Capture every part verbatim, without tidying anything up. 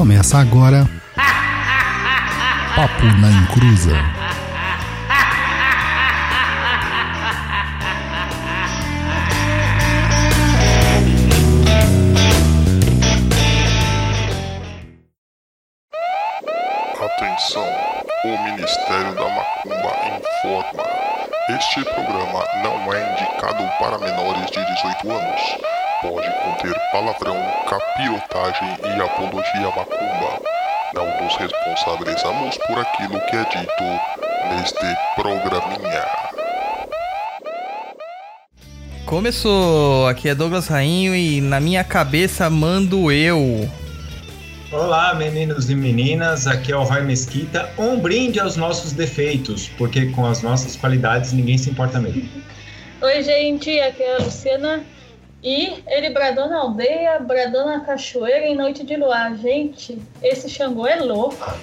Começa agora Papo na Encruza. Atenção, o Ministério da Macumba informa. Este programa não é indicado para menores de dezoito anos. Pode conter palavrão, capirotagem e apologia à macumba. Não nos responsabilizamos por aquilo que é dito neste programinha. Começou! Aqui é Douglas Rainho e na minha cabeça mando eu. Olá, meninos e meninas, aqui é o Roy Mesquita. Um brinde aos nossos defeitos, porque com as nossas qualidades ninguém se importa mesmo. Oi, gente, aqui é a Luciana. E ele bradou na aldeia, bradou na cachoeira em noite de luar. Gente, esse Xangô é louco.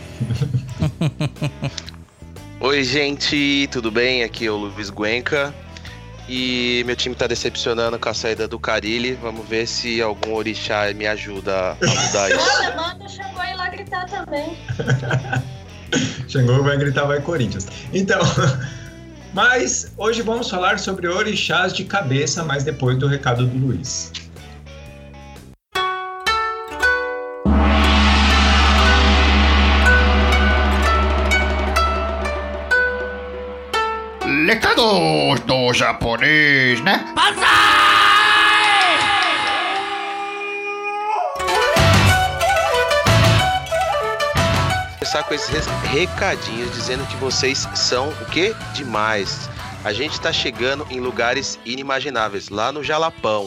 Oi, gente, tudo bem? Aqui é o Luiz Guenca. E meu time tá decepcionando com a saída do Carilli. Vamos ver se algum orixá me ajuda a mudar isso. Olha, manda o Xangô ir lá gritar também. Xangô vai gritar, vai Corinthians. Então, mas hoje vamos falar sobre orixás de cabeça, mas depois do recado do Luiz. Recados do japonês, né? Começar com esses recadinhos dizendo que vocês são o quê? Demais. A gente tá chegando em lugares inimagináveis, lá no Jalapão.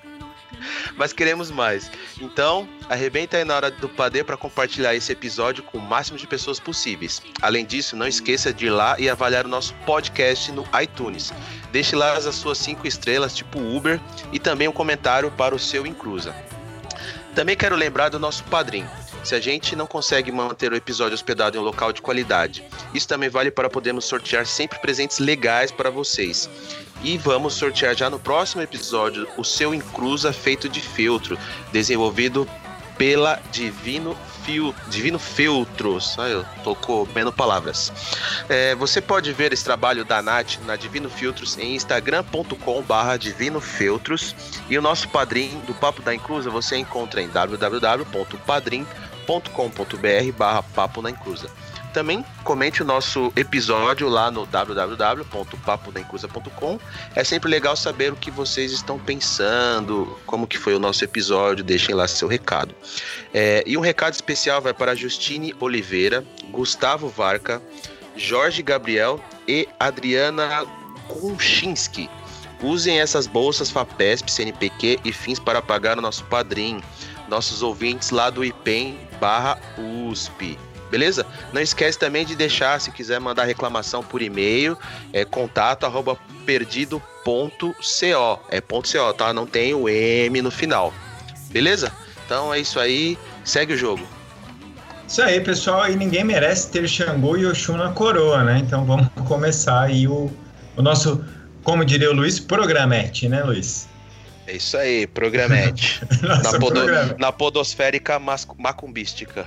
Mas queremos mais. Então, arrebenta aí na hora do padê para compartilhar esse episódio com o máximo de pessoas possíveis. Além disso, não esqueça de ir lá e avaliar o nosso podcast no iTunes. Deixe lá as suas cinco estrelas, tipo Uber, e também um comentário para o seu Encruza. Também quero lembrar do nosso padrinho. Se a gente não consegue manter o episódio hospedado em um local de qualidade, isso também vale para podermos sortear sempre presentes legais para vocês. E vamos sortear já no próximo episódio o seu Encruza feito de feltro, desenvolvido pela Divino, Fil... Divino Feltros. Ah, eu tô comendo palavras. É, você pode ver esse trabalho da Nath na Divino Feltros em instagram ponto com barra divino feltros, e o nosso padrinho do Papo da Encruza você encontra em w w w ponto padrim ponto com ponto b r barra papo na encruza. Também comente o nosso episódio lá no w w w ponto papo da encruza ponto com. É sempre legal saber o que vocês estão pensando, como que foi o nosso episódio, deixem lá seu recado. É, e um recado especial vai para Justine Oliveira, Gustavo Varca, Jorge Gabriel e Adriana Kunchinski. Usem essas bolsas FAPESP, C N P Q e fins para pagar o nosso padrinho, nossos ouvintes lá do I P E M barra U S P. Beleza? Não esquece também de deixar, se quiser mandar reclamação por e-mail, é contato arroba perdido ponto co. É ponto .co, tá? Não tem o M no final. Beleza? Então é isso aí, segue o jogo. Isso aí, pessoal, e ninguém merece ter Xangô e Oxum na coroa, né? Então vamos começar aí o, o nosso, como diria o Luiz, programete, né, Luiz? É isso aí, programete. Nossa, na, podo, programa. na podosférica mas, macumbística.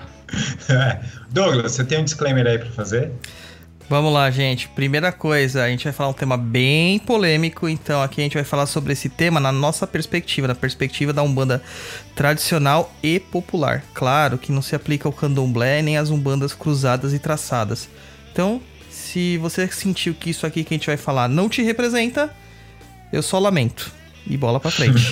É. Douglas, você tem um disclaimer aí pra fazer? Vamos lá, gente. Primeira coisa, a gente vai falar um tema bem polêmico, então aqui a gente vai falar sobre esse tema na nossa perspectiva, na perspectiva da Umbanda tradicional e popular. Claro que não se aplica ao candomblé nem às umbandas cruzadas e traçadas. Então, se você sentiu que isso aqui que a gente vai falar não te representa, eu só lamento. E bola pra frente.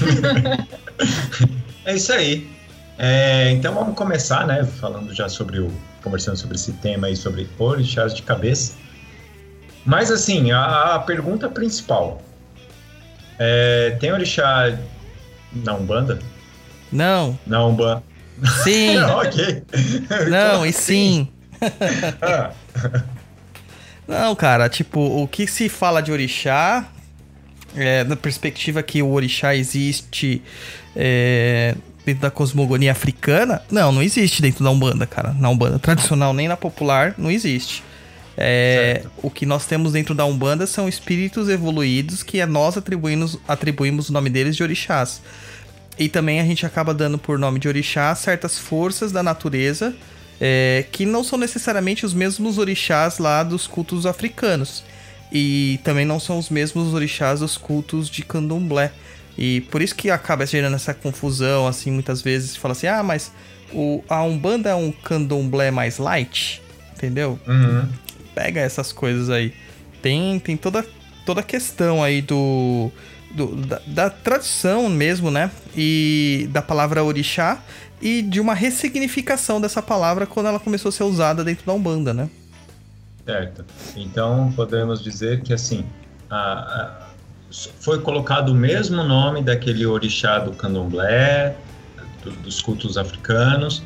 É isso aí. É, então vamos começar, né? Falando já sobre o... Conversando sobre esse tema aí, sobre orixás de cabeça. Mas assim, a, a pergunta principal. É, tem orixá na Umbanda? Não. Na Umbanda? Sim. Ok. Não, Então, e sim. Ah. Não, cara, tipo, o que se fala de orixá... É, na perspectiva que o orixá existe é, dentro da cosmogonia africana, não, não existe dentro da Umbanda, cara. Na Umbanda tradicional, nem na popular, não existe. É, o que nós temos dentro da Umbanda são espíritos evoluídos que nós atribuímos, atribuímos o nome deles de orixás. E também a gente acaba dando por nome de orixá certas forças da natureza é, que não são necessariamente os mesmos orixás lá dos cultos africanos. E também não são os mesmos orixás dos cultos de candomblé. E por isso que acaba gerando essa confusão, assim, muitas vezes. Fala assim, ah, mas o, a Umbanda é um candomblé mais light, entendeu? Uhum. Pega essas coisas aí. Tem, tem toda, toda a questão aí do... Do, da, da tradição mesmo, né? E da palavra orixá e de uma ressignificação dessa palavra quando ela começou a ser usada dentro da Umbanda, né? Certo. Então, podemos dizer que, assim, a, a, foi colocado o mesmo nome daquele orixá do candomblé, do, dos cultos africanos,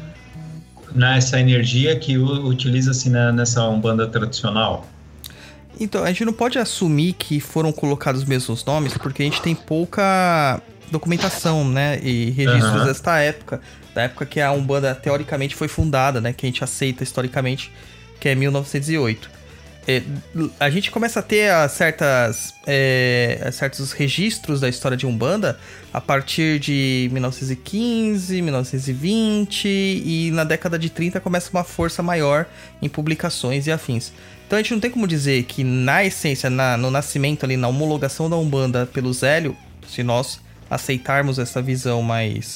nessa energia que utiliza-se na, nessa Umbanda tradicional. Então, a gente não pode assumir que foram colocados os mesmos nomes, porque a gente tem pouca documentação, né, e registros uhum. desta época, da época que a Umbanda teoricamente foi fundada, né, que a gente aceita historicamente, que é mil novecentos e oito. É, a gente começa a ter a certas, é, a certos registros da história de Umbanda a partir de mil novecentos e quinze, mil novecentos e vinte, e na década de trinta começa uma força maior em publicações e afins. Então a gente não tem como dizer que na essência, na, no nascimento ali, na homologação da Umbanda pelo Zélio, se nós aceitarmos essa visão mais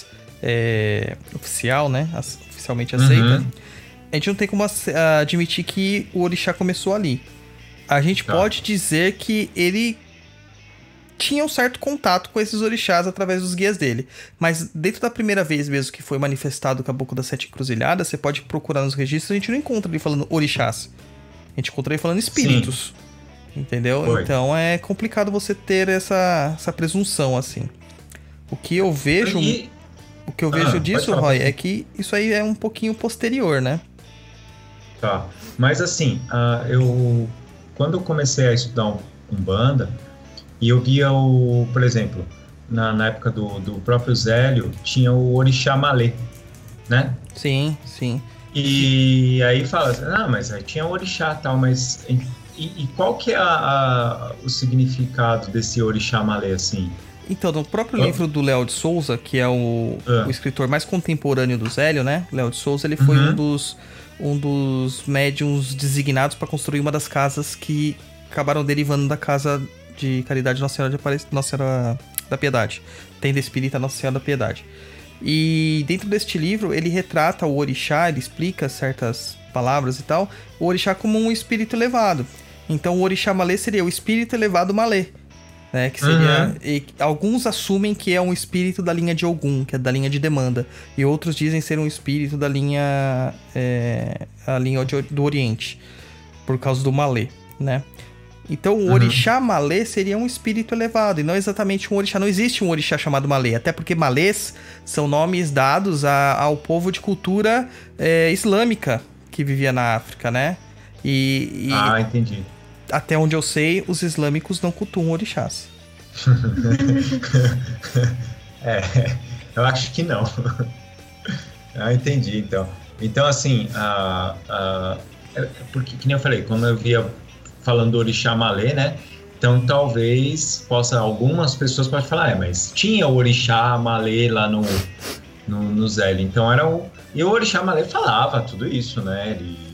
é, oficial, né, oficialmente aceita, uhum. a gente não tem como admitir que o orixá começou ali. A gente tá. pode dizer que ele tinha um certo contato com esses orixás através dos guias dele. Mas dentro da primeira vez mesmo que foi manifestado o Caboclo das Sete Encruzilhadas, você pode procurar nos registros, a gente não encontra ele falando orixás. A gente encontra ele falando espíritos. Sim. Entendeu? Foi. Então é complicado você ter essa, essa presunção, assim. O que eu vejo... E... O que eu ah, vejo disso, Roy, é que isso aí é um pouquinho posterior, né? Tá. Mas assim, uh, eu... Quando eu comecei a estudar Umbanda, e eu via o... Por exemplo, na, na época do, do próprio Zélio, tinha o Orixá Malê, né? Sim, sim. E aí fala assim, ah, mas aí tinha o Orixá e tal, mas... E, e qual que é a, a, o significado desse Orixá Malê, assim? Então, no próprio oh. livro do Léo de Souza, que é o, uh. o escritor mais contemporâneo do Zélio, né? Léo de Souza, ele foi uhum. um dos... um dos médiuns designados para construir uma das casas que acabaram derivando da casa de caridade Nossa Senhora, de Aparec... Nossa Senhora da Piedade. Tenda Espírita Nossa Senhora da Piedade. E dentro deste livro, ele retrata o orixá, ele explica certas palavras e tal, o orixá como um espírito elevado. Então, o orixá malê seria o espírito elevado malê. Né, que seria, uhum. e alguns assumem que é um espírito da linha de Ogum, que é da linha de demanda, e outros dizem ser um espírito da linha é, a linha do Oriente, por causa do Malê, né? Então o orixá uhum. Malê seria um espírito elevado, e não exatamente um orixá. Não existe um orixá chamado Malê, até porque Malês são nomes dados a, ao povo de cultura é, islâmica que vivia na África, né? E, e ah, entendi. Até onde eu sei, os islâmicos não cultuam orixás. É, eu acho que não. Ah, entendi, então. Então, assim, a, a, porque, que nem eu falei, quando eu via falando do orixá malê, né? Então, talvez possa, algumas pessoas podem falar, é, mas tinha o orixá malê lá no, no, no Zélio. Então, era o... E o orixá malê falava tudo isso, né? Ele...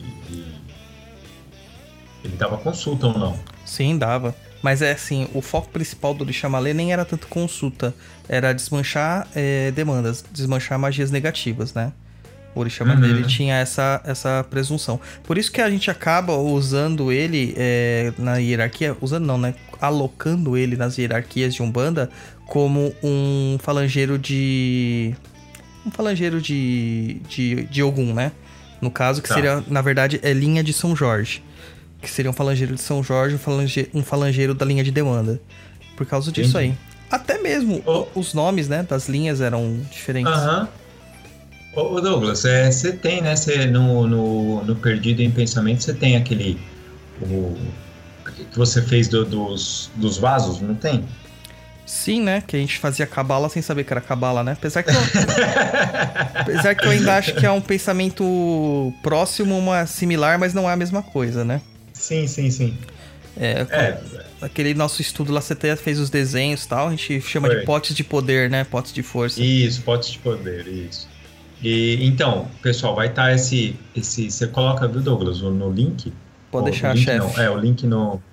Ele dava consulta ou não? Sim, dava. Mas é assim, o foco principal do Orixá Malê nem era tanto consulta. Era desmanchar é, demandas, desmanchar magias negativas, né? O Orixá Malê, uhum. ele tinha essa, essa presunção. Por isso que a gente acaba usando ele é, na hierarquia... Usando não, né? Alocando ele nas hierarquias de Umbanda como um falangeiro de... Um falangeiro de, de, de Ogum, né? No caso, que tá. seria, na verdade, é linha de São Jorge. Que seria um falangeiro de São Jorge, um falangeiro, um falangeiro da linha de demanda. Por causa disso Entendi. Aí. Até mesmo oh. os nomes, né, das linhas eram diferentes. Aham. Ô Douglas, você é, tem, né, cê, no, no, no Perdido em Pensamento, você tem aquele... O, que você fez do, dos, dos vasos, não tem? Sim, né, que a gente fazia cabala sem saber que era cabala, né? Apesar que eu, apesar que eu ainda acho que é um pensamento próximo, uma similar, mas não é a mesma coisa, né? Sim, sim, sim. É, É. aquele nosso estudo lá, você até fez os desenhos e tal, a gente chama Foi. de potes de poder, né? Potes de força. Isso, potes de poder, isso. E então, pessoal, vai estar esse, esse. Você coloca, viu, Douglas, no, no link? Pode Ou, deixar, no link chefe. não, É, o link no.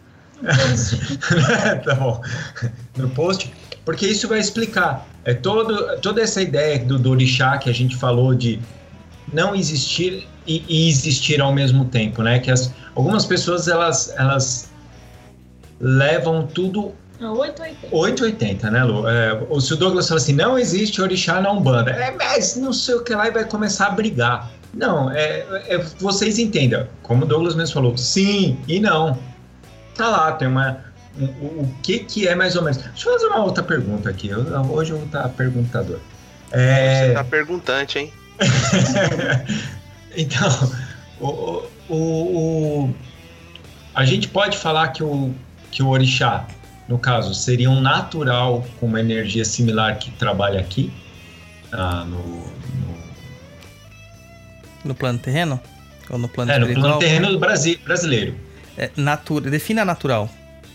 Tá bom. No post, porque isso vai explicar. É todo, toda essa ideia do, do orixá que a gente falou de não existir e, e existir ao mesmo tempo, né? Que as, algumas pessoas elas, elas levam tudo oito oitenta. oito oitenta, né, Lu? É, o se o Douglas fala assim, não existe orixá na Umbanda, é, mas não sei o que lá e vai começar a brigar. Não, é, é, vocês entendam, como o Douglas mesmo falou, sim e não. Tá lá, tem uma... Um, o, o que que é mais ou menos... Deixa eu fazer uma outra pergunta aqui, eu, hoje eu vou estar perguntador. É... Você tá perguntante, hein? Então, o, o, o, a gente pode falar que o, que o orixá, no caso, seria um natural com uma energia similar que trabalha aqui, ah, no, no, No plano terreno? Ou no plano é, no espiritual? plano terreno do Brasi, brasileiro. É, natura, defina natural.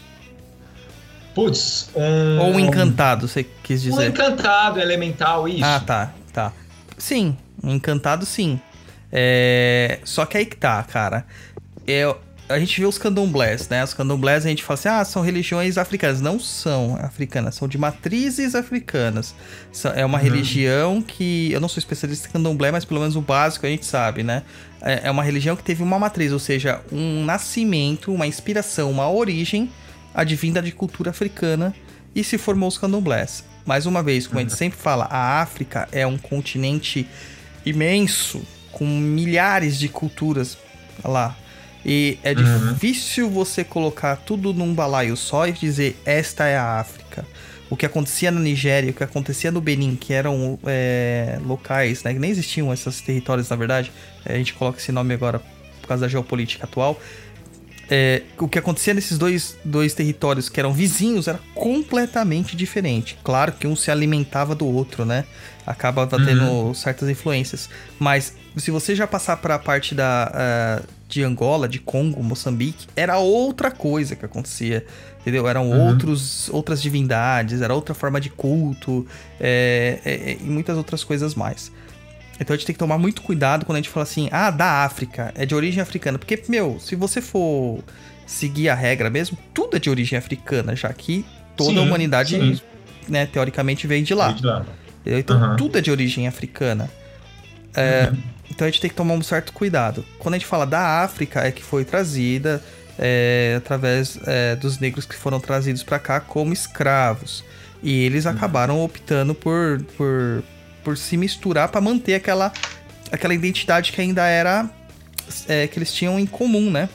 Putz, um... Ou encantado, você quis Um dizer. encantado, elemental, isso. Ah, tá, tá. Sim, um encantado sim. É... Só que aí que tá, cara. É... A gente vê os candomblés, né? Os candomblés a gente fala assim, ah, são religiões africanas. Não são africanas, são de matrizes africanas. É uma uhum. religião que... Eu não sou especialista em candomblé, mas pelo menos o básico a gente sabe, né? É uma religião que teve uma matriz, ou seja, um nascimento, uma inspiração, uma origem advinda de cultura africana e se formou os candomblés. Mais uma vez, como a gente sempre fala, a África é um continente imenso, com milhares de culturas lá. E é uhum. difícil você colocar tudo num balaio só e dizer, esta é a África. O que acontecia na Nigéria, o que acontecia no Benin, que eram é, locais, né, que nem existiam esses territórios, na verdade, a gente coloca esse nome agora por causa da geopolítica atual. É, o que acontecia nesses dois, dois territórios que eram vizinhos era completamente diferente. Claro que um se alimentava do outro, né? Acabava uhum. tendo certas influências. Mas se você já passar para a parte da, uh, de Angola, de Congo, Moçambique, era outra coisa que acontecia, entendeu? Eram uhum. outros, outras divindades, era outra forma de culto é, é, e muitas outras coisas mais. Então a gente tem que tomar muito cuidado quando a gente fala assim, ah, da África, é de origem africana. Porque, meu, se você for seguir a regra mesmo, tudo é de origem africana, já que toda sim, a humanidade, sim. né, teoricamente veio de lá. Veio de lá. Então uhum. tudo é de origem africana. É, uhum. Então a gente tem que tomar um certo cuidado. Quando a gente fala da África, é que foi trazida é, através é, dos negros que foram trazidos para cá como escravos. E eles uhum. acabaram optando por... por por se misturar para manter aquela, aquela identidade que ainda era é, que eles tinham em comum, né?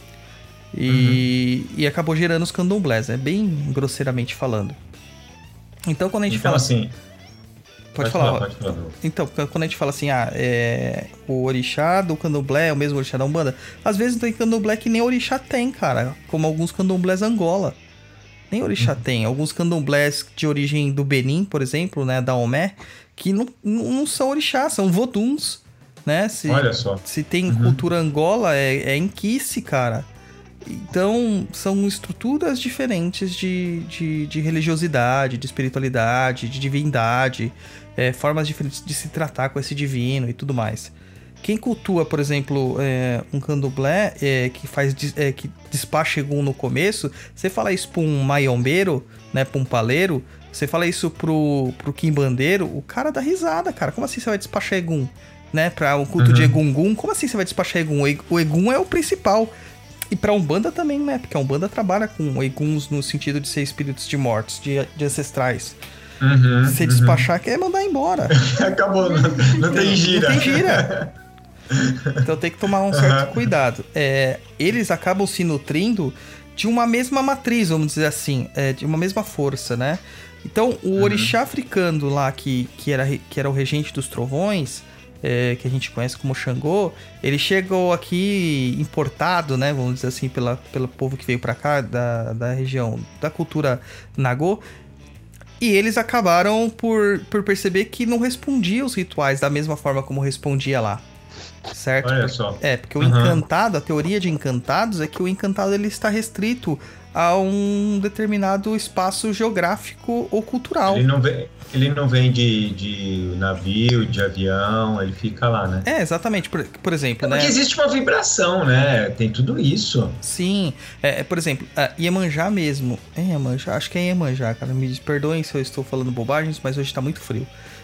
E, uhum. e acabou gerando os candomblés, né? Bem grosseiramente falando. Então quando a gente então, fala assim, pode, pode falar, falar, pode falar. Então quando a gente fala assim, ah, é, o orixá do candomblé é o mesmo orixá da Umbanda, às vezes não tem candomblé que nem orixá tem, cara, como alguns candomblés Angola. Nem orixá uhum. tem. Alguns candomblés de origem do Benin, por exemplo, né, da Omé, que não, não são orixás, são voduns, né? Se, Olha só. Se tem uhum. cultura Angola, é, é inquice, cara. Então, são estruturas diferentes de, de, de religiosidade, de espiritualidade, de divindade, é, formas diferentes de se tratar com esse divino e tudo mais. Quem cultua, por exemplo, é, um candomblé é, que faz é, que despacha Egum no começo, você fala isso pra um maiombeiro, né, pra um paleiro, você fala isso pro, pro quimbandeiro, o cara dá risada, cara. Como assim você vai despachar Egum? Né, pra um culto uhum. de Egungun, como assim você vai despachar Egum? O Egum é o principal. E pra Umbanda também, né, porque a Umbanda trabalha com Eguns no sentido de ser espíritos de mortos, de, de ancestrais. Uhum, você uhum. despachar quer mandar embora. Acabou, não, não tem gira. Não tem gira. Então tem que tomar um certo uhum. cuidado. É, eles acabam se nutrindo de uma mesma matriz, vamos dizer assim, é, de uma mesma força, né? Então o uhum. orixá africano lá, que, que, era, que era o regente dos trovões, é, que a gente conhece como Xangô, ele chegou aqui importado, né? Vamos dizer assim, pela, pelo povo que veio pra cá, da, da região da cultura Nagô. E eles acabaram por, por perceber que não respondia os rituais da mesma forma como respondia lá. Certo? Olha Por- só. É, porque o Uhum. encantado, a teoria de encantados é que o encantado ele está restrito a um determinado espaço geográfico ou cultural. Ele não vem, ele não vem de, de navio, de avião, ele fica lá, né? É, exatamente. Por, por exemplo, É porque né? existe uma vibração, né? Tem tudo isso. Sim, é, é, por exemplo, a Iemanjá mesmo. É Iemanjá? Acho que é Iemanjá, cara. Me perdoem se eu estou falando bobagens, mas hoje tá muito frio.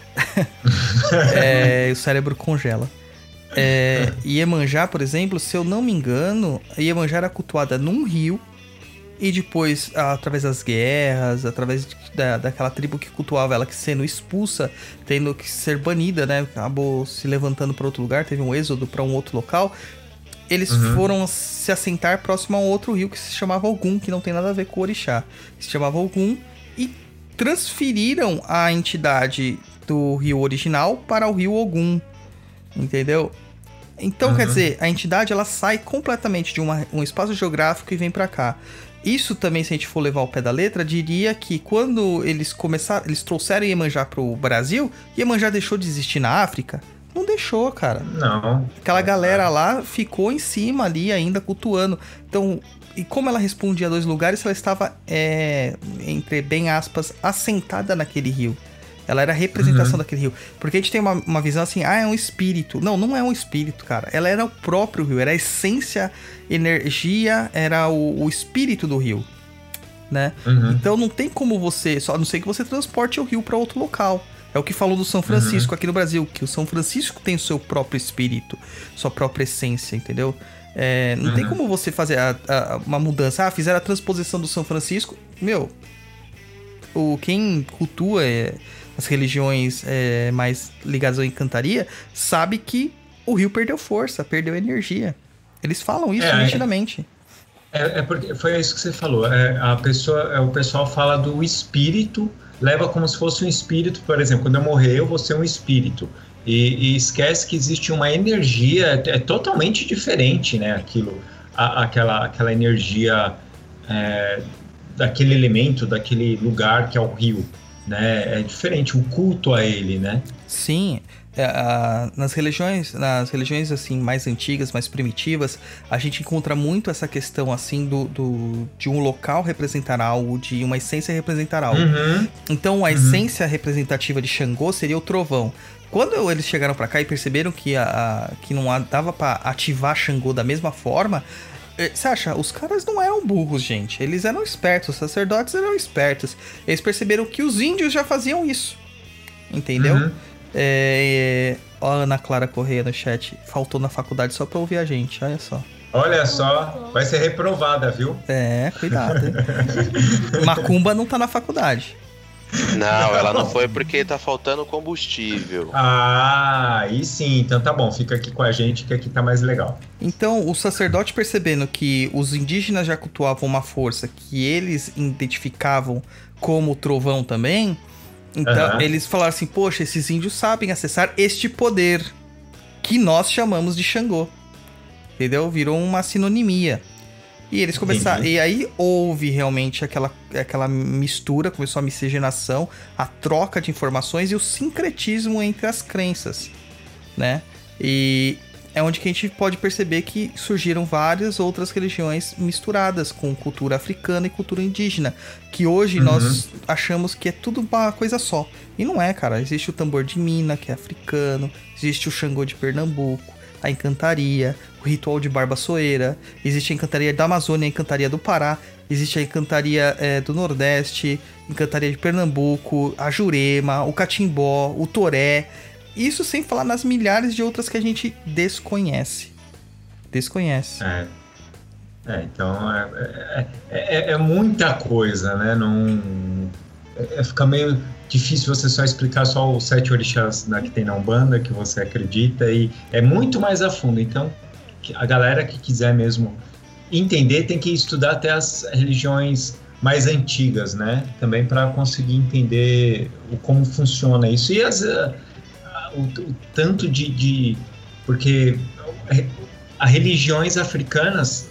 É, o cérebro congela. É, Iemanjá, por exemplo, se eu não me engano, a Iemanjá era cultuada num rio e depois, através das guerras, através de- da, daquela tribo que cultuava ela, que sendo expulsa, tendo que ser banida, né? Acabou se levantando para outro lugar, teve um êxodo para um outro local. Eles Uhum. foram se assentar próximo a um outro rio que se chamava Ogum, que não tem nada a ver com o orixá. Se chamava Ogum e transferiram a entidade do rio original para o rio Ogum, entendeu? Então, Uhum. quer dizer, a entidade ela sai completamente de uma- um espaço geográfico e vem pra cá. Isso também, se a gente for levar ao pé da letra, diria que quando eles começaram, eles trouxeram Iemanjá pro Brasil, Iemanjá deixou de existir na África? Não deixou, cara. Não. Aquela galera lá ficou em cima ali ainda cultuando. Então, e como ela respondia a dois lugares, ela estava, é, entre bem aspas, assentada naquele rio. Ela era a representação Uhum. daquele rio. Porque a gente tem uma, uma visão assim, ah, é um espírito. Não, não é um espírito, cara. Ela era o próprio rio, era a essência, energia, era o, o espírito do rio, né? Uhum. Então não tem como você, só a não ser que você transporte o rio para outro local. É o que falou do São Francisco aqui no Brasil, que o São Francisco tem o seu próprio espírito, sua própria essência, entendeu? É, não tem Uhum. como você fazer a- a- uma mudança. Ah, fizeram a transposição do São Francisco. Meu, o, quem cultua é, as religiões é, mais ligadas à encantaria sabe que o rio perdeu força, perdeu energia. Eles falam isso É, nitidamente. É, é porque foi isso que você falou. É, a pessoa, é, o pessoal fala do espírito, leva como se fosse um espírito. Por exemplo, quando eu morrer, eu vou ser um espírito. E, e esquece que existe uma energia, é, é totalmente diferente, né? Aquilo, a- aquela, aquela energia é, daquele elemento, daquele lugar que é o rio, né? É diferente o culto a ele, né? Sim, é, a- nas religiões, nas religiões assim mais antigas, mais primitivas, a gente encontra muito essa questão assim do, do- de um local representar algo, de uma essência representar algo. Uhum. Então a Uhum. essência representativa de Xangô seria o trovão. Quando eles chegaram pra cá e perceberam que, a, a- que não a- dava pra ativar Xangô da mesma forma, eh, você acha? Os caras não eram burros, gente. Eles eram espertos, os sacerdotes eram espertos. Eles perceberam que os índios já faziam isso. Entendeu? Uhum. É, ó, a Ana Clara Correia no chat. Faltou na faculdade só pra ouvir a gente, olha só. Olha só, vai ser reprovada, viu? É, cuidado, hein? Macumba não tá na faculdade. Não, ela não foi porque tá faltando combustível. Ah, aí sim, então tá bom, fica aqui com a gente que aqui tá mais legal. Então, o sacerdote percebendo que os indígenas já cultuavam uma força que eles identificavam como trovão também, então Aham. eles falaram assim, poxa, esses índios sabem acessar este poder que nós chamamos de Xangô. Entendeu? Virou uma sinonimia. E eles começaram. Entendi. E aí houve realmente aquela, aquela mistura, começou a miscigenação, a troca de informações e o sincretismo entre as crenças, né? E é onde que a gente pode perceber que surgiram várias outras religiões misturadas com cultura africana e cultura indígena, que hoje Uhum. nós achamos que é tudo uma coisa só. E não é, cara. Existe o tambor de Mina, que é africano, existe o Xangô de Pernambuco, a encantaria, o ritual de Barbassoeira, existe a encantaria da Amazônia, a encantaria do Pará, existe a encantaria é, do Nordeste, encantaria de Pernambuco, a Jurema, o Catimbó, o Toré. Isso sem falar nas milhares de outras que a gente desconhece. Desconhece. É, é então é, é, é- é muita coisa, né? Não, é, é- fica meio difícil você só explicar só os sete orixás, né, que tem na Umbanda, que você acredita, e é muito mais a fundo. Então, a galera que quiser mesmo entender tem que estudar até as religiões mais antigas, né? Também para conseguir entender o, como funciona isso. E as, a- o, o tanto de, de... Porque as religiões africanas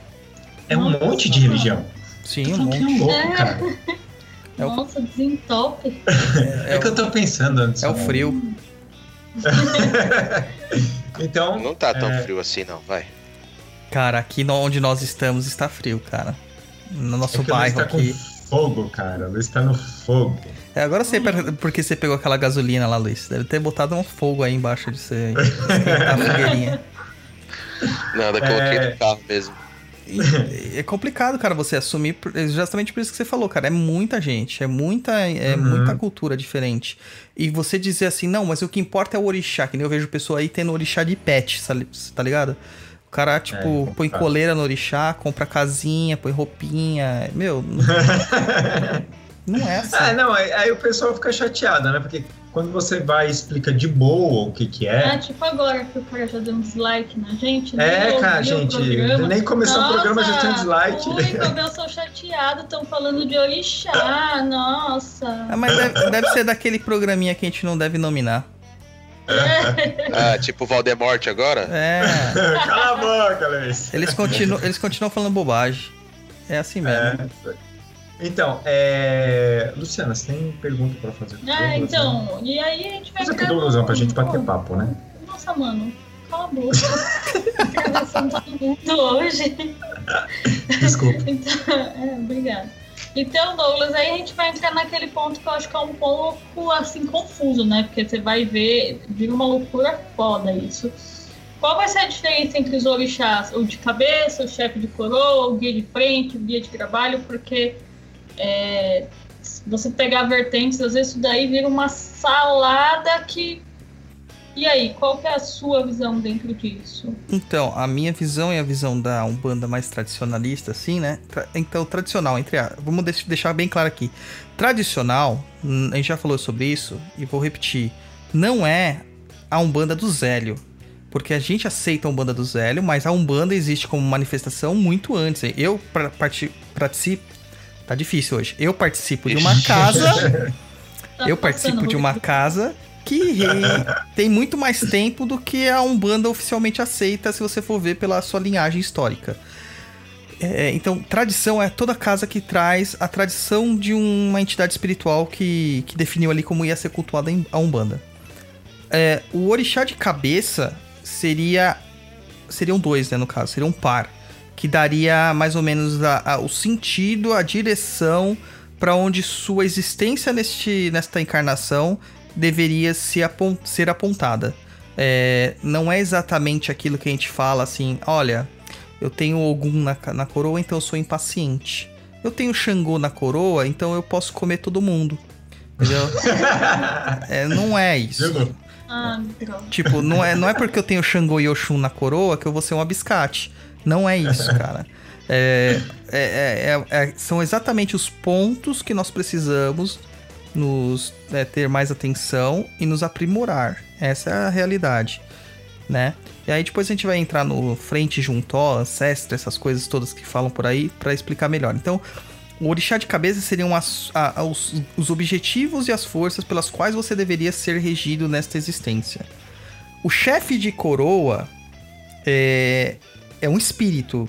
é um Nossa, monte de religião. Sim, Tô um falando que é monte. um louco, cara. É o- Nossa, desentope. É, que eu tô pensando antes. É o né? frio. Então. Não tá tão é... frio assim, não, vai. Cara, aqui onde nós estamos está frio, cara. No nosso é que bairro tá aqui. Com fogo, cara. Luiz tá no fogo. É, agora eu sei porque você pegou aquela gasolina lá, Luiz. Deve ter botado um fogo aí embaixo de você. A fogueirinha. Nada, coloquei É... no carro mesmo. E é complicado, cara, você assumir, justamente por isso que você falou, cara, é muita gente, é muta, é Uhum. muita cultura diferente. E você dizer assim, não, mas o que importa é o orixá, que nem eu vejo pessoa aí tendo orixá de pet, tá ligado? O cara, tipo, É, põe claro. coleira no orixá, compra casinha, põe roupinha, meu, não, não é assim. Ah, não, aí, aí o pessoal fica chateado, né? Porque quando você vai e explica de boa o que que é... É, tipo agora que o cara já deu um dislike na gente. nem É, ouviu cara, o gente, programa. nem começou o programa, já tem um dislike. Ui, como eu sou chateado, estão falando de orixá, nossa. Ah, mas deve, deve ser daquele programinha que a gente não deve nominar. Ah, tipo Voldemort agora? É, Cala a boca, Luiz. eles continuam, eles continuam falando bobagem. É assim mesmo. É. Então, é... Luciana, você tem pergunta pra fazer? pro Ah, Douglas, né? então, e aí a gente vai Fazer pro gravar Douglasão pra um- gente bater um- papo, né? Nossa, mano, cala a boca. Gravação todo mundo hoje. Desculpa. Então, é, obrigada. Então, Douglas, aí a gente vai entrar naquele ponto que eu acho que é um pouco, assim, confuso, né? Porque você vai ver, vira uma loucura foda isso. Qual vai ser a diferença entre os orixás? O de cabeça, o chefe de coroa, o guia de frente, o guia de trabalho? Porque é, se você pegar vertentes, às vezes isso daí vira uma salada que... E aí, qual que é a sua visão dentro disso? Então, a minha visão e a visão da Umbanda mais tradicionalista, assim, né? Tra- Então, tradicional, entre a... Vamos deix- deixar bem claro aqui. Tradicional, hum, a gente já falou sobre isso, e vou repetir. Não é a Umbanda do Zélio. Porque a gente aceita a Umbanda do Zélio, mas a Umbanda existe como manifestação muito antes. Eu pra- parti- participo... Tá difícil hoje. Eu participo de uma casa... Tá Eu passando participo de uma muito. casa que tem muito mais tempo do que a Umbanda oficialmente aceita, se você for ver pela sua linhagem histórica. É, então, tradição é toda casa que traz a tradição de uma entidade espiritual que, que definiu ali como ia ser cultuada em- a Umbanda. É, o orixá de cabeça seria... Seriam dois, né, no caso. Seria um par. Que daria mais ou menos a- a- o sentido, a direção para onde sua existência neste, nesta encarnação deveria se apon- ser apontada. É, não é exatamente aquilo que a gente fala assim, olha, eu tenho Ogum na, ca- na coroa, então eu sou impaciente. Eu tenho Xangô na coroa, então eu posso comer todo mundo. Entendeu? É, não é isso. Viu? Ah, droga. Tipo, não é, não é porque eu tenho Xangô e Oxum na coroa que eu vou ser um abiscate. Não é isso, cara. É, é, é, é, são exatamente os pontos que nós precisamos nos é, ter mais atenção e nos aprimorar. Essa é a realidade, né? E aí depois a gente vai entrar no frente juntó, ancestre, essas coisas todas que falam por aí para explicar melhor. Então, o orixá de cabeça seriam as, a, os, os objetivos e as forças pelas quais você deveria ser regido nesta existência. O chefe de coroa é, é um espírito,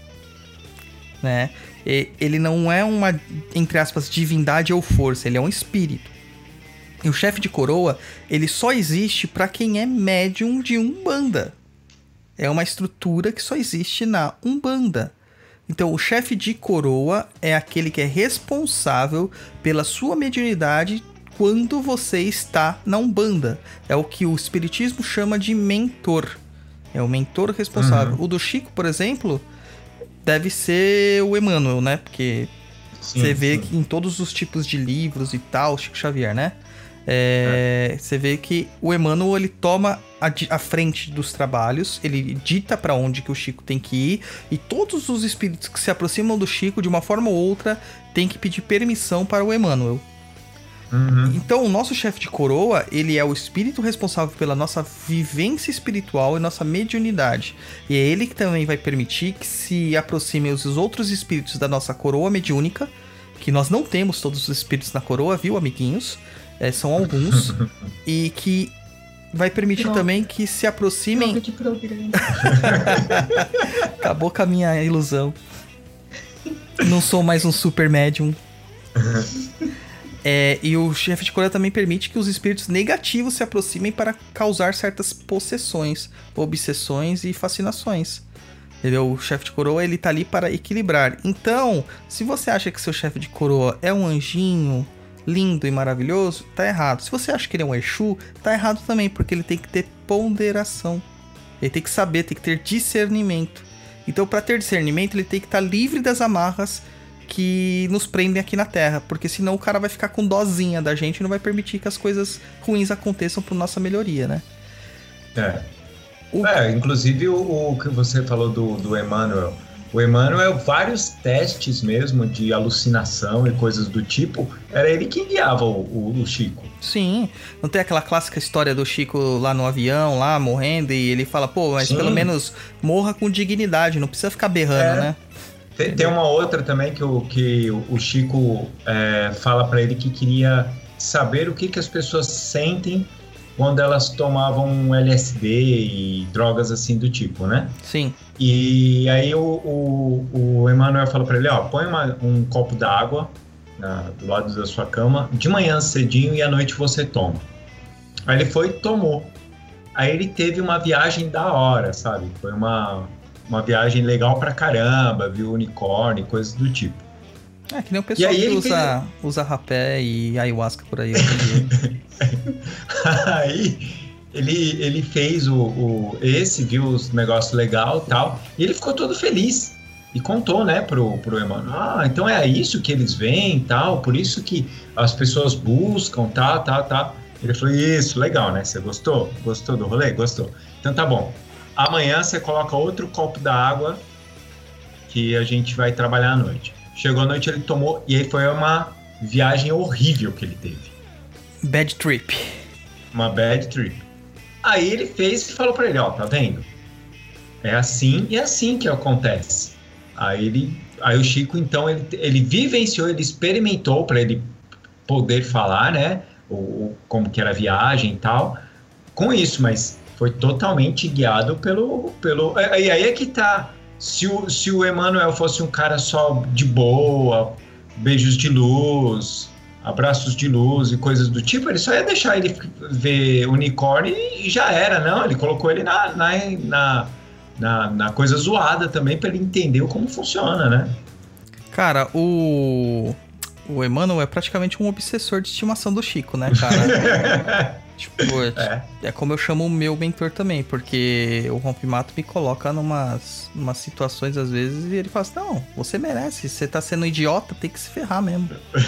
né? E ele não é uma, entre aspas, divindade ou força, ele é um espírito. E o chefe de coroa, ele só existe para quem é médium de Umbanda. É uma estrutura que só existe na Umbanda. Então, o chefe de coroa é aquele que é responsável pela sua mediunidade quando você está na Umbanda. É o que o espiritismo chama de mentor. É o mentor responsável. Uhum. O do Chico, por exemplo, deve ser o Emmanuel, né? Porque Sim, você vê sim. que em todos os tipos de livros e tal, Chico Xavier, né? É, você vê que o Emmanuel, ele toma a, di- a frente dos trabalhos, ele dita pra onde que o Chico tem que ir, e todos os espíritos que se aproximam do Chico, de uma forma ou outra, tem que pedir permissão para o Emmanuel. Uhum. Então, o nosso chefe de coroa, ele é o espírito responsável pela nossa vivência espiritual e nossa mediunidade. E é ele que também vai permitir que se aproximem os outros espíritos da nossa coroa mediúnica, que nós não temos todos os espíritos na coroa, viu, amiguinhos? É, são alguns. E que vai permitir Droga. também que se aproximem... Droga de programa. Acabou com a minha ilusão. Não sou mais um super médium. É, e o chefe de coroa também permite que os espíritos negativos se aproximem para causar certas possessões, obsessões e fascinações. Entendeu? O chefe de coroa, ele tá ali para equilibrar. Então, se você acha que seu chefe de coroa é um anjinho lindo e maravilhoso, tá errado. Se você acha que ele é um Exu, tá errado também, porque ele tem que ter ponderação. Ele tem que saber, tem que ter discernimento. Então, para ter discernimento, ele tem que estar livre das amarras que nos prendem aqui na Terra, porque senão o cara vai ficar com dozinha da gente e não vai permitir que as coisas ruins aconteçam por nossa melhoria, né? É. O... É, inclusive o, o que você falou do, do Emmanuel. O Emmanuel, vários testes mesmo de alucinação e coisas do tipo, era ele que guiava o, o, o Chico. Sim, não tem aquela clássica história do Chico lá no avião, lá morrendo, e ele fala, pô, mas Sim. pelo menos morra com dignidade, não precisa ficar berrando, é. né? Tem, tem uma outra também que o, que o Chico é, fala pra ele que queria saber o que, que as pessoas sentem quando elas tomavam L S D e drogas assim do tipo, né? Sim. E aí o, o, o Emmanuel falou pra ele, ó, põe uma, um copo d'água do lado da sua cama, de manhã cedinho e à noite você toma. Aí ele foi e tomou. Aí ele teve uma viagem da hora, sabe? Foi uma, uma viagem legal pra caramba, viu unicórnio, coisas do tipo. É, que nem o pessoal que usa, fez... usa rapé e ayahuasca por aí. Aí ele, ele fez o, o, esse, viu os negócios legal e tal, e ele ficou todo feliz. E contou, né, pro, pro Emmanuel, ah, então é isso que eles veem e tal, por isso que as pessoas buscam, tá, tá, tá. Ele falou, isso, legal, né, você gostou? Gostou do rolê? Gostou. Então tá bom. Amanhã você coloca outro copo d'água que a gente vai trabalhar à noite. Chegou à noite, ele tomou, e aí foi uma viagem horrível que ele teve. Bad trip. Uma bad trip. Aí ele fez e falou pra ele, ó, tá vendo? É assim e é assim que acontece. Aí, ele, aí o Chico, então, ele, ele vivenciou, ele experimentou para ele poder falar, né, o, o, como que era a viagem e tal, com isso, mas foi totalmente guiado pelo... pelo e aí é que tá, se o, se o Emmanuel fosse um cara só de boa, beijos de luz, abraços de luz e coisas do tipo, ele só ia deixar ele ver unicórnio e já era, não, ele colocou ele na... na, na Na, na coisa zoada também, pra ele entender como funciona, né? Cara, o... O Emmanuel é praticamente um obsessor de estimação do Chico, né, cara? Tipo, é. é como eu chamo o meu mentor também, porque o Rompimato me coloca numas, numas situações, às vezes, e ele fala assim, não, você merece, você tá sendo idiota, tem que se ferrar mesmo.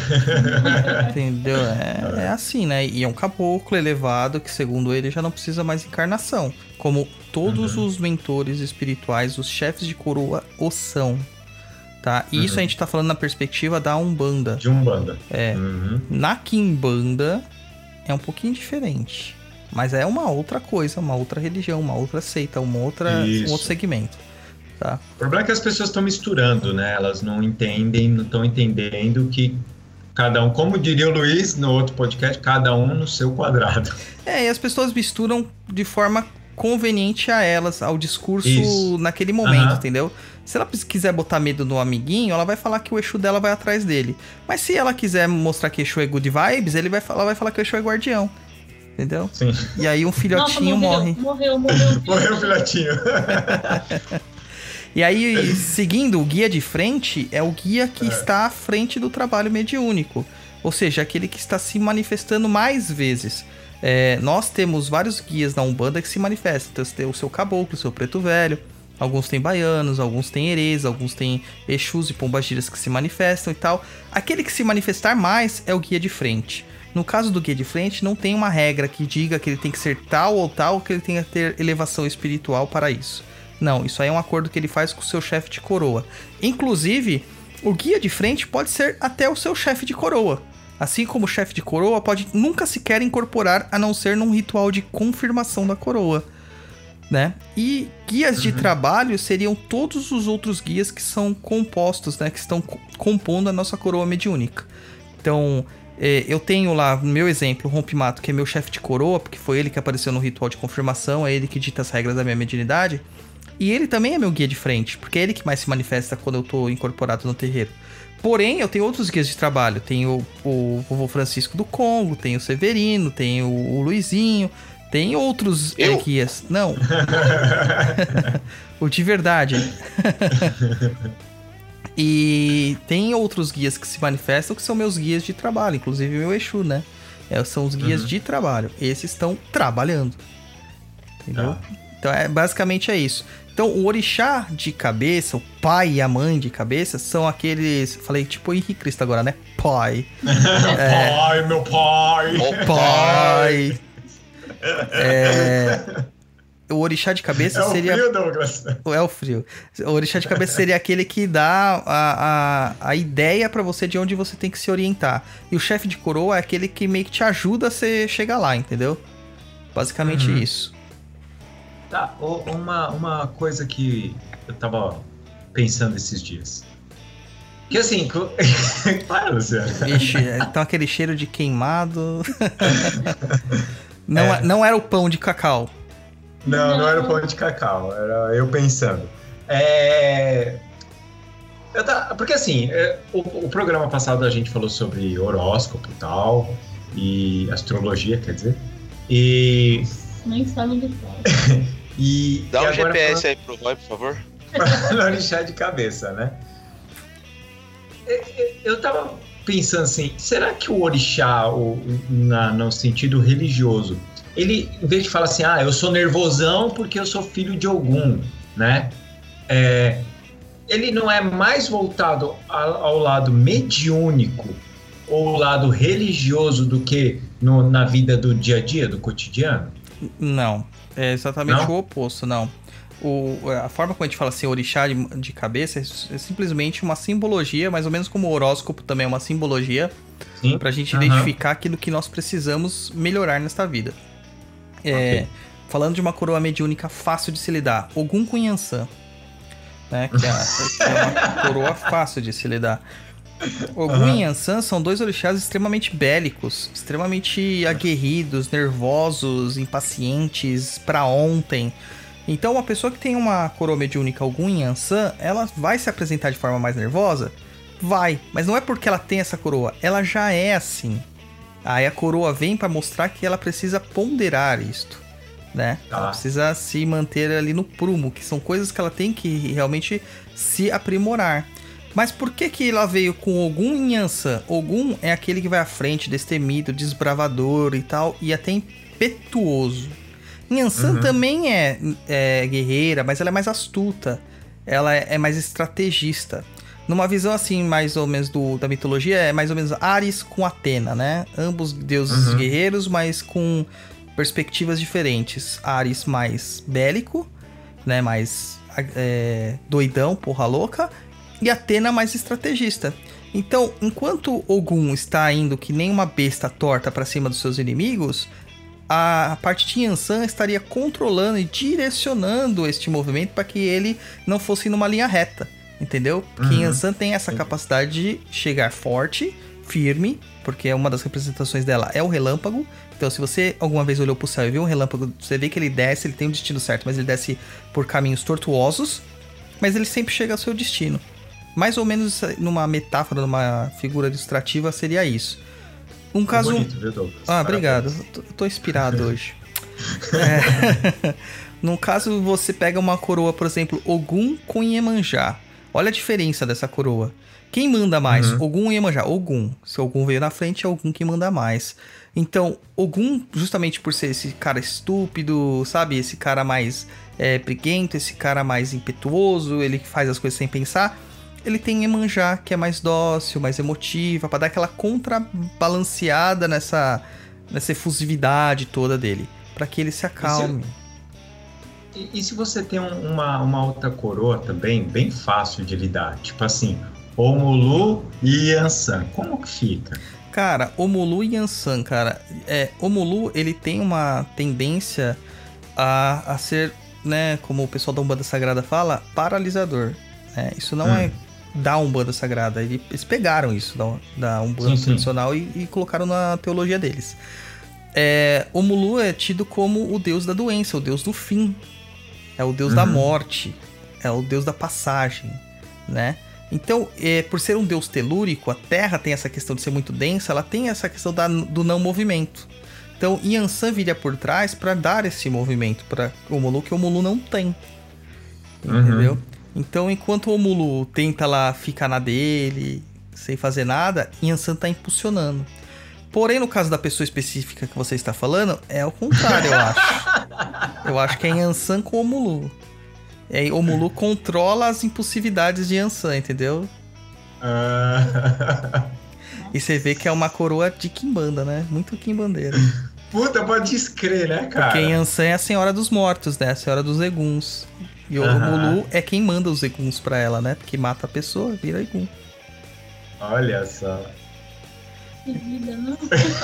Entendeu? É, é assim, né? E é um caboclo elevado que, segundo ele, já não precisa mais encarnação. Como todos uhum. os mentores espirituais, os chefes de coroa o são. Tá? E uhum. isso a gente tá falando na perspectiva da Umbanda. De Umbanda. É. Uhum. Na Quimbanda é um pouquinho diferente. Mas é uma outra coisa, uma outra religião, uma outra seita, uma outra, um outro segmento. Tá? O problema é que as pessoas estão misturando, né? Elas não entendem, não estão entendendo que cada um, como diria o Luiz no outro podcast, cada um no seu quadrado. É, e as pessoas misturam de forma conveniente a elas, ao discurso Isso. naquele momento, uhum. entendeu? Se ela quiser botar medo no amiguinho, ela vai falar que o Exu dela vai atrás dele. Mas se ela quiser mostrar que o Exu é good vibes, ele vai, ela vai falar que o Exu é guardião. Entendeu? Sim. E aí um filhotinho Nossa, morre. Morreu, morreu. Morreu o filhotinho. E aí, seguindo o guia de frente, é o guia que é. está à frente do trabalho mediúnico. Ou seja, aquele que está se manifestando mais vezes. É, nós temos vários guias na Umbanda que se manifestam. Então, você tem o seu caboclo, o seu preto velho. Alguns têm baianos, alguns têm herês, alguns têm exus e pombagiras que se manifestam e tal. Aquele que se manifestar mais é o guia de frente. No caso do guia de frente, não tem uma regra que diga que ele tem que ser tal ou tal, que ele tenha que ter elevação espiritual para isso. Não, isso aí é um acordo que ele faz com o seu chefe de coroa. Inclusive, o guia de frente pode ser até o seu chefe de coroa. Assim como o chefe de coroa pode nunca sequer incorporar, a não ser num ritual de confirmação da coroa. Né? E guias uhum. de trabalho seriam todos os outros guias que são compostos, né? Que estão compondo a nossa coroa mediúnica. Então, é, eu tenho lá, no meu exemplo, o Rompimato, que é meu chefe de coroa, porque foi ele que apareceu no ritual de confirmação, é ele que dita as regras da minha mediunidade. E ele também é meu guia de frente, porque é ele que mais se manifesta quando eu tô incorporado no terreiro. Porém, eu tenho outros guias de trabalho. Tenho o, o vovô Francisco do Congo, tenho o Severino, tenho o, o Luizinho, tem outros é, guias. Não. O de verdade. E tem outros guias que se manifestam que são meus guias de trabalho, inclusive o meu Exu, né? É, são os guias uhum. de trabalho. Esses estão trabalhando. Entendeu? Ah. Então, é, basicamente é isso. Então, o orixá de cabeça, o pai e a mãe de cabeça, são aqueles... Falei tipo Henrique Cristo agora, né? Pai. é, pai, meu pai. O pai. É... O orixá de cabeça é seria... É o frio, Douglas. É o frio. O orixá de cabeça seria aquele que dá a, a, a ideia pra você de onde você tem que se orientar. E o chefe de coroa é aquele que meio que te ajuda a você chegar lá, entendeu? Basicamente uhum. isso. Tá, uma, uma coisa que eu tava pensando esses dias. Que assim... Para, Luciano. Vixe, então aquele cheiro de queimado... não, é. não era o pão de cacau. Não, não era o pão de cacau, era eu pensando. É... Eu tá... Porque assim, o, o programa passado a gente falou sobre horóscopo e tal, e astrologia, quer dizer, e... Nem sabe onde fala. e Dá e um G P S falando... aí pro Roy, por favor. No orixá de cabeça, né? Eu tava pensando assim, será que o orixá, o, na, no sentido religioso, ele, em vez de falar assim, ah, eu sou nervosão porque eu sou filho de Ogum, né? É, ele não é mais voltado ao, ao lado mediúnico ou ao lado religioso do que no, na vida do dia a dia, do cotidiano? Não, é exatamente não? o oposto, não. O, a forma como a gente fala assim, orixá de, de cabeça, é simplesmente uma simbologia, mais ou menos como o horóscopo também é uma simbologia, Sim. pra gente uhum. identificar aquilo que nós precisamos melhorar nesta vida. É, okay. Falando de uma coroa mediúnica fácil de se lidar, Ogum com Yansan, né, que, é, que é uma coroa fácil de se lidar. Ogum uhum. e Yansan são dois orixás extremamente bélicos, extremamente aguerridos, nervosos, impacientes, pra ontem. Então uma pessoa que tem uma coroa mediúnica Ogum e Yansan, ela vai se apresentar de forma mais nervosa? Vai, mas não é porque ela tem essa coroa, ela já é assim. Aí a coroa vem para mostrar que ela precisa ponderar isto, né? Ah. Ela precisa se manter ali no prumo, que são coisas que ela tem que realmente se aprimorar. Mas por que que ela veio com Ogum e Yansan? Ogum é aquele que vai à frente, destemido, desbravador e tal, e até impetuoso. Yansan uhum. também é, é guerreira, mas ela é mais astuta, ela é, é mais estrategista. Numa visão assim, mais ou menos do, da mitologia, é mais ou menos Ares com Atena, né? Ambos deuses uhum. guerreiros, mas com perspectivas diferentes. Ares mais bélico, né? Mais é, doidão, porra louca. E Atena mais estrategista. Então, enquanto Ogum está indo que nem uma besta torta para cima dos seus inimigos, a parte de Yansan estaria controlando e direcionando este movimento para que ele não fosse numa linha reta. Entendeu? Porque uhum. Yansan tem essa capacidade de chegar forte, firme, porque uma das representações dela é o relâmpago. Então, se você alguma vez olhou pro céu e viu um relâmpago, você vê que ele desce, ele tem o destino certo, mas ele desce por caminhos tortuosos, mas ele sempre chega ao seu destino. Mais ou menos numa metáfora, numa figura ilustrativa, seria isso. Um é caso... bonito, viu, Douglas? Ah, obrigado. Eu tô, tô inspirado hoje. É... No caso, você pega uma coroa, por exemplo, Ogum com Iemanjá. Olha a diferença dessa coroa. Quem manda mais? Uhum. Ogum ou Iemanjá? Ogum. Se Ogum veio na frente, é Ogum quem manda mais. Então, Ogum, justamente por ser esse cara estúpido, sabe? Esse cara mais é, briguento, esse cara mais impetuoso, ele que faz as coisas sem pensar. Ele tem Iemanjá, que é mais dócil, mais emotiva, pra dar aquela contrabalanceada nessa, nessa efusividade toda dele. Pra que ele se acalme. E, e se você tem um, uma, uma outra coroa também, bem fácil de lidar, tipo assim, Omulu e Yansan, como que fica? Cara, Omulu e Yansan, cara, é, Omulu, ele tem uma tendência a, a ser, né, como o pessoal da Umbanda Sagrada fala, paralisador. Né? Isso não hum. é da Umbanda Sagrada, eles pegaram isso da, da Umbanda sim, tradicional sim. E, e colocaram na teologia deles. É, Omulu é tido como o deus da doença, o deus do fim. é o deus Uhum. da morte, é o deus da passagem, né? Então, é, por ser um deus telúrico, a Terra tem essa questão de ser muito densa, ela tem essa questão da, do não movimento. Então, Yansan viria por trás para dar esse movimento para o Omulu, que o Omulu não tem. Entendeu? Uhum. Então, enquanto o Omulu tenta lá ficar na dele, sem fazer nada, Yansan tá impulsionando. Porém, no caso da pessoa específica que você está falando, é o contrário, eu acho. Eu acho que é Yansan com o Omulu. E aí, o Omulu controla as impulsividades de Yansan, entendeu? Ah. E você vê que é uma coroa de Kimbanda, né? Muito Kimbandeira. Puta, pode escrever, né, cara? Porque Yansan é a senhora dos mortos, né? A senhora dos Eguns. E o Aham. Omulu é quem manda os Eguns pra ela, né? Porque mata a pessoa, vira Egun. Olha só. Que vida, não?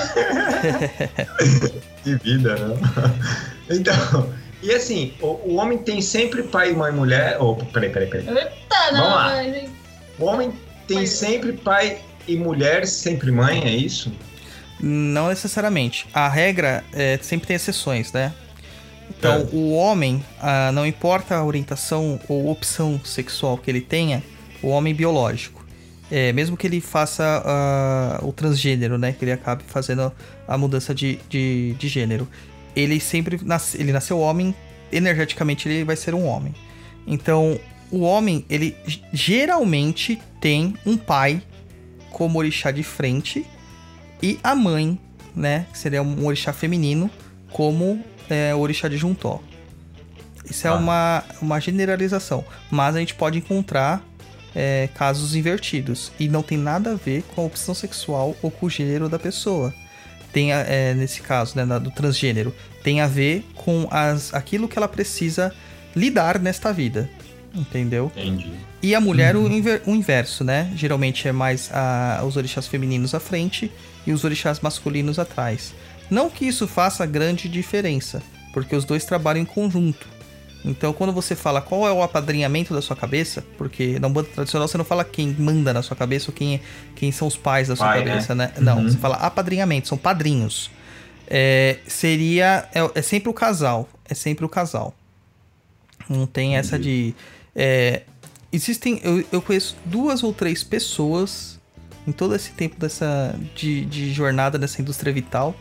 Que vida, não? Então, e assim, o, o homem tem sempre pai, mãe, mulher. Oh, peraí, peraí, peraí. Eita, não, Vamos lá. mas... O homem tem Pai. sempre pai e mulher, sempre mãe, é isso? Não necessariamente. A regra é, sempre tem exceções, né? Então, É. o homem, ah, não importa a orientação ou opção sexual que ele tenha, o homem biológico. É, mesmo que ele faça ah, o transgênero, né? Que ele acabe fazendo a mudança de, de, de gênero. Ele sempre nasce, ele nasceu homem, energeticamente ele vai ser um homem. Então, o homem, ele g- geralmente tem um pai como orixá de frente e a mãe, né? Que seria um orixá feminino, como é, o orixá de Juntó. Isso é Ah. uma, uma generalização. Mas a gente pode encontrar é, casos invertidos. E não tem nada a ver com a opção sexual ou com o gênero da pessoa. Tem, a- é, nesse caso, né, na- do transgênero, tem a ver com as, aquilo que ela precisa lidar nesta vida. Entendeu? Entendi. E a mulher, Uhum. o, inver- o inverso, né? Geralmente é mais a- os orixás femininos à frente e os orixás masculinos atrás. Não que isso faça grande diferença, porque os dois trabalham em conjunto. Então, quando você fala qual é o apadrinhamento da sua cabeça, porque na Umbanda tradicional você não fala quem manda na sua cabeça ou quem, quem são os pais da sua Pai, cabeça, né? né? Não, Uhum. você fala apadrinhamento, são padrinhos. É, seria... É, é sempre o casal. É sempre o casal. Não tem essa de... é, existem... Eu, eu conheço duas ou três pessoas em todo esse tempo dessa, de, de jornada nessa indústria vital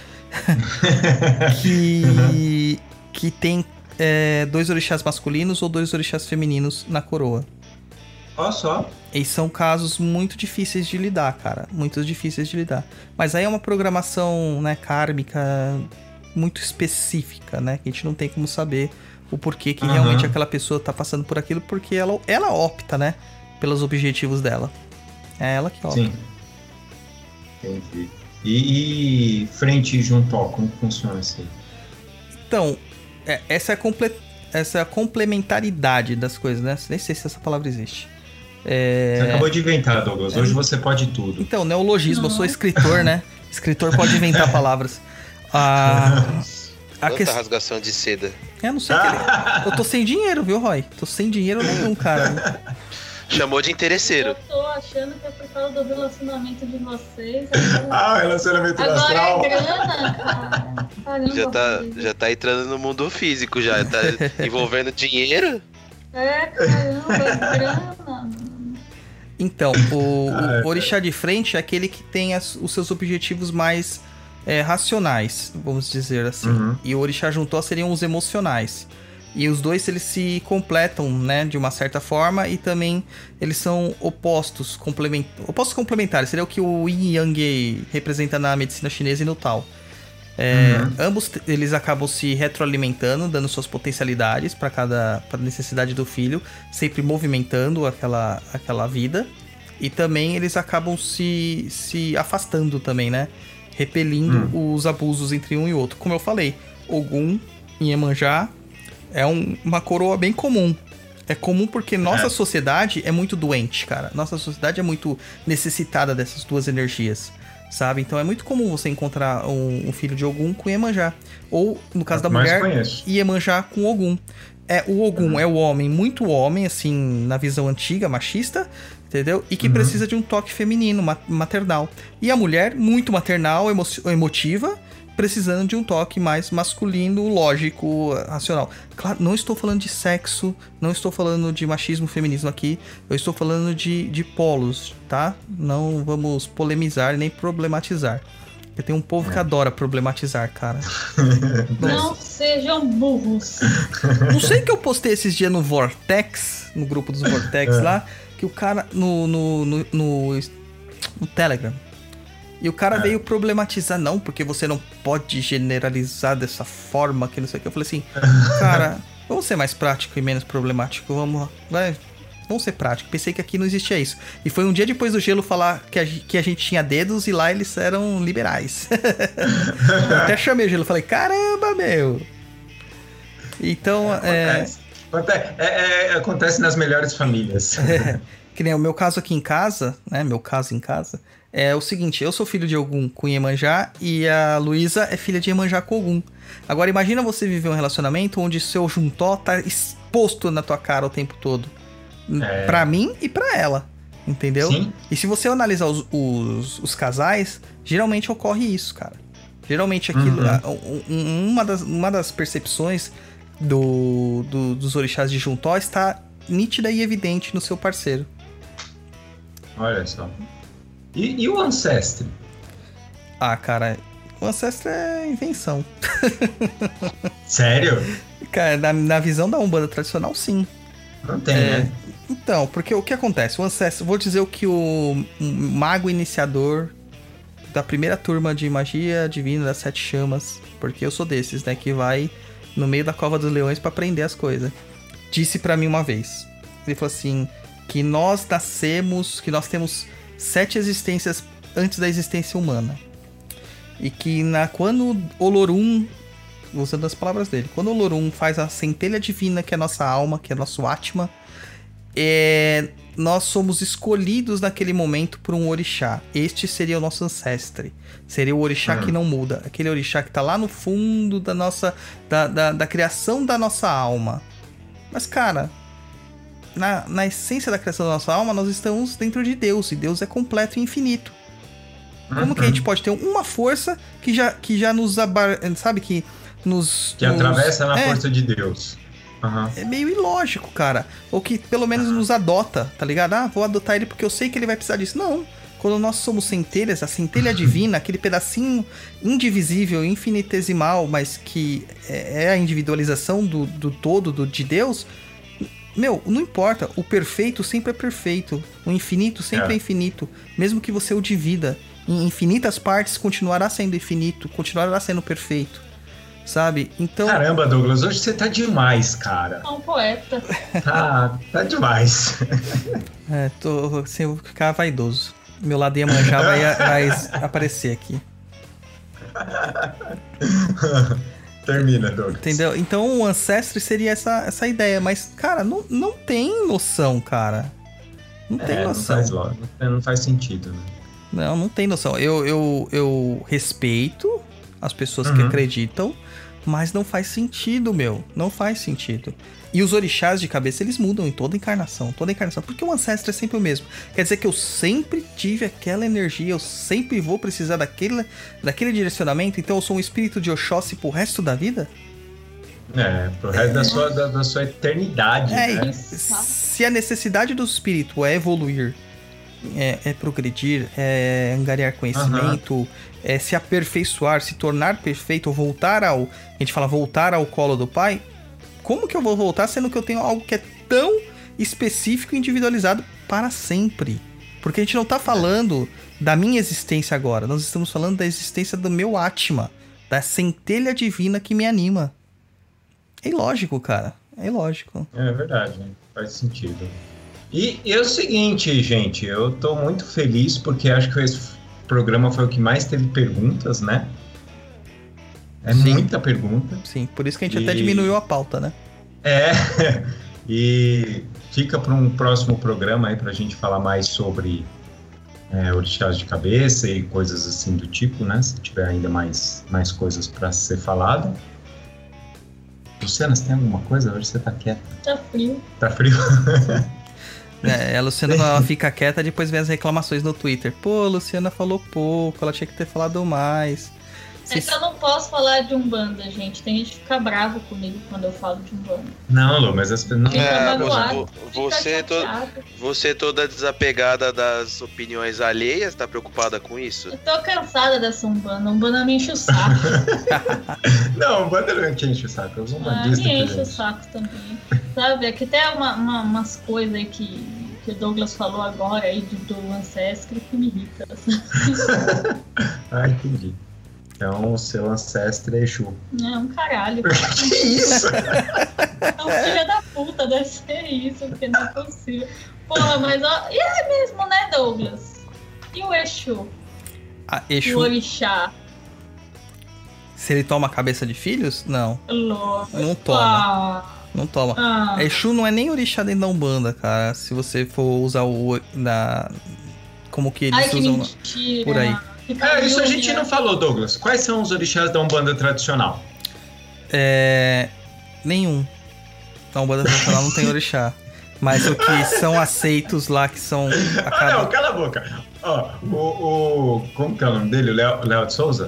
que, que tem é, dois orixás masculinos ou dois orixás femininos na coroa. Olha só. E são casos muito difíceis de lidar, cara. Muito difíceis de lidar. Mas aí é uma programação, né, kármica muito específica, né? Que a gente não tem como saber o porquê que Aham. realmente aquela pessoa tá passando por aquilo, porque ela, ela opta, né? Pelos objetivos dela. É ela que opta. Sim. Entendi. E, e frente e junto, ó, como funciona assim? Então, é- essa, é a comple- essa é a complementaridade das coisas, né? Nem sei se essa palavra existe. É... Você acabou de inventar, Douglas. Hoje você pode tudo. Então, neologismo, eu sou Não. escritor, né? Escritor pode inventar palavras. Ah, a Tanta questão... rasgação de seda. Eu não sei o que ele... Eu tô sem dinheiro, viu, Roy? Tô sem dinheiro nenhum, cara. Chamou de interesseiro. Eu tô achando que é por causa do relacionamento de vocês. Ah, relacionamento Agora astral. é grana, cara. Caramba, Já tá, Rodrigo. já tá entrando no mundo físico, já tá envolvendo dinheiro. É, caramba, é grana. Então, o, Ah, é. o orixá de frente é aquele que tem as- os seus objetivos mais é, racionais, vamos dizer assim. Uhum. E o orixá juntó seriam os emocionais. E os dois, eles se completam, né, de uma certa forma, e também eles são opostos, complement... opostos complementares. Seria o que o Yin e Yang representa na medicina chinesa e no Tao. É, Uhum. Ambos t- eles acabam se retroalimentando, dando suas potencialidades para cada pra necessidade do filho, sempre movimentando aquela, aquela vida. E também eles acabam se, se afastando também, né? Repelindo os abusos entre um e outro. Como eu falei, Ogum e Iemanjá é um- uma coroa bem comum. É comum porque nossa É. sociedade é muito doente, cara. Nossa sociedade é muito necessitada dessas duas energias, sabe? Então é muito comum você encontrar um, um filho de Ogum com Iemanjá. Ou, no caso da Mas mulher, conheço. Iemanjá com Ogum. É, o Ogum é o homem, muito homem, assim, na visão antiga, machista, entendeu? E que Uhum. precisa de um toque feminino, ma- maternal. E a mulher, muito maternal, emo- emotiva, precisando de um toque mais masculino, lógico, racional. Claro, não estou falando de sexo, não estou falando de machismo, feminismo aqui, eu estou falando de, de polos, tá? Não vamos polemizar nem problematizar. Porque tem um povo que adora problematizar, cara. Não sejam burros. Não sei que eu postei esses dias no Vortex, no grupo dos Vortex lá, que o cara, no, no, no, no, no Telegram, e o cara é. veio problematizar, não, porque você não pode generalizar dessa forma, que não sei o que. Eu falei assim, cara, vamos ser mais prático e menos problemático, vamos, vai, vamos ser prático. Pensei que aqui não existia isso. E foi um dia depois do Gelo falar que a, que a gente tinha dedos e lá eles eram liberais. Até chamei o Gelo e falei, caramba, meu. Então, é... Acontece, é... É, é, acontece nas melhores famílias. É, que nem o meu caso aqui em casa, né, meu caso em casa... É o seguinte, eu sou filho de Ogum com Iemanjá e a Luísa é filha de Iemanjá com Ogum. Agora imagina você viver um relacionamento onde seu juntó tá exposto na tua cara o tempo todo. É. Pra mim e pra ela, entendeu? Sim. E se você analisar os, os, os casais, geralmente ocorre isso, cara. Geralmente aquilo, uhum. uma, das, uma das percepções do, do, dos orixás de juntó está nítida e evidente no seu parceiro. Olha só. E, e o Ancestre? Ah, cara, o Ancestre é invenção. Sério? Cara, na, na visão da Umbanda tradicional, sim. Não tem, é, né? Então, porque o que acontece? O Ancestre, vou dizer o que o mago iniciador da primeira turma de magia divina das sete chamas, porque eu sou desses, né, que vai no meio da cova dos leões pra aprender as coisas, disse pra mim uma vez. Ele falou assim, que nós nascemos, que nós temos... sete existências antes da existência humana. E que na, quando Olorum, usando as palavras dele, quando Olorum faz a centelha divina, que é a nossa alma, que é nosso Atma, é, nós somos escolhidos naquele momento por um orixá. Este seria o nosso ancestre. Seria o orixá uhum. que não muda. Aquele orixá que está lá no fundo da nossa da, da, da criação da nossa alma. Mas, cara... Na, na essência da criação da nossa alma, nós estamos dentro de Deus, e Deus é completo e infinito. Como uhum. que a gente pode ter uma força que já, que já nos abar... sabe, que nos... Que nos... atravessa na é, força de Deus. Uhum. É meio ilógico, cara. Ou que pelo menos nos adota, tá ligado? Ah, vou adotar ele porque eu sei que ele vai precisar disso. Não. Quando nós somos centelhas, a centelha divina, aquele pedacinho indivisível, infinitesimal, mas que é a individualização do, do todo do, de Deus... Meu, não importa, o perfeito sempre é perfeito, o infinito sempre é, é infinito, mesmo que você o divida em infinitas partes, continuará sendo infinito, continuará sendo perfeito, sabe? Então... Caramba, Douglas, hoje você tá demais, cara. É um poeta. Tá, tá demais. É, tô, assim, eu vou ficar vaidoso. Meu lado Iemanjá vai, vai aparecer aqui. Termina, Douglas. Entendeu? Então o Ancestre seria essa, essa ideia, mas, cara, não, não tem noção, cara. Não tem é, noção. Não faz, não faz sentido, né? Não, não tem noção. Eu, eu, eu respeito as pessoas uhum. que acreditam, mas não faz sentido, meu. Não faz sentido. E os orixás de cabeça, eles mudam em toda encarnação, toda encarnação. Porque o Ancestre é sempre o mesmo. Quer dizer que eu sempre tive aquela energia, eu sempre vou precisar daquele, daquele direcionamento, então eu sou um espírito de Oxóssi pro resto da vida? É, pro resto é. da, sua, da, da sua eternidade, é, né? Se a necessidade do espírito é evoluir, é, é progredir, é angariar conhecimento, uhum. é se aperfeiçoar, se tornar perfeito, ou voltar ao... A gente fala voltar ao colo do pai... Como que eu vou voltar sendo que eu tenho algo que é tão específico e individualizado para sempre? Porque a gente não tá falando da minha existência agora. Nós estamos falando da existência do meu Atma. Da centelha divina que me anima. É ilógico, cara. É ilógico. É verdade. Faz sentido. E, e é o seguinte, gente. Eu tô muito feliz porque acho que esse programa foi o que mais teve perguntas, né? É Sim. muita pergunta. Sim, por isso que a gente e... até diminuiu a pauta, né? É, e fica para um próximo programa aí pra gente falar mais sobre é, orixás de cabeça e coisas assim do tipo, né? Se tiver ainda mais, mais coisas para ser falado. Luciana, você tem alguma coisa? Hoje você tá quieta. Tá frio. Tá frio? É, a Luciana ela fica quieta, depois vem as reclamações no Twitter. Pô, a Luciana falou pouco, ela tinha que ter falado mais. É que eu não posso falar de Umbanda, gente. Tem gente que fica bravo comigo quando eu falo de Umbanda. Não, Lu, mas as pessoas não. Fica É, magoado, você, você, fica to, chateado. você toda desapegada das opiniões alheias, tá preocupada com isso? Eu tô cansada dessa Umbanda. Umbanda me enche o saco. Não, Umbanda não te enche o saco. Eu sou Ah, umbandista. me enche que- o saco também. Sabe, aqui tem uma, uma- umas coisas aí que, que o Douglas falou agora aí de, do Ancestry que me irrita. Ah, entendi. Então, o seu ancestre é Exu. É um caralho. Que isso? É um filho da puta, deve ser isso, porque não é possível. Porra, mas ó, e é mesmo, né, Douglas? E o Exu? A O Exu, Orixá? se ele toma cabeça de filhos? Não, Louco. não toma, Ah, não toma. ah. Exu não é nem orixá dentro da Umbanda, cara. Se você for usar o... Na, como que eles Ai, que usam... mentira. por aí. Fica É, isso a Júlia. gente não falou, Douglas. Quais são os orixás da Umbanda tradicional? É... Nenhum. Na Umbanda tradicional não tem orixá. Mas o que são aceitos lá, que são... A Ah, cada... não, cala a boca. Ó, o, o. Como que é o nome dele? O Léo, Léo de Souza?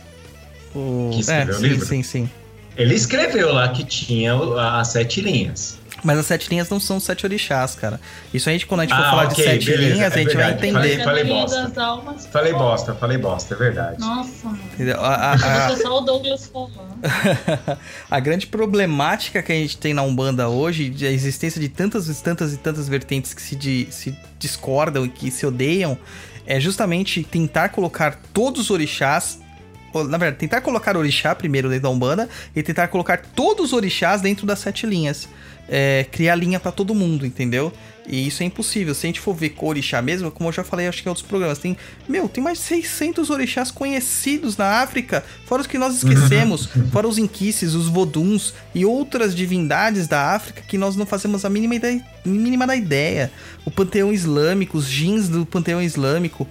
o... que escreveu é, o sim, livro? sim, sim. Ele escreveu lá que tinha o- as sete linhas. Mas as sete linhas não são sete orixás, cara. Isso a gente, quando a gente for Ah, falar ok, de sete beleza, linhas, é a gente vai verdade. entender. Falei Caminho bosta. das almas. Falei Pô, bosta, falei bosta, é verdade. Nossa, mano. Entendeu? A, a- a- Isso é só o Douglas falando. a grande problemática que a gente tem na Umbanda hoje, de a existência de tantas e tantas e tantas vertentes que se, di- se discordam e que se odeiam, é justamente tentar colocar todos os orixás, ou, na verdade, tentar colocar orixá primeiro dentro da Umbanda e tentar colocar todos os orixás dentro das sete linhas. É, criar linha pra todo mundo, entendeu? E isso é impossível. Se a gente for ver com orixá mesmo, como eu já falei, acho que em outros programas, tem, meu, tem mais de seiscentos orixás conhecidos na África, fora os que nós esquecemos, fora os inquices, os voduns e outras divindades da África que nós não fazemos a mínima, ideia, mínima da ideia. O panteão islâmico, os jins do panteão islâmico,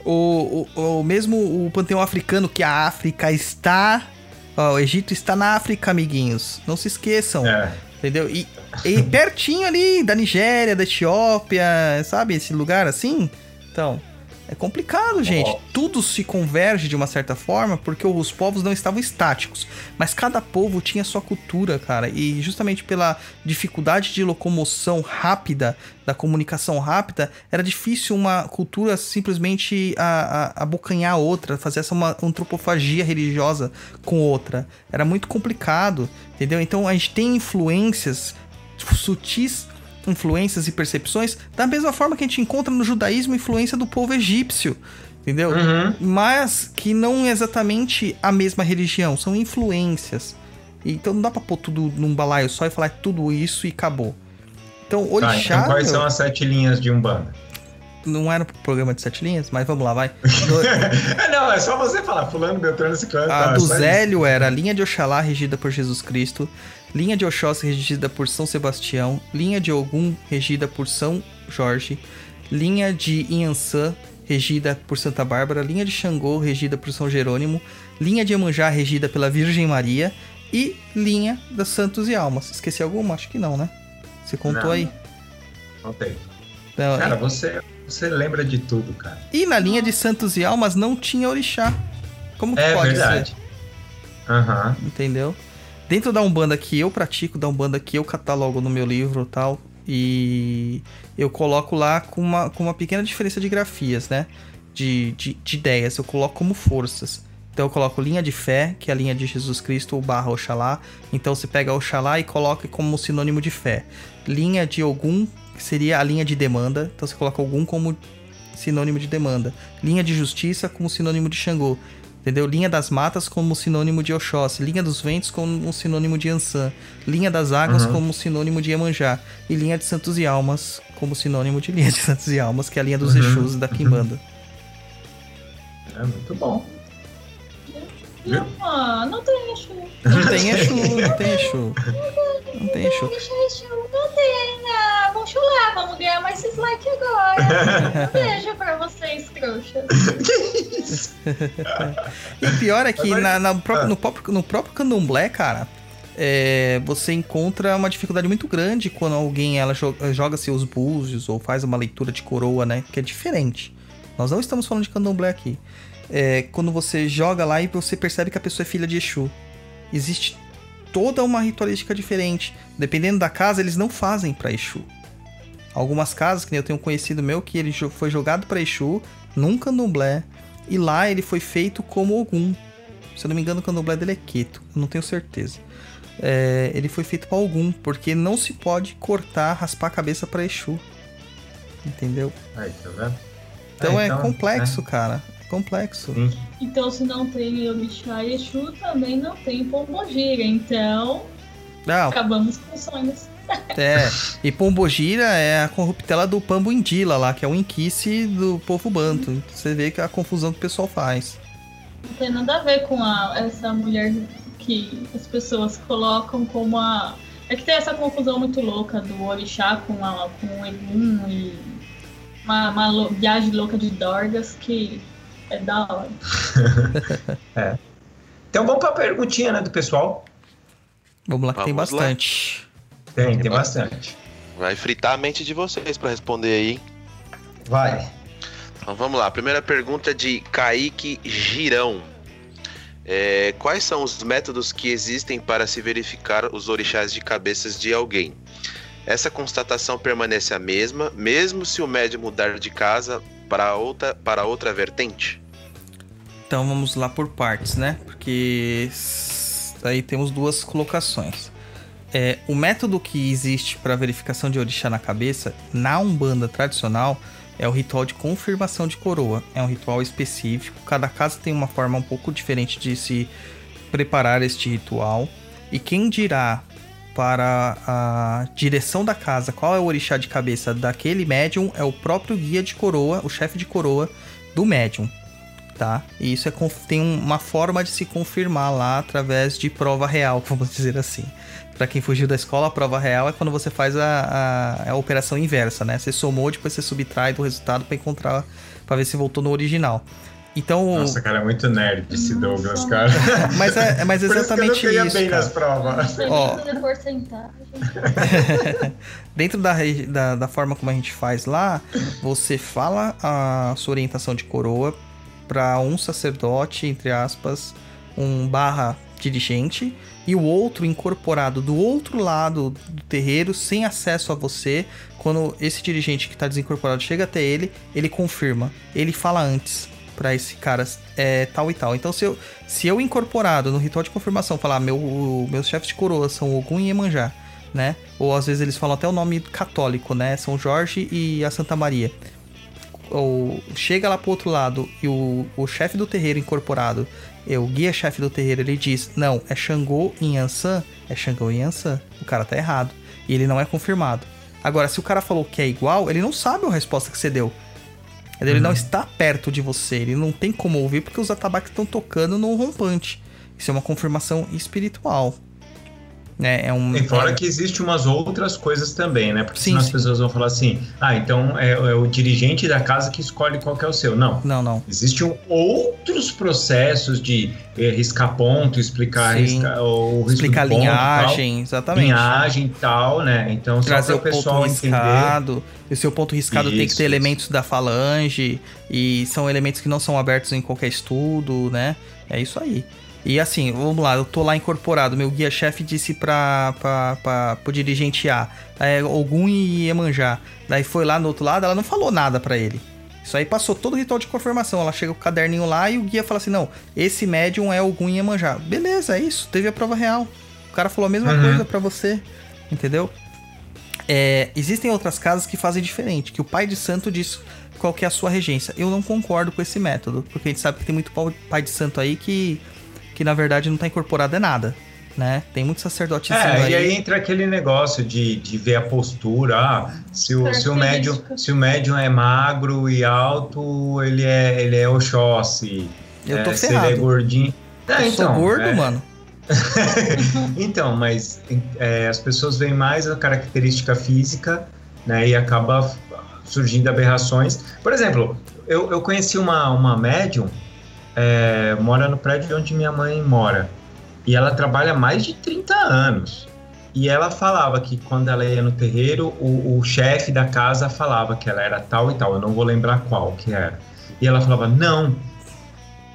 o, o, o mesmo o panteão africano, que a África está... Ó, o Egito está na África, amiguinhos. Não se esqueçam. É. Entendeu? E, e pertinho ali da Nigéria, da Etiópia, sabe? Esse lugar assim. Então, é complicado, gente. Tudo se converge de uma certa forma porque os povos não estavam estáticos. Mas cada povo tinha sua cultura, cara. E justamente pela dificuldade de locomoção rápida, da comunicação rápida, era difícil uma cultura simplesmente a, a, abocanhar a outra, fazer essa uma antropofagia religiosa com outra. Era muito complicado, entendeu? Então a gente tem influências sutis, influências e percepções da mesma forma que a gente encontra no judaísmo influência do povo egípcio, entendeu? Uhum. Mas que não é exatamente a mesma religião, são influências. Então não dá pra pôr tudo num balaio só e falar tudo isso e acabou. Então, Tá, orixá, então quais meu, são as sete linhas de Umbanda? não era um programa de sete linhas, mas vamos lá, vai. É, não, é só você falar, fulano, Beltrano, Ciclano. A tá, do só isso. Zélio era a linha de Oxalá regida por Jesus Cristo, linha de Oxóssi regida por São Sebastião, linha de Ogum regida por São Jorge, linha de Inhansã regida por Santa Bárbara, linha de Xangô regida por São Jerônimo, linha de Iemanjá regida pela Virgem Maria e linha das Santos e Almas. Esqueci alguma? Acho que não, né? Você contou Não. aí? Não tem. Não, Cara, você, você lembra de tudo, cara. e na linha de Santos e Almas não tinha orixá. Como que É pode verdade. ser? Aham. Entendeu? Dentro da Umbanda que eu pratico, da Umbanda que eu catalogo no meu livro e tal, e eu coloco lá com uma, com uma pequena diferença de grafias, né? De, de, de ideias, eu coloco como forças. Então eu coloco linha de fé, que é a linha de Jesus Cristo ou barra Oxalá. Então você pega Oxalá e coloca como sinônimo de fé. Linha de Ogum, que seria a linha de demanda. Então você coloca Ogum como sinônimo de demanda. Linha de justiça como sinônimo de Xangô. Entendeu? Linha das matas como sinônimo de Oxóssi. Linha dos ventos como um sinônimo de Ansã. Linha das águas Uhum. como sinônimo de Iemanjá. E linha de Santos e Almas como sinônimo de linha de Santos e Almas, que é a linha dos Uhum. Exus da Quimbanda. É muito bom. Não, ah, não tem Exu. Não tem Exu, não tem Exu. Não tem Exu. Deixa Exu, não tem. Ah, vamos chular, vamos ganhar mais esses likes agora. Um beijo pra vocês, trouxas. E o pior é que Agora- na, na pró- Ah. no, próprio, no próprio candomblé, cara, é, você encontra uma dificuldade muito grande quando alguém ela jo- joga seus búzios ou faz uma leitura de coroa, né? Que é diferente. Nós não estamos falando de candomblé aqui. é, quando você joga lá e você percebe que a pessoa é filha de Exu. Existe toda uma ritualística diferente. Dependendo da casa, eles não fazem pra Exu. Algumas casas, que nem eu tenho um conhecido meu, que ele foi jogado pra Exu, num candomblé, e lá ele foi feito como Ogum. Se eu não me engano, o candomblé dele é Queto, eu não tenho certeza. É, ele foi feito pra Ogum, porque não se pode cortar, raspar a cabeça pra Exu. Entendeu? Aí, tá vendo? Então é, é então, complexo, é. cara. É complexo. Sim. Então, se não tem Orixá e Exu, também não tem Pombogira. Então, Não, acabamos com os sonhos. é. E Pombogira é a corruptela do Pambo Indila lá, que é o inquice do povo banto. Então, você vê que é a confusão que o pessoal faz. Não tem nada a ver com a, essa mulher que as pessoas colocam como a... É que tem essa confusão muito louca do Orixá com, a, com o Egum e uma, uma lo- viagem louca de Dorgas que é da hora. É. Então vamos pra perguntinha, né, do pessoal. Vamos lá que tem Vamos lá. bastante. Tem, tem Tem bastante. Vai fritar a mente de vocês pra responder aí, hein? Vai. Então vamos lá, primeira pergunta de Kaique Girão. É, quais são os métodos que existem para se verificar os orixás de cabeças de alguém? Essa constatação permanece a mesma, mesmo se o médium mudar de casa para outra, para outra vertente? Então vamos lá por partes, né? Porque s- aí temos duas colocações. É, o método que existe para verificação de orixá na cabeça, na Umbanda tradicional, é o ritual de confirmação de coroa. É um ritual específico. Cada casa tem uma forma um pouco diferente de se preparar este ritual. E quem dirá para a direção da casa qual é o orixá de cabeça daquele médium é o próprio guia de coroa, o chefe de coroa do médium. Tá? E isso é, conf- tem um- uma forma de se confirmar lá através de prova real, vamos dizer assim. Pra quem fugiu da escola, a prova real é quando você faz a, a, a operação inversa, né? Você somou, depois você subtrai do resultado pra encontrar, pra ver se voltou no original. Então, Nossa, cara, é muito nerd esse Nossa. Douglas, cara. mas é, é mais Por exatamente isso que eu não isso, caía bem cara. nas provas. Não Ó. sei nem fazer porcentagem. Dentro da, regi- da, da forma como a gente faz lá, você fala a sua orientação de coroa para um sacerdote, entre aspas, um barra dirigente, e o outro incorporado do outro lado do terreiro, sem acesso a você. Quando esse dirigente que está desincorporado chega até ele, ele confirma. Ele fala antes para esse cara é, tal e tal. Então, se eu, se eu incorporado no ritual de confirmação falar meu, o, meus chefes de coroa são Ogum e Iemanjá, né? Ou às vezes eles falam até o nome católico, né? São Jorge e a Santa Maria. Ou chega lá pro outro lado e o, o chefe do terreiro incorporado, é, o guia-chefe do terreiro, ele diz, não, é Xangô e Yansan, é Xangô e Yansan. O cara tá errado. E ele não é confirmado. Agora, se o cara falou que é igual, ele não sabe a resposta que você deu. Ele Uhum. não está perto de você, ele não tem como ouvir porque os atabaques estão tocando no rompante. Isso é uma confirmação espiritual. Né? É um, E fora é- que existe umas outras coisas também, né? Porque Sim, senão as sim. pessoas vão falar assim, ah, então é, é o dirigente da casa que escolhe qual que é o seu. Não. Não, não. Existem outros processos de eh, riscar ponto, explicar Sim. risca, o risco Explicar a do ponto, linhagem, tal, exatamente. linhagem e tal, né? Então, Trazer só o para o ponto pessoal entender. riscado. E o seu ponto riscado tem que Isso, ter isso. elementos da falange. E são elementos que não são abertos em qualquer estudo, né? É isso aí. E assim, vamos lá, eu tô lá incorporado. Meu guia-chefe disse pra, pra, pra, pro dirigente A, é, Ogum e Iemanjá. Daí foi lá no outro lado, ela não falou nada pra ele. Isso aí passou todo o ritual de confirmação. Ela chega com o caderninho lá e o guia fala assim, não, esse médium é Ogum e Iemanjá. Beleza, é isso, teve a prova real. O cara falou a mesma Uhum. coisa pra você, entendeu? É, existem outras casas que fazem diferente, que o pai de santo diz qual que é a sua regência. Eu não concordo com esse método, porque a gente sabe que tem muito pau- pai de santo aí que, que na verdade não tá incorporado é nada, né? Tem muito sacerdotezinho É, aí. e aí entra aquele negócio de, de ver a postura, ah, se o, se, o médium, Característica. se o médium é magro e alto, ele é, ele é Oxóssi. Eu tô é, se ele é ferrado. gordinho... É, Eu sou gordo, é. mano. Então, mas é, as pessoas veem mais a característica física, né, e acaba surgindo aberrações. Por exemplo, eu, eu conheci uma, uma médium, é, mora no prédio onde minha mãe mora, e ela trabalha há mais de trinta anos. E ela falava que quando ela ia no terreiro, o, o chefe da casa falava que ela era tal e tal, eu não vou lembrar qual que era. E ela falava, não,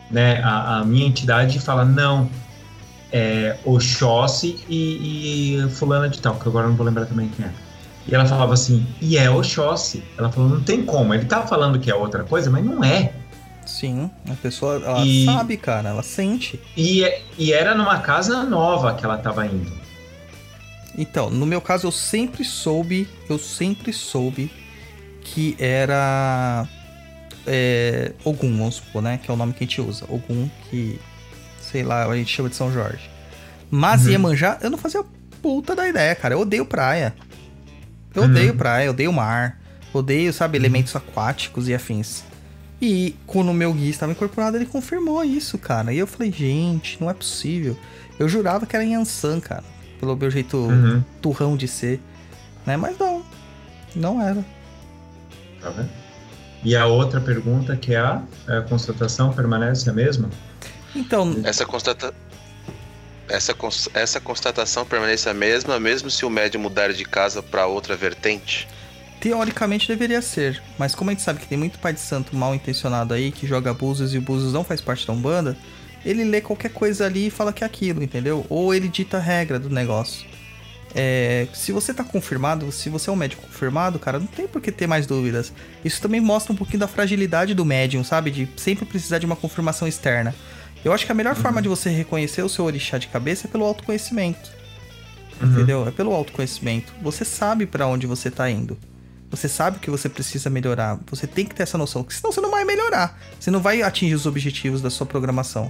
né, a, a minha entidade fala, não, é Oxóssi e, e fulana de tal, que agora eu não vou lembrar também quem é. E ela falava assim, e é Oxóssi. Ela falou, não tem como, ele tá falando que é outra coisa, mas não é. Sim, a pessoa, ela E- sabe, cara, ela sente. E, e era numa casa nova que ela tava indo. Então, no meu caso, eu sempre soube, eu sempre soube que era é, Ogum, vamos supor, né? Que é o nome que a gente usa. Ogum, que, sei lá, a gente chama de São Jorge. Mas Uhum. Iemanjá, eu não fazia puta da ideia, cara. Eu odeio praia. Eu Uhum. odeio praia, eu odeio mar. Odeio, sabe, elementos aquáticos e afins. E quando o meu guia estava incorporado, ele confirmou isso, cara. E eu falei, gente, não é possível. Eu jurava que era Yansan, cara. Pelo meu jeito Uhum. turrão de ser. Né? Mas não. Não era. Tá vendo? E a outra pergunta, que é a, a constatação permanece a mesma? Então, Essa constata... Essa, cons- essa constatação permanece a mesma, mesmo se o médium mudar de casa para outra vertente? teoricamente deveria ser. Mas como a gente sabe que tem muito pai de santo mal intencionado aí, que joga abusos e o abusos não faz parte da Umbanda, ele lê qualquer coisa ali e fala que é aquilo, entendeu? Ou ele dita a regra do negócio. É, se você tá confirmado, se você é um médium confirmado, cara, não tem por que ter mais dúvidas. Isso também mostra um pouquinho da fragilidade do médium, sabe? De sempre precisar de uma confirmação externa. Eu acho que a melhor Uhum. forma de você reconhecer o seu orixá de cabeça é pelo autoconhecimento. Uhum. Entendeu? É pelo autoconhecimento. Você sabe pra onde você tá indo. Você sabe que você precisa melhorar. Você tem que ter essa noção, porque senão você não vai melhorar. Você não vai atingir os objetivos da sua programação.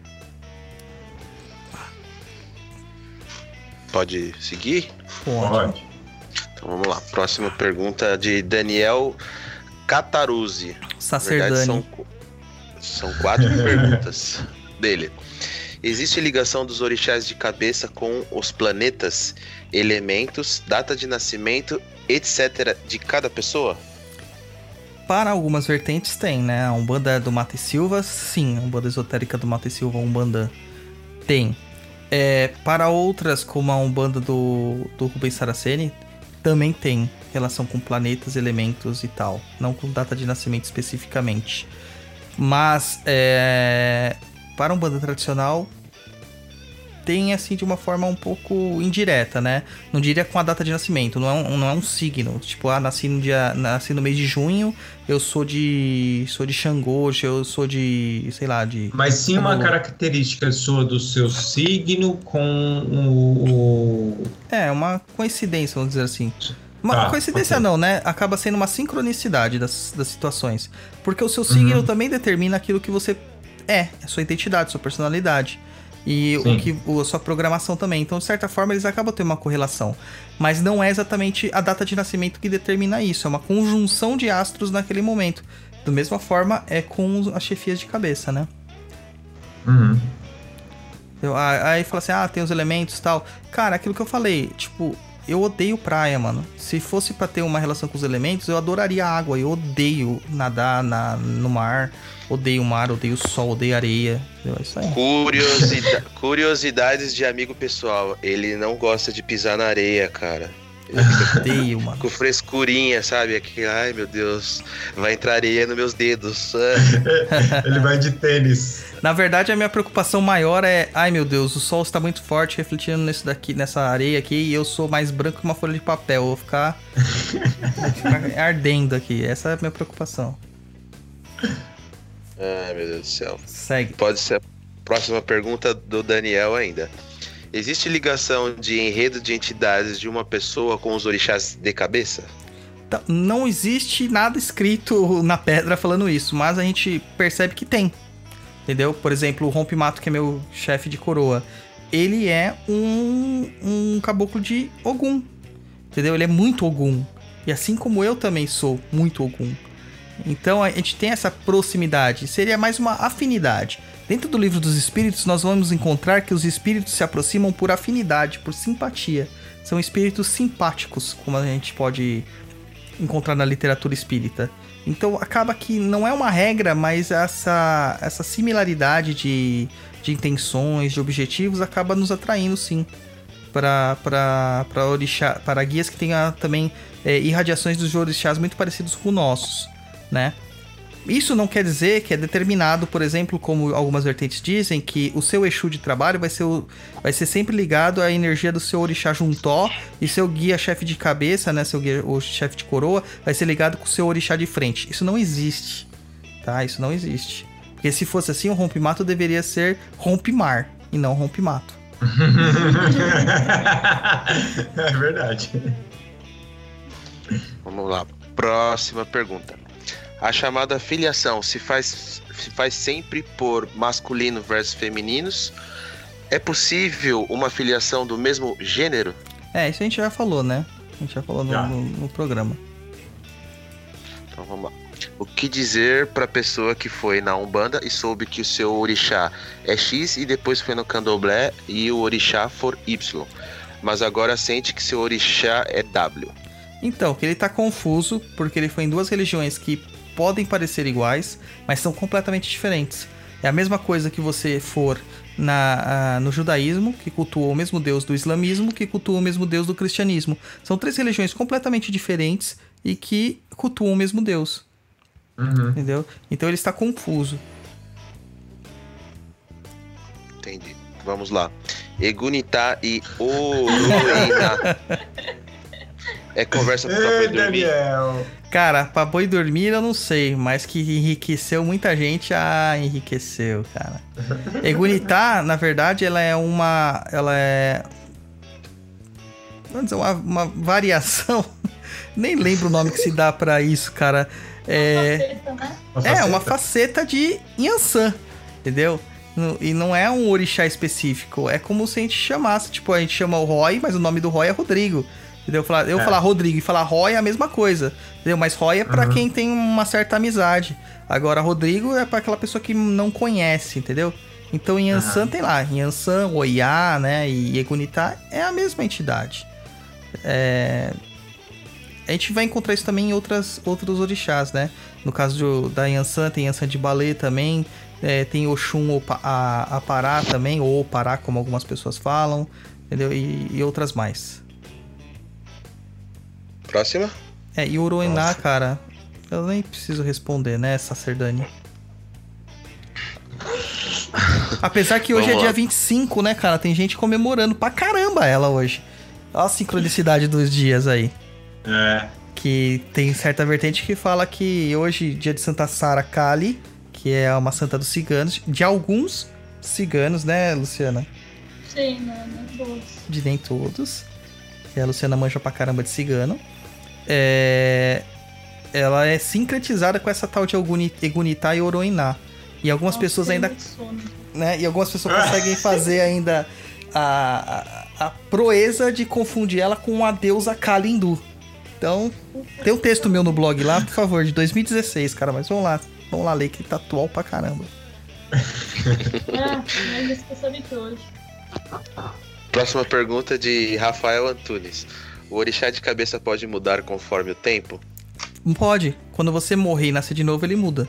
Pode seguir? Pode. Pode. Então vamos lá. Próxima pergunta de Daniel Cataruzzi. Na verdade, Sacerdani. são, qu- são quatro perguntas dele. Existe ligação dos orixás de cabeça com os planetas, elementos, data de nascimento, etcétera de cada pessoa? Para algumas vertentes tem, né? A Umbanda do Mata e Silva, sim. A Umbanda esotérica do Mata e Silva, a Umbanda tem. É, para outras, como a Umbanda do, do Rubens Saraceni, também tem relação com planetas, elementos e tal. Não com data de nascimento especificamente. Mas, é, para a Umbanda tradicional, tem assim de uma forma um pouco indireta, né? Não diria com a data de nascimento, não é um, não é um signo. Tipo, ah, nasci no dia, nasci no mês de junho, eu sou de sou de Xangô, eu sou de, sei lá, de Mas sim uma Como- característica sua do seu signo com o... o- É, uma coincidência, vamos dizer assim. Uma Tá, coincidência ok. não, né? Acaba sendo uma sincronicidade das, das situações. Porque o seu signo Uhum. também determina aquilo que você é, a sua identidade, sua personalidade. E Sim. o que, o- a sua programação também. Então, de certa forma, eles acabam tendo uma correlação. Mas não é exatamente a data de nascimento que determina isso. É uma conjunção de astros naquele momento. Da mesma forma, é com as chefias de cabeça, né? Uhum. Eu- a- aí fala assim, ah, tem os elementos e tal. Cara, aquilo que eu falei, tipo, eu odeio praia, mano. Se fosse pra ter uma relação com os elementos, eu adoraria a água. Eu odeio nadar na, no mar. Odeio o mar, odeio o sol, odeio areia. Entendeu? É isso aí. Curiosida- Curiosidades de amigo pessoal. Ele não gosta de pisar na areia, cara. Ele fica Odeio, mano. com frescurinha, sabe? Aqui, ai meu Deus, vai entrar areia nos meus dedos. Ah, Ele vai de tênis. Na verdade, a minha preocupação maior é... Ai, meu Deus, o sol está muito forte refletindo nesse daqui, nessa areia aqui. E eu sou mais branco que uma folha de papel. Eu vou ficar, vou ficar ardendo aqui. Essa é a minha preocupação. Ai meu Deus do céu. Segue. Pode ser a próxima pergunta do Daniel ainda. Existe ligação de enredo de entidades de uma pessoa com os orixás de cabeça? Tá, não existe nada escrito na pedra falando isso, mas a gente percebe que tem. Entendeu? Por exemplo, o Rompe-Mato, que é meu chefe de coroa, ele é um, um caboclo de Ogum. Entendeu? Ele é muito Ogum. E assim como eu também sou muito Ogum. Então a gente tem essa proximidade. Seria mais uma afinidade. Dentro do livro dos espíritos, nós vamos encontrar que os espíritos se aproximam por afinidade, por simpatia. São espíritos simpáticos, como a gente pode encontrar na literatura espírita. Então acaba que não é uma regra, mas essa, essa similaridade de, de intenções, de objetivos, acaba nos atraindo sim para para orixá, para guias que tenham também é, irradiações dos orixás muito parecidos com nossos, né? Isso não quer dizer que é determinado, por exemplo, como algumas vertentes dizem, que o seu Exu de trabalho vai ser, o, vai ser sempre ligado à energia do seu orixá Juntó, e seu guia chefe de cabeça, né, seu guia, o chefe de coroa, vai ser ligado com o seu orixá de frente. Isso não existe, tá? Isso não existe. Porque se fosse assim, o rompe-mato deveria ser rompe-mar, e não rompe-mato. É verdade. Vamos lá, próxima pergunta. A chamada filiação se faz, se faz sempre por masculino versus femininos? É possível uma filiação do mesmo gênero? É, isso a gente já falou, né? A gente já falou Já. No, no, no programa. Então vamos lá. O que dizer pra pessoa que foi na Umbanda e soube que o seu orixá é X e depois foi no Candomblé e o orixá for Y, mas agora sente que seu orixá é W? Então, que ele tá confuso porque ele foi em duas religiões que podem parecer iguais, mas são completamente diferentes. É a mesma coisa que você for na, uh, no judaísmo, que cultua o mesmo Deus do islamismo, que cultua o mesmo Deus do cristianismo. São três religiões completamente diferentes e que cultuam o mesmo Deus. Uhum. Entendeu? Então ele está confuso. Entendi. Vamos lá. Egunitá e Oroina. É conversa pro papai Ei, dormir. Daniel. Cara, pra boi dormir eu não sei, mas que enriqueceu muita gente, ah, enriqueceu, cara. Egunitá, na verdade, ela é uma... Ela é... Vamos dizer, uma, uma variação. Nem lembro o nome que se dá pra isso, cara. É, Faceta, né? Uma é faceta. uma faceta de Yansan, entendeu? No- E não é um orixá específico. É como se a gente chamasse, tipo, a gente chama o Roy, mas o nome do Roy é Rodrigo. Entendeu? Eu falar, eu É. falar Rodrigo e falar Roy é a mesma coisa. Entendeu? Mas Roy é pra Uhum. quem tem uma certa amizade. Agora, Rodrigo é pra aquela pessoa que não conhece, entendeu? Então, Yansan Aham. tem lá. Yansan, Oiá, né? E Egunitá é a mesma entidade. É... A gente vai encontrar isso também em outras, outros orixás, né? No caso do, da Yansan, tem Yansan de Balê também. É, tem Oxum Opa- a, Apará também, ou Opará, como algumas pessoas falam. Entendeu? E, e outras mais. Próxima? É, e Oroiná, Nossa. cara, eu nem preciso responder, né, Sacerdani? Apesar que hoje Vamos é dia lá. vinte e cinco, né, cara? Tem gente comemorando pra caramba ela hoje. Olha a sincronicidade dos dias aí. É. Que tem certa vertente que fala que hoje, dia de Santa Sara Kali, que é uma santa dos ciganos, de alguns ciganos, né, Luciana? Sim, né? Não é todos. De nem todos. Que a Luciana manja pra caramba de cigano. É... Ela é sincretizada com essa tal de Oguni- Egunitá e Oroiná. E algumas Nossa, pessoas tem ainda, muito sono. né? E algumas pessoas conseguem fazer ainda a, a, a proeza de confundir ela com a deusa Kali hindu. Então, tem um texto meu no blog lá, por favor, de dois mil e dezesseis, cara. Mas vamos lá, vamos lá ler que tá atual pra caramba. Ah, mas isso que eu sabia que hoje. Próxima pergunta de Rafael Antunes. O orixá de cabeça pode mudar conforme o tempo? Não pode. Quando você morrer e nascer de novo, ele muda.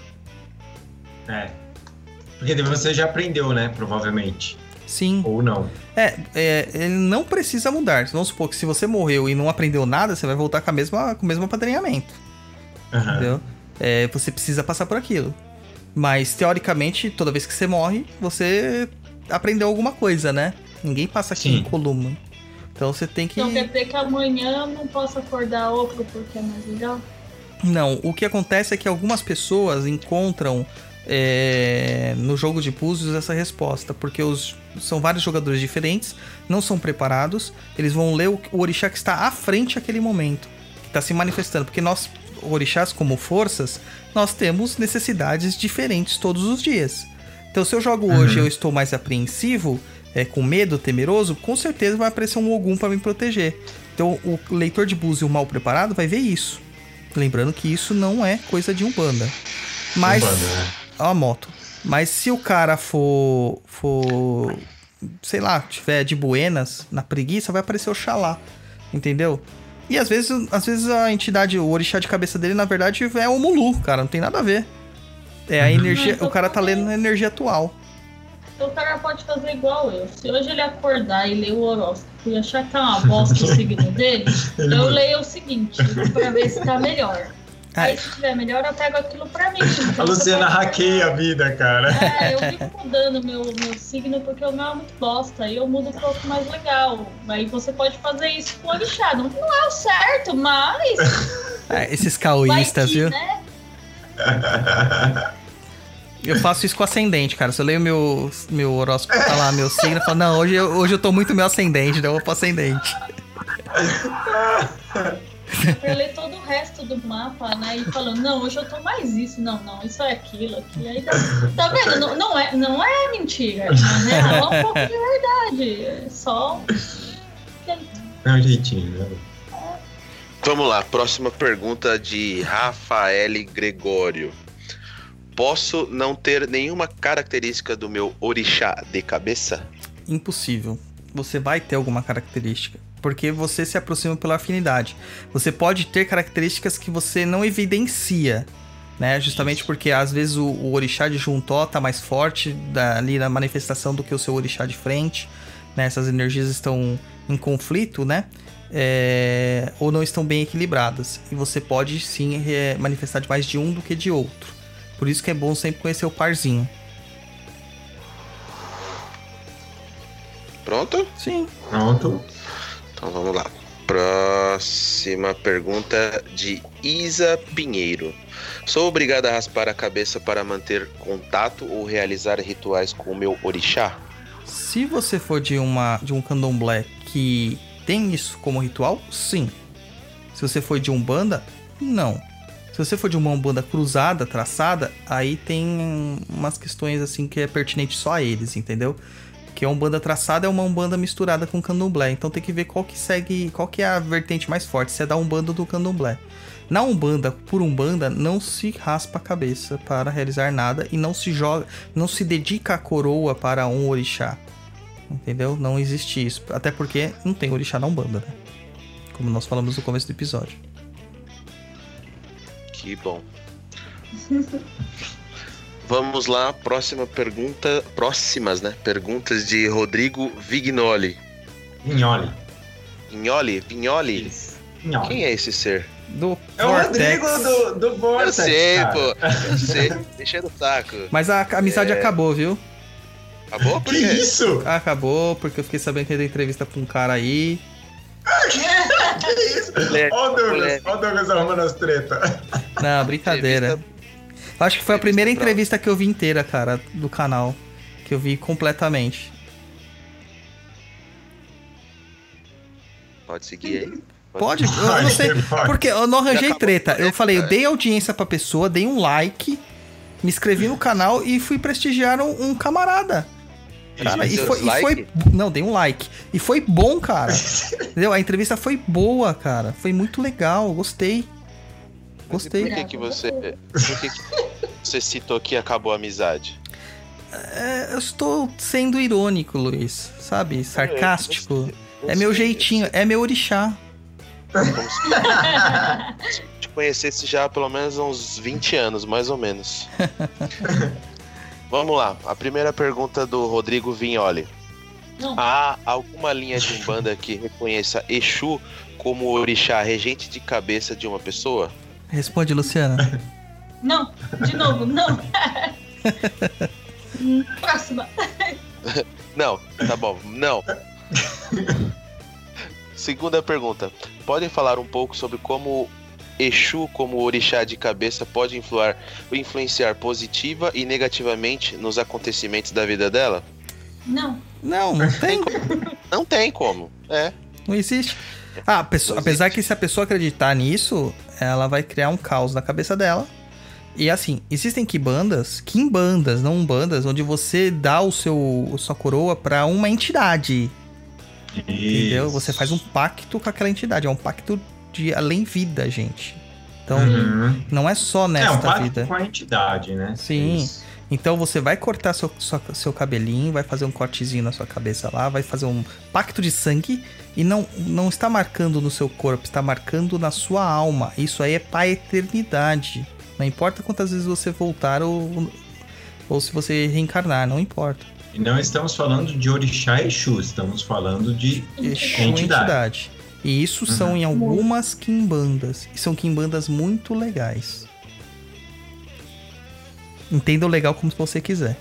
É. Porque daí você já aprendeu, né? Provavelmente. Sim. Ou não. É, é, ele não precisa mudar. Vamos supor que se você morreu e não aprendeu nada, você vai voltar com, a mesma, com o mesmo apadrinhamento. Aham. Entendeu? É, você precisa passar por aquilo. Mas, teoricamente, toda vez que você morre, você aprendeu alguma coisa, né? Ninguém passa aqui Sim. em coluna. Então você tem que... Então quer dizer que amanhã eu não posso acordar outro porque é mais legal? Não, o que acontece é que algumas pessoas encontram é, no jogo de puzzles essa resposta, porque os, são vários jogadores diferentes, não são preparados, eles vão ler o, o orixá que está à frente naquele momento, que está se manifestando, porque nós, orixás como forças, nós temos necessidades diferentes todos os dias. Então se eu jogo Uhum. hoje e eu estou mais apreensivo, é, com medo, temeroso, com certeza vai aparecer um Ogum para me proteger. Então o leitor de búzio mal preparado vai ver isso. Lembrando que isso não é coisa de Umbanda. Mas... Umbanda, né? É uma moto. Mas se o cara for... for sei lá, tiver de buenas, na preguiça, vai aparecer Oxalá. Entendeu? E às vezes, às vezes a entidade, o orixá de cabeça dele, na verdade, é o Mulu, cara. Não tem nada a ver. É a energia... Mas eu O cara tá também- lendo a energia atual. Então o cara pode fazer igual eu. Se hoje ele acordar e ler o horóscopo e achar que tá uma bosta o signo dele, Ele eu muda. leio o seguinte, pra ver se tá melhor. Aí se tiver melhor, eu pego aquilo pra mim. A Então, Luciana você pode- hackeia a vida, cara. É, eu fico mudando meu, meu signo porque o meu é muito bosta. Aí eu mudo pra outro mais legal. Aí você pode fazer isso com o orixá. Não, não é o certo, mas. É, esses vai caoístas, que, viu? né? Eu faço isso com ascendente, cara. Se eu leio meu, meu horóscopo, tá lá, meu signo, eu falo, não, hoje, eu- hoje eu tô muito meu ascendente, então eu vou pro ascendente. Pra ler todo o resto do mapa, né? E falando, não, hoje eu tô mais isso, não, não, isso é aquilo, aqui. Aí tá, tá vendo? Não, não, é, não é mentira. Na real, é um pouco de verdade. É só. É um jeitinho, né? Vamos lá, próxima pergunta de Rafael Gregório. Posso não ter nenhuma característica do meu orixá de cabeça? Impossível. Você vai ter alguma característica. Porque você se aproxima pela afinidade. Você pode ter características que você não evidencia, né? Justamente porque às vezes o, o orixá de Juntó tá mais forte da, ali na manifestação do que o seu orixá de frente, né? Essas energias estão em conflito, né? É, ou não estão bem equilibradas. E você pode sim é, manifestar de mais de um do que de outro. Por isso que é bom sempre conhecer o parzinho. Pronto? Sim. Pronto. Então vamos lá. Próxima pergunta de Isa Pinheiro. Sou obrigada a raspar a cabeça para manter contato ou realizar rituais com o meu orixá? Se você for de, uma, de um candomblé que tem isso como ritual, sim. Se você for de umbanda, não. Se você for de uma umbanda cruzada, traçada, aí tem umas questões assim que é pertinente só a eles, entendeu? Que a umbanda traçada é uma umbanda misturada com candomblé. Então tem que ver qual que segue, qual que é a vertente mais forte, se é da umbanda ou do candomblé. Na umbanda, por umbanda, não se raspa a cabeça para realizar nada e não se joga, não se dedica a coroa para um orixá. Entendeu? Não existe isso. Até porque não tem orixá na umbanda, né? Como nós falamos no começo do episódio. Que bom. Vamos lá, próxima pergunta. Próximas, né? Perguntas de Rodrigo Vignoli. Vinholi. Vignoli? Vignoli? Isso. Vinholi. Quem é esse ser? Do É o Vortex. Rodrigo do, do Vortex, eu sei, cara. pô. Eu sei. Deixando o saco. Mas a amizade É. acabou, viu? Acabou? Por Que quê? isso? Acabou, porque eu fiquei sabendo que ele deu entrevista pra um cara aí. Que isso? Ó o Douglas, ó o Douglas arrumando as tretas. Não, brincadeira. Entrevista- Acho que foi a primeira entrevista pra- entrevista que eu vi inteira, cara, do canal. Que eu vi completamente. Pode seguir aí. Pode? Eu não sei. Pode. Porque eu não arranjei acabou. treta. Eu falei, eu É. dei audiência pra pessoa, dei um like, me inscrevi no canal e fui prestigiar um, um camarada. Cara, Mas e deu foi, e like? foi. Não, dei um like. E foi bom, cara. Entendeu? A entrevista foi boa, cara. Foi muito legal, gostei. Mas e Gostei. Por que, que você. Por que, que você citou que acabou a amizade? É, eu estou sendo irônico, Luiz. Sabe? Sarcástico. Eu sei, eu É meu sei, jeitinho, é meu orixá. Como se eu te conhecesse já há pelo menos uns vinte anos, mais ou menos. Vamos lá, a primeira pergunta do Rodrigo Vignoli. Não. Há alguma linha de umbanda que reconheça Exu como orixá regente de cabeça de uma pessoa? Responde, Luciana. Não, de novo, não. Hum, Próxima. Não, tá bom, não. Segunda pergunta. Podem falar um pouco sobre como Exu, como orixá de cabeça, pode influar, influenciar positiva e negativamente nos acontecimentos da vida dela? Não. Não, não tem. Não tem como. É. Não existe. Ah, a pessoa- Não apesar existe. que se a pessoa acreditar nisso, ela vai criar um caos na cabeça dela. E assim, existem quimbandas, quimbandas, não umbandas, onde você dá o seu a sua coroa pra uma entidade. Entendeu? Você faz um pacto com aquela entidade. É um pacto de além-vida, gente. Então, Uhum. não é só É um nesta pacto vida. com a entidade, né? Sim. Isso. Então você vai cortar seu, sua- seu cabelinho, vai fazer um cortezinho na sua cabeça lá, vai fazer um pacto de sangue e não, não está marcando no seu corpo, está marcando na sua alma. Isso aí é pra eternidade. Não importa quantas vezes você voltar ou, ou se você reencarnar, não importa. E não estamos falando de orixá e Exu, estamos falando de Exu, entidade. entidade. E isso Uhum. são em algumas quimbandas. E são quimbandas muito legais. Entenda o legal como você quiser.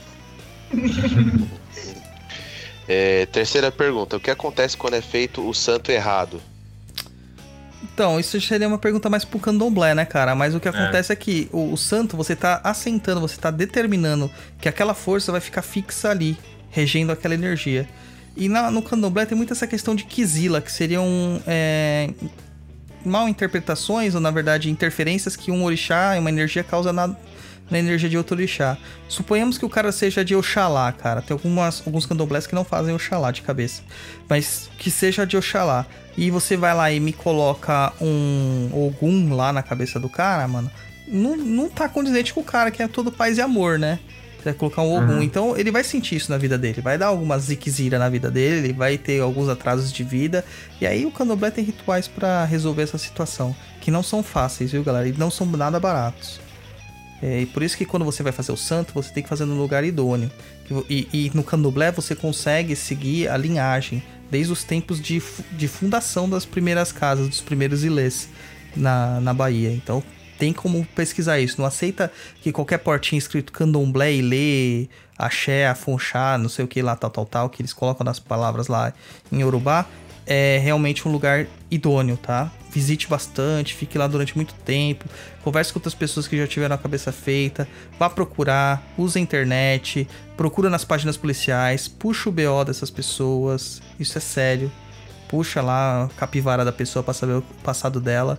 É, terceira pergunta. O que acontece quando é feito o santo errado? Então, isso seria uma pergunta mais pro candomblé, né, cara? Mas o que acontece é, é que o, o santo, você tá assentando, você tá determinando que aquela força vai ficar fixa ali, regendo aquela energia. E na, no candomblé tem muito essa questão de quizila, que seriam é, mal interpretações, ou na verdade interferências que um orixá, uma energia, causa na, na energia de outro orixá. Suponhamos que o cara seja de Oxalá, cara. Tem algumas, alguns candomblés que não fazem Oxalá de cabeça. Mas que seja de Oxalá. E você vai lá e me coloca um Ogum lá na cabeça do cara, mano. Não, não tá condizente com o cara, que é todo paz e amor, né? Você vai colocar um Ogum. Uhum. Então ele vai sentir isso na vida dele. Vai dar alguma ziquezira na vida dele. Ele vai ter alguns atrasos de vida. E aí o candomblé tem rituais pra resolver essa situação. Que não são fáceis, viu, galera? E não são nada baratos. É, e por isso que quando você vai fazer o santo, você tem que fazer no lugar idôneo. E, e no candomblé você consegue seguir a linhagem. Desde os tempos de, de fundação das primeiras casas, dos primeiros ilês na, na Bahia. Então tem como pesquisar isso. Não aceita que qualquer portinha escrito candomblé, ilê, axé, afonxá, não sei o que lá, tal, tal, tal, que eles colocam nas palavras lá em Yorubá, é realmente um lugar idôneo, tá? Visite bastante, fique lá durante muito tempo, converse com outras pessoas que já tiveram a cabeça feita, vá procurar, use a internet, procura nas páginas policiais, puxa o B O dessas pessoas, isso é sério. Puxa lá a capivara da pessoa para saber o passado dela.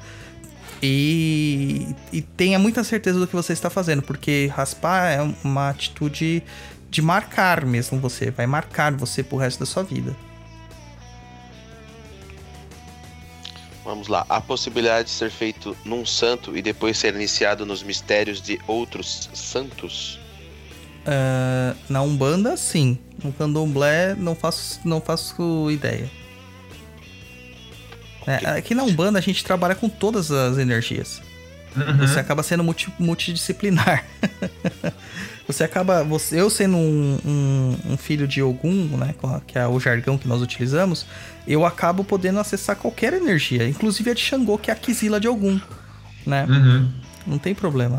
E, e tenha muita certeza do que você está fazendo, porque raspar é uma atitude de marcar mesmo você, vai marcar você pro resto da sua vida. Vamos lá. A possibilidade de ser feito num santo e depois ser iniciado nos mistérios de outros santos? Uh, na Umbanda, sim. No Candomblé, não faço, não faço ideia. É, aqui na Umbanda, a gente trabalha com todas as energias. Uhum. Você acaba sendo multi, multidisciplinar. Você acaba... Você, eu sendo um, um, um filho de Ogum, né, que é o jargão que nós utilizamos, eu acabo podendo acessar qualquer energia, inclusive a de Xangô, que é a Quizila de Ogum, né? Uhum. Não tem problema.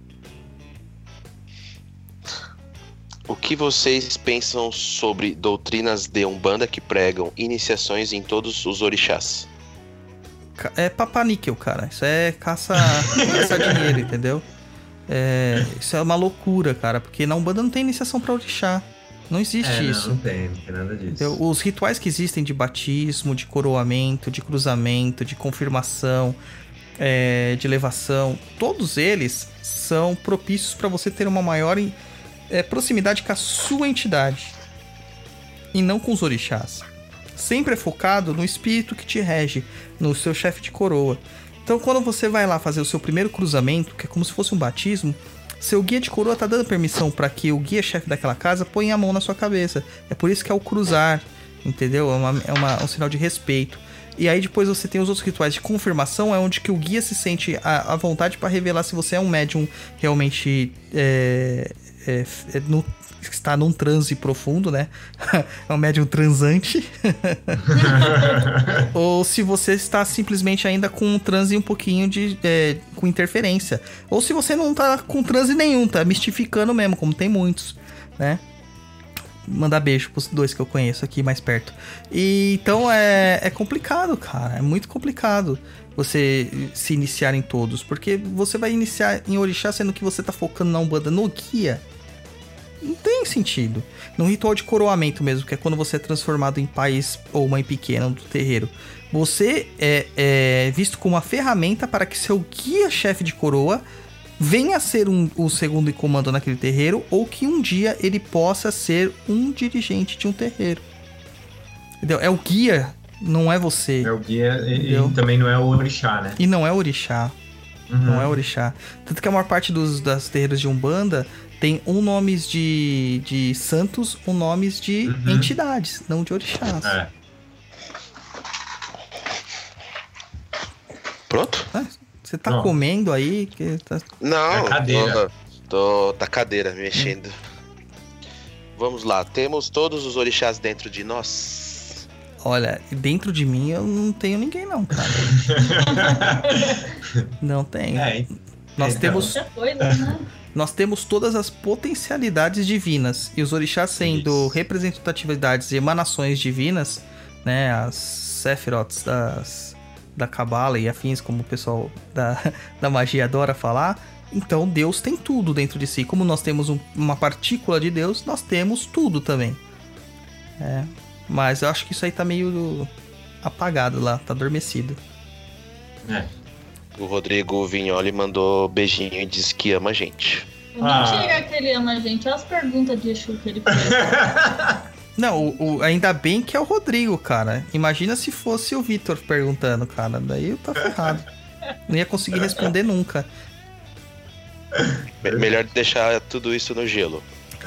O que vocês pensam sobre doutrinas de Umbanda que pregam iniciações em todos os orixás? É papaníquel, cara. Isso é caça, caça dinheiro, entendeu? É, isso é uma loucura, cara, porque na Umbanda não tem iniciação pra orixá. Não existe é, não, isso. Não tem, não tem nada disso. Então, os rituais que existem de batismo, de coroamento, de cruzamento, de confirmação, é, de elevação, todos eles são propícios para você ter uma maior é, proximidade com a sua entidade e não com os orixás. Sempre é focado no espírito que te rege, no seu chefe de coroa. Então, quando você vai lá fazer o seu primeiro cruzamento, que é como se fosse um batismo, seu guia de coroa tá dando permissão para que o guia-chefe daquela casa ponha a mão na sua cabeça. É por isso que é o cruzar, entendeu? É, uma, é uma, um sinal de respeito. E aí depois você tem os outros rituais de confirmação, é onde que o guia se sente à, à vontade para revelar se você é um médium realmente é, é, é, no, está num transe profundo, né? É um médium transante. Ou se você está simplesmente ainda com um transe um pouquinho de... É, com interferência. Ou se você não tá com transe nenhum, tá mistificando mesmo, como tem muitos, né? Mandar beijo pros dois que eu conheço aqui mais perto. E, então é, é complicado, cara. É muito complicado você se iniciar em todos. Porque você vai iniciar em orixá, sendo que você tá focando na Umbanda no guia. Não tem sentido. No ritual de coroamento mesmo, que é quando você é transformado em pai ou mãe pequena do terreiro, você é, é visto como uma ferramenta para que seu guia-chefe de coroa venha a ser um, o segundo em comando naquele terreiro, ou que um dia ele possa ser um dirigente de um terreiro. Entendeu? É o guia, não é você. É o guia e, e também não é o orixá, né? E não é o orixá. Uhum. Não é o orixá. Tanto que a maior parte dos, das terreiros de Umbanda tem um nomes de, de santos, um nomes de uhum. entidades, não de orixás. É. Pronto? Ah, você tá Pronto. comendo aí? Que tá... Não, é cadeira. Tô, tô tá cadeira mexendo. Hum. Vamos lá, temos todos os orixás dentro de nós? Olha, dentro de mim eu não tenho ninguém não, cara. Não tenho. É, Nós então. temos... Muita coisa, né? Nós temos todas as potencialidades divinas. E os orixás sendo Isso. representatividades e emanações divinas, né? As Sephiroths das, da Cabala e afins, como o pessoal da, da magia adora falar. Então Deus tem tudo dentro de si. Como nós temos um, uma partícula de Deus, nós temos tudo também. É, mas eu acho que isso aí tá meio apagado lá, tá adormecido. É. O Rodrigo Vignoli mandou beijinho e disse que ama a gente. Mentira Ah. que ele ama a gente. Olha as perguntas de Exu que ele fez. Não, o, o- ainda bem que é o Rodrigo, cara. Imagina se fosse o Vitor perguntando, cara. Daí eu tô ferrado. Não ia conseguir responder nunca. Me- melhor deixar tudo isso no gelo.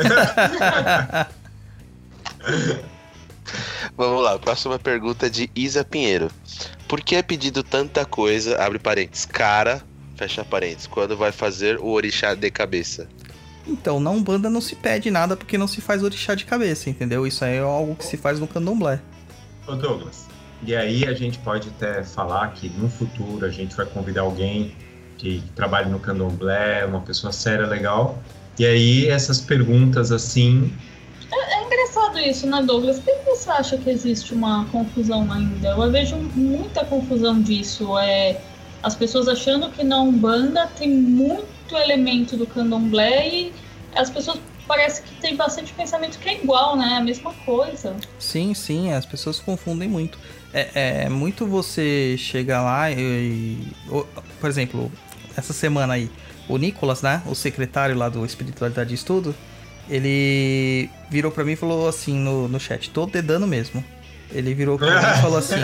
Vamos lá, próxima pergunta de Isa Pinheiro. Por que é pedido tanta coisa, abre parênteses, cara, fecha parênteses, quando vai fazer o orixá de cabeça? Então, na Umbanda não se pede nada porque não se faz orixá de cabeça, entendeu? Isso aí é algo que se faz no candomblé. Ô Douglas, e aí a gente pode até falar que no futuro a gente vai convidar alguém que trabalhe no candomblé, uma pessoa séria, legal. E aí essas perguntas assim... É engraçado isso, né, Douglas? Por que você acha que existe uma confusão ainda? Eu vejo muita confusão disso. É, as pessoas achando que na Umbanda tem muito elemento do candomblé e as pessoas parecem que tem bastante pensamento que é igual, né? A mesma coisa. Sim, sim, as pessoas confundem muito. É, é muito você chegar lá e, e- o- por exemplo, essa semana aí, o Nicolas, né, o secretário lá do Espiritualidade e Estudo, ele virou pra mim e falou assim no, no chat, tô dedando mesmo. Ele virou pra mim e falou assim,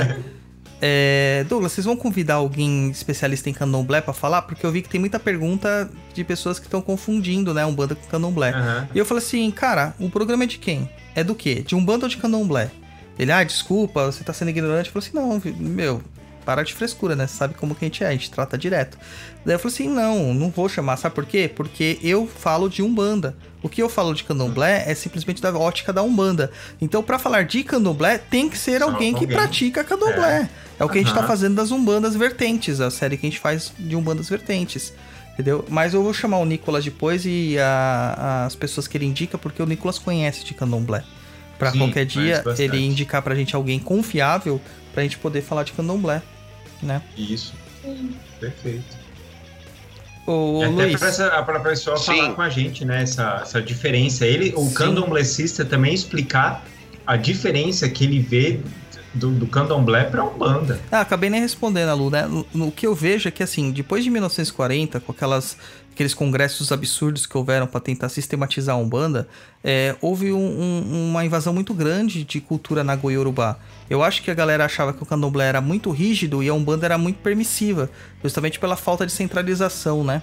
é, Douglas, vocês vão convidar alguém especialista em candomblé pra falar? Porque eu vi que tem muita pergunta de pessoas que estão confundindo, né, Umbanda com candomblé. aham. E eu falei assim, cara, o programa é de quem? É do quê? De Umbanda ou de candomblé? Ele, ah, desculpa, você tá sendo ignorante. Eu falei assim, não, vi- meu, para de frescura, né? Você sabe como que a gente é, a gente trata direto. Daí eu falei assim, não, não vou chamar, sabe por quê? Porque eu falo de Umbanda. O que eu falo de candomblé é simplesmente da ótica da Umbanda. Então, pra falar de candomblé, tem que ser Só alguém que alguém. pratica candomblé. É, o que a gente tá Aham. fazendo das Umbandas Vertentes, a série que a gente faz de Umbandas Vertentes. Entendeu? Mas eu vou chamar o Nicolas depois e a- as pessoas que ele indica, porque o Nicolas conhece de candomblé. Pra Sim, qualquer dia conhece bastante. ele indicar pra gente alguém confiável pra gente poder falar de candomblé, né? Isso, Sim. perfeito. Ô, E até Luiz, pra, essa, pra pessoa Sim. falar com a gente, né? Essa, essa diferença. Ele, o Sim. candomblessista também explicar a diferença que ele vê do, do candomblé pra Umbanda. ah, acabei nem respondendo a Lu, né? No, no que eu vejo é que, assim, depois de mil novecentos e quarenta, com aquelas, aqueles congressos absurdos que houveram pra tentar sistematizar a Umbanda, é, houve um- um- uma invasão muito grande de cultura Nagoiorubá. Eu acho que a galera achava que o candomblé era muito rígido e a Umbanda era muito permissiva, justamente pela falta de centralização, né?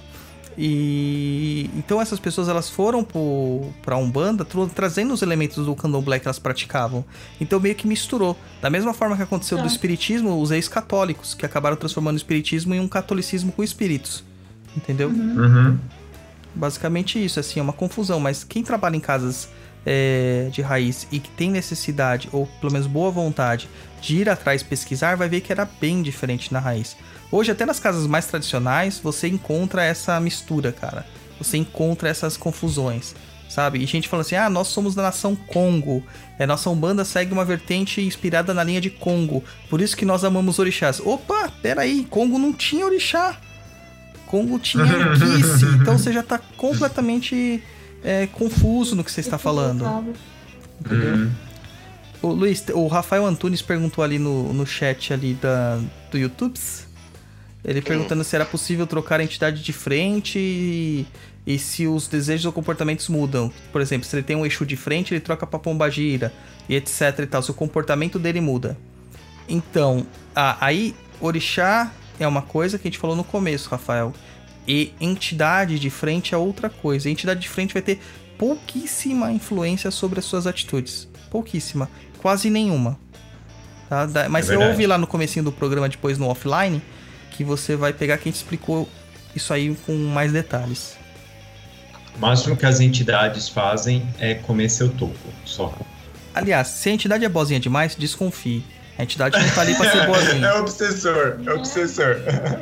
E então essas pessoas elas foram pro, pra Umbanda tro- trazendo os elementos do candomblé que elas praticavam. Então meio que misturou. Da mesma forma que aconteceu do Tá. espiritismo, os ex-católicos, que acabaram transformando o espiritismo em um catolicismo com espíritos. Entendeu? Uhum. Basicamente isso, assim, é uma confusão. Mas quem trabalha em casas é, de raiz e que tem necessidade, ou pelo menos boa vontade, de ir atrás pesquisar, vai ver que era bem diferente na raiz. Hoje, até nas casas mais tradicionais, você encontra essa mistura, cara. Você encontra essas confusões, sabe? E gente falando assim, ah, nós somos da nação Congo. É, nossa Umbanda segue uma vertente inspirada na linha de Congo. Por isso que nós amamos orixás. Opa, peraí, Congo não tinha orixá. Congo tinha Kiss. Então você já tá completamente é, confuso no que você está falando. Uhum. O Luiz, o Rafael Antunes perguntou ali no, no chat ali da, do YouTube. Ele perguntando se era possível trocar a entidade de frente e, e se os desejos ou comportamentos mudam. Por exemplo, se ele tem um Exu de frente, ele troca pra Pombagira e etc e tal. Se o comportamento dele muda. Então, ah, aí, orixá é uma coisa que a gente falou no começo, Rafael. E entidade de frente é outra coisa. A entidade de frente vai ter pouquíssima influência sobre as suas atitudes. Pouquíssima. Quase nenhuma. Tá? Da- Mas É você verdade. ouve lá no comecinho do programa, depois no offline, que você vai pegar que a gente explicou isso aí com mais detalhes. O máximo que as entidades fazem é comer seu topo, só. Aliás, se a entidade é boazinha demais, desconfie. A entidade não tá ali pra ser boazinha. É obsessor, é obsessor.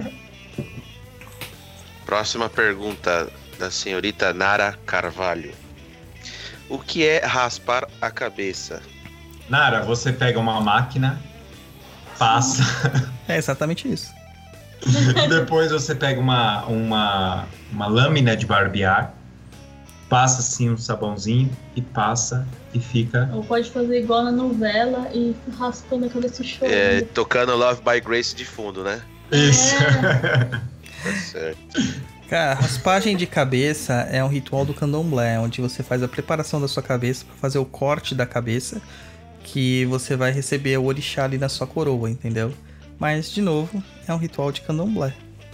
Próxima pergunta da senhorita Nara Carvalho. O que é raspar a cabeça? Nara, você pega uma máquina, passa, É exatamente isso. depois você pega uma, uma, uma lâmina de barbear, passa assim um sabãozinho e passa e fica... Ou pode fazer igual na novela e raspando a cabeça chorando. É, tocando Love by Grace de fundo, né? Isso. Tá certo. Cara, raspagem de cabeça é um ritual do candomblé, onde você faz a preparação da sua cabeça para fazer o corte da cabeça, que você vai receber o orixá ali na sua coroa, entendeu? Mas, de novo, é um ritual de candomblé.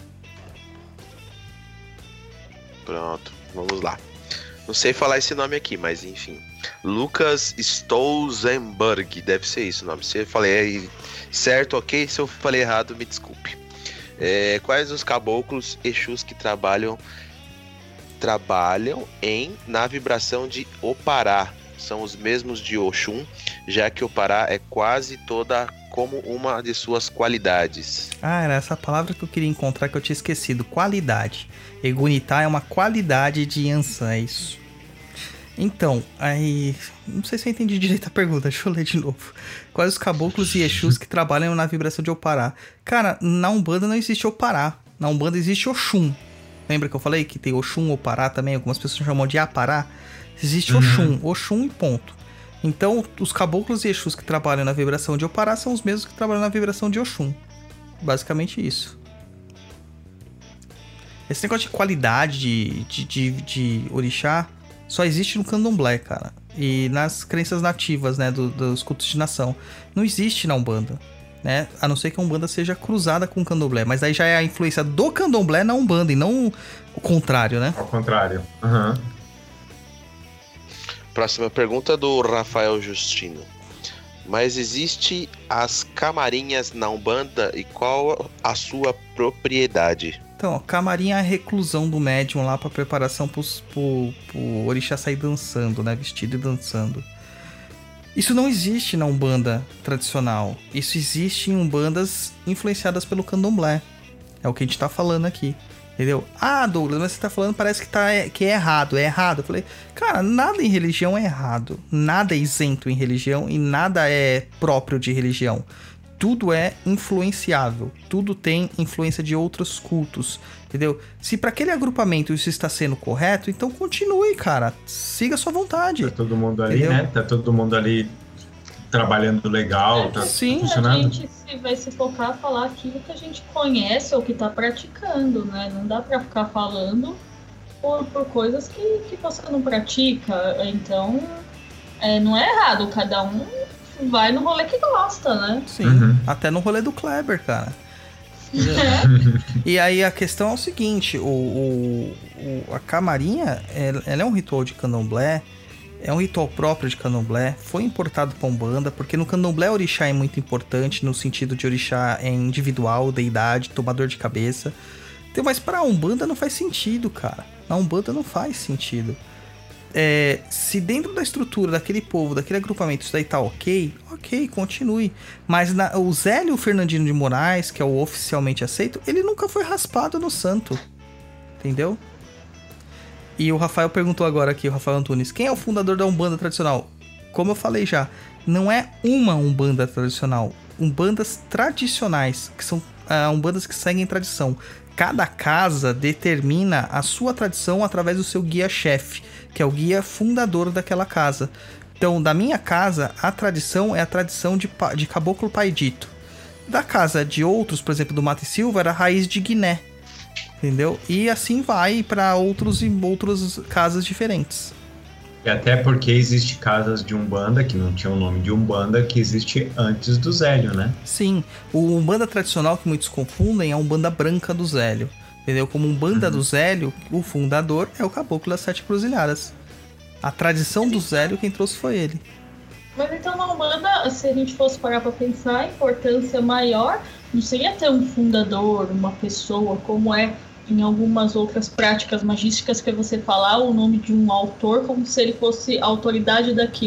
Pronto, vamos lá. Não sei falar esse nome aqui, mas enfim. Lucas Stolzenberg, deve ser isso o nome. Se eu falei certo, ok. Se eu falei errado, me desculpe. É, quais os caboclos Exus que trabalham trabalham em na vibração de Opará? São os mesmos de Oxum, já que Opará é quase toda como uma de suas qualidades. Ah, era essa palavra que eu queria encontrar que eu tinha esquecido. Qualidade. Egunitá é uma qualidade de Yansan, é isso. Então, aí... Não sei se eu entendi direito a pergunta, deixa eu ler de novo. Quais os caboclos e Exus que trabalham na vibração de Opará? Cara, na Umbanda não existe Opará. Na Umbanda existe Oxum. Lembra que eu falei que tem Oxum, Opará também? Algumas pessoas chamam de Apará. Existe Uhum. Oxum, Oxum e ponto. Então, os caboclos e Exus que trabalham na vibração de Opará são os mesmos que trabalham na vibração de Oxum. Basicamente isso. Esse negócio de qualidade de, de, de, de orixá só existe no candomblé, cara. E nas crenças nativas, né, do, dos cultos de nação. Não existe na Umbanda, né? A não ser que a Umbanda seja cruzada com o candomblé. Mas aí já é a influência do candomblé na Umbanda e não o contrário, né? Ao contrário. Uhum. Próxima pergunta do Rafael Justino. Mas existe as camarinhas na Umbanda e qual a sua propriedade? Então, ó, camarim é a reclusão do médium lá pra preparação pros, pro, pro orixá sair dançando, né? Vestido e dançando. Isso não existe na Umbanda tradicional. Isso existe em Umbandas influenciadas pelo candomblé. É o que a gente tá falando aqui. Entendeu? Ah, Douglas, mas você tá falando, parece que, tá, que é errado, é errado. Eu falei, cara, nada em religião é errado. Nada é isento em religião e nada é próprio de religião. Tudo é influenciável. Tudo tem influência de outros cultos. Entendeu? Se para aquele agrupamento isso está sendo correto, então continue, cara. Siga a sua vontade. Tá todo mundo ali, Entendeu? né? Tá todo mundo ali trabalhando legal, tá Sim, funcionando. A gente se vai se focar a falar aquilo que a gente conhece ou que tá praticando, né? Não dá pra ficar falando por, por coisas que, que você não pratica. Então, é, não é errado. Cada um vai no rolê que gosta, né? Sim, Uhum. até no rolê do Kleber, cara. E aí a questão é o seguinte, o, o, o- a camarinha, ela, ela é um ritual de candomblé, é um ritual próprio de candomblé, foi importado pra Umbanda, porque no candomblé orixá é muito importante, no sentido de orixá é individual, deidade, tomador de cabeça. Então, mas pra Umbanda não faz sentido, cara. Na Umbanda não faz sentido. É, se dentro da estrutura daquele povo, daquele agrupamento, isso daí tá ok, ok, continue. Mas na, o Zélio Fernandino de Moraes, que é o oficialmente aceito, ele nunca foi raspado no santo. Entendeu? E o Rafael perguntou agora aqui, o Rafael Antunes, quem é o fundador da Umbanda tradicional? Como eu falei já, não é uma Umbanda tradicional. Umbandas tradicionais, que são ah, Umbandas que seguem tradição. Cada casa determina a sua tradição através do seu guia-chefe, que é o guia fundador daquela casa. Então, da minha casa, a tradição é a tradição de, pa- de Caboclo Pai Dito. Da casa de outros, por exemplo, do Mata e Silva, era a raiz de Guiné. Entendeu? E assim vai para outros e outras casas diferentes. E até porque existe casas de Umbanda, que não tinha o nome de Umbanda, que existe antes do Zélio, né? Sim, o Umbanda tradicional que muitos confundem é a Umbanda branca do Zélio. Entendeu? Como Umbanda Uhum. do Zélio, o fundador é o Caboclo das Sete Cruzilhadas. A tradição do Zélio, quem trouxe foi ele. Mas então na Umbanda, se a gente fosse parar pra pensar, a importância maior não seria ter um fundador, uma pessoa, como é em algumas outras práticas magísticas, que é você falar o nome de um autor como se ele fosse a autoridade daquilo.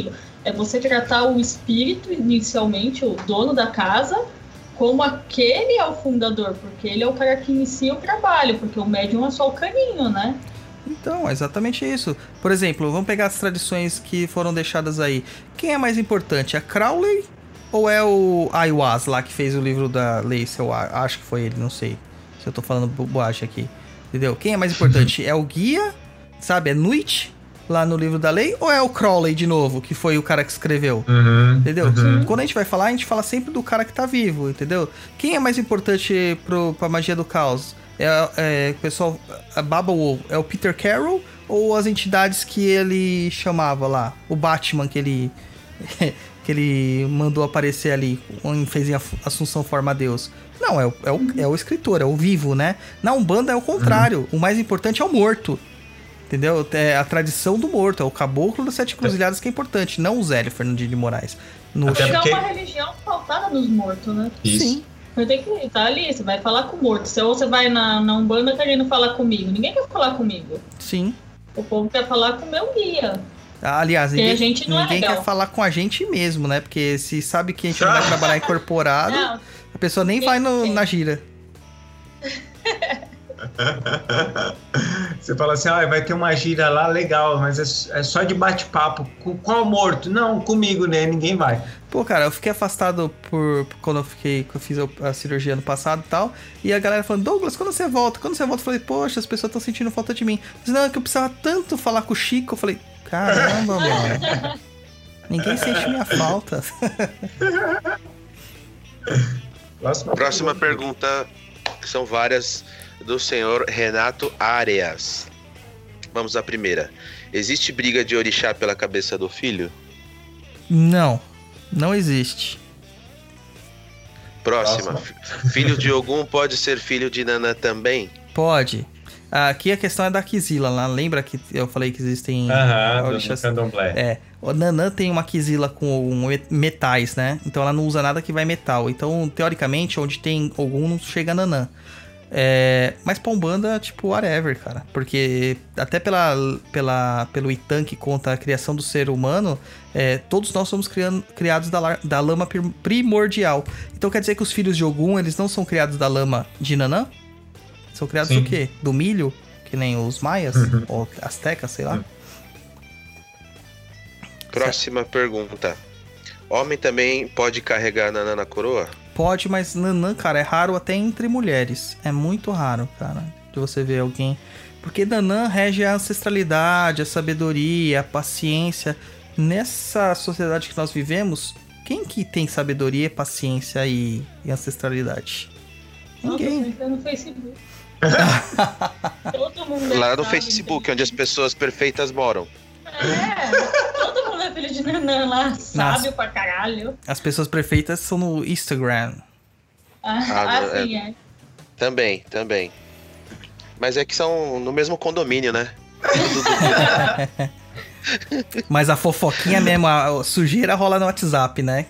é você tratar o espírito, inicialmente, o dono da casa, como aquele é o fundador, porque ele é o cara que inicia o trabalho, porque o médium é só o caninho, né? Então, é exatamente isso. Por exemplo, vamos pegar as tradições que foram deixadas aí. Quem é mais importante, a Crowley ou é o Aiwass lá que fez o livro da lei? Se eu acho que foi ele, não sei se eu tô falando bobagem aqui. Entendeu? Quem é mais importante? É o guia, sabe? É Nuit, lá no livro da lei, ou é o Crowley de novo, que foi o cara que escreveu? Uhum, Entendeu? uhum. Quando a gente vai falar, a gente fala sempre do cara que tá vivo, entendeu? Quem é mais importante pro, pra magia do caos? É, é, pessoal, a Babel é o Peter Carroll ou as entidades que ele chamava lá? O Batman que ele que ele mandou aparecer ali, fez em Assunção Forma a Deus. Não, é o, é, o, é o escritor, é o vivo, né? Na Umbanda é o contrário. Uhum. O mais importante é o morto. Entendeu? É a tradição do morto, é o caboclo das sete cruzilhadas que é importante, não o Zélio Fernandinho de Moraes. No... Até porque é uma religião pautada nos mortos, né? Isso. Sim. Você tem que estar ali, você vai falar com o morto. Se você vai na, na Umbanda querendo falar comigo, ninguém quer falar comigo. Sim. O povo quer falar com o meu guia. Aliás, Porque ninguém, a gente não ninguém é legal. quer falar com a gente mesmo, né? Porque se sabe que a gente não vai trabalhar incorporado, Não. a pessoa nem vai no, na gira. Você fala assim, ah, vai ter uma gira lá, legal, mas é, é só de bate-papo. Com qual morto? Não, comigo, né? Ninguém vai. Pô, cara, eu fiquei afastado por quando eu fiquei, que eu fiz a, a cirurgia ano passado e tal, e a galera falando, Douglas, quando você volta? Quando você volta? Eu falei, poxa, as pessoas estão sentindo falta de mim. Mas não, é que eu precisava tanto falar com o Chico. Eu falei, caramba, mano. Ninguém sente minha falta. Próxima, Próxima pergunta, que são várias, do senhor Renato Arias. Vamos à primeira. Existe briga de orixá pela cabeça do filho? Não, não existe. Próxima. Próxima. Filho de Ogum pode ser filho de Nanã também? Pode. Aqui a questão é da Kizila lá. Lembra que eu falei que existem... Aham, orixás- do candomblé. É, o Nanã tem uma Kizila com metais, né? Então ela não usa nada que vai metal. Então, teoricamente, onde tem Ogum não chega Nanã. É, mas pra Umbanda, tipo, whatever, cara. Porque até pela, pela, pelo Itan que conta a criação do ser humano, é, todos nós somos criando, criados da, la- da lama prim- primordial. Então quer dizer que os filhos de Ogum, eles não são criados da lama de Nanã? São criados Sim. do quê? Do milho? Que nem os maias? Uhum. Ou astecas, sei lá. Uhum. Próxima pergunta. Homem também pode carregar Nanã na coroa? Pode, mas Nanã, cara, é raro até entre mulheres. É muito raro, cara, de você ver alguém. Porque Nanã rege a ancestralidade, a sabedoria, a paciência. Nessa sociedade que nós vivemos, quem que tem sabedoria, paciência e, e ancestralidade? Nossa, Ninguém. você entra no Facebook. Todo mundo é Lá no sábio, Facebook, onde as pessoas perfeitas moram. É, todo mundo é filho de Nanã lá, sábio pra caralho. As pessoas perfeitas são no Instagram. Ah, Ah, ah, sim, é. Também, também. Mas é que são no mesmo condomínio, né? Mas a fofoquinha mesmo, a sujeira rola no WhatsApp, né?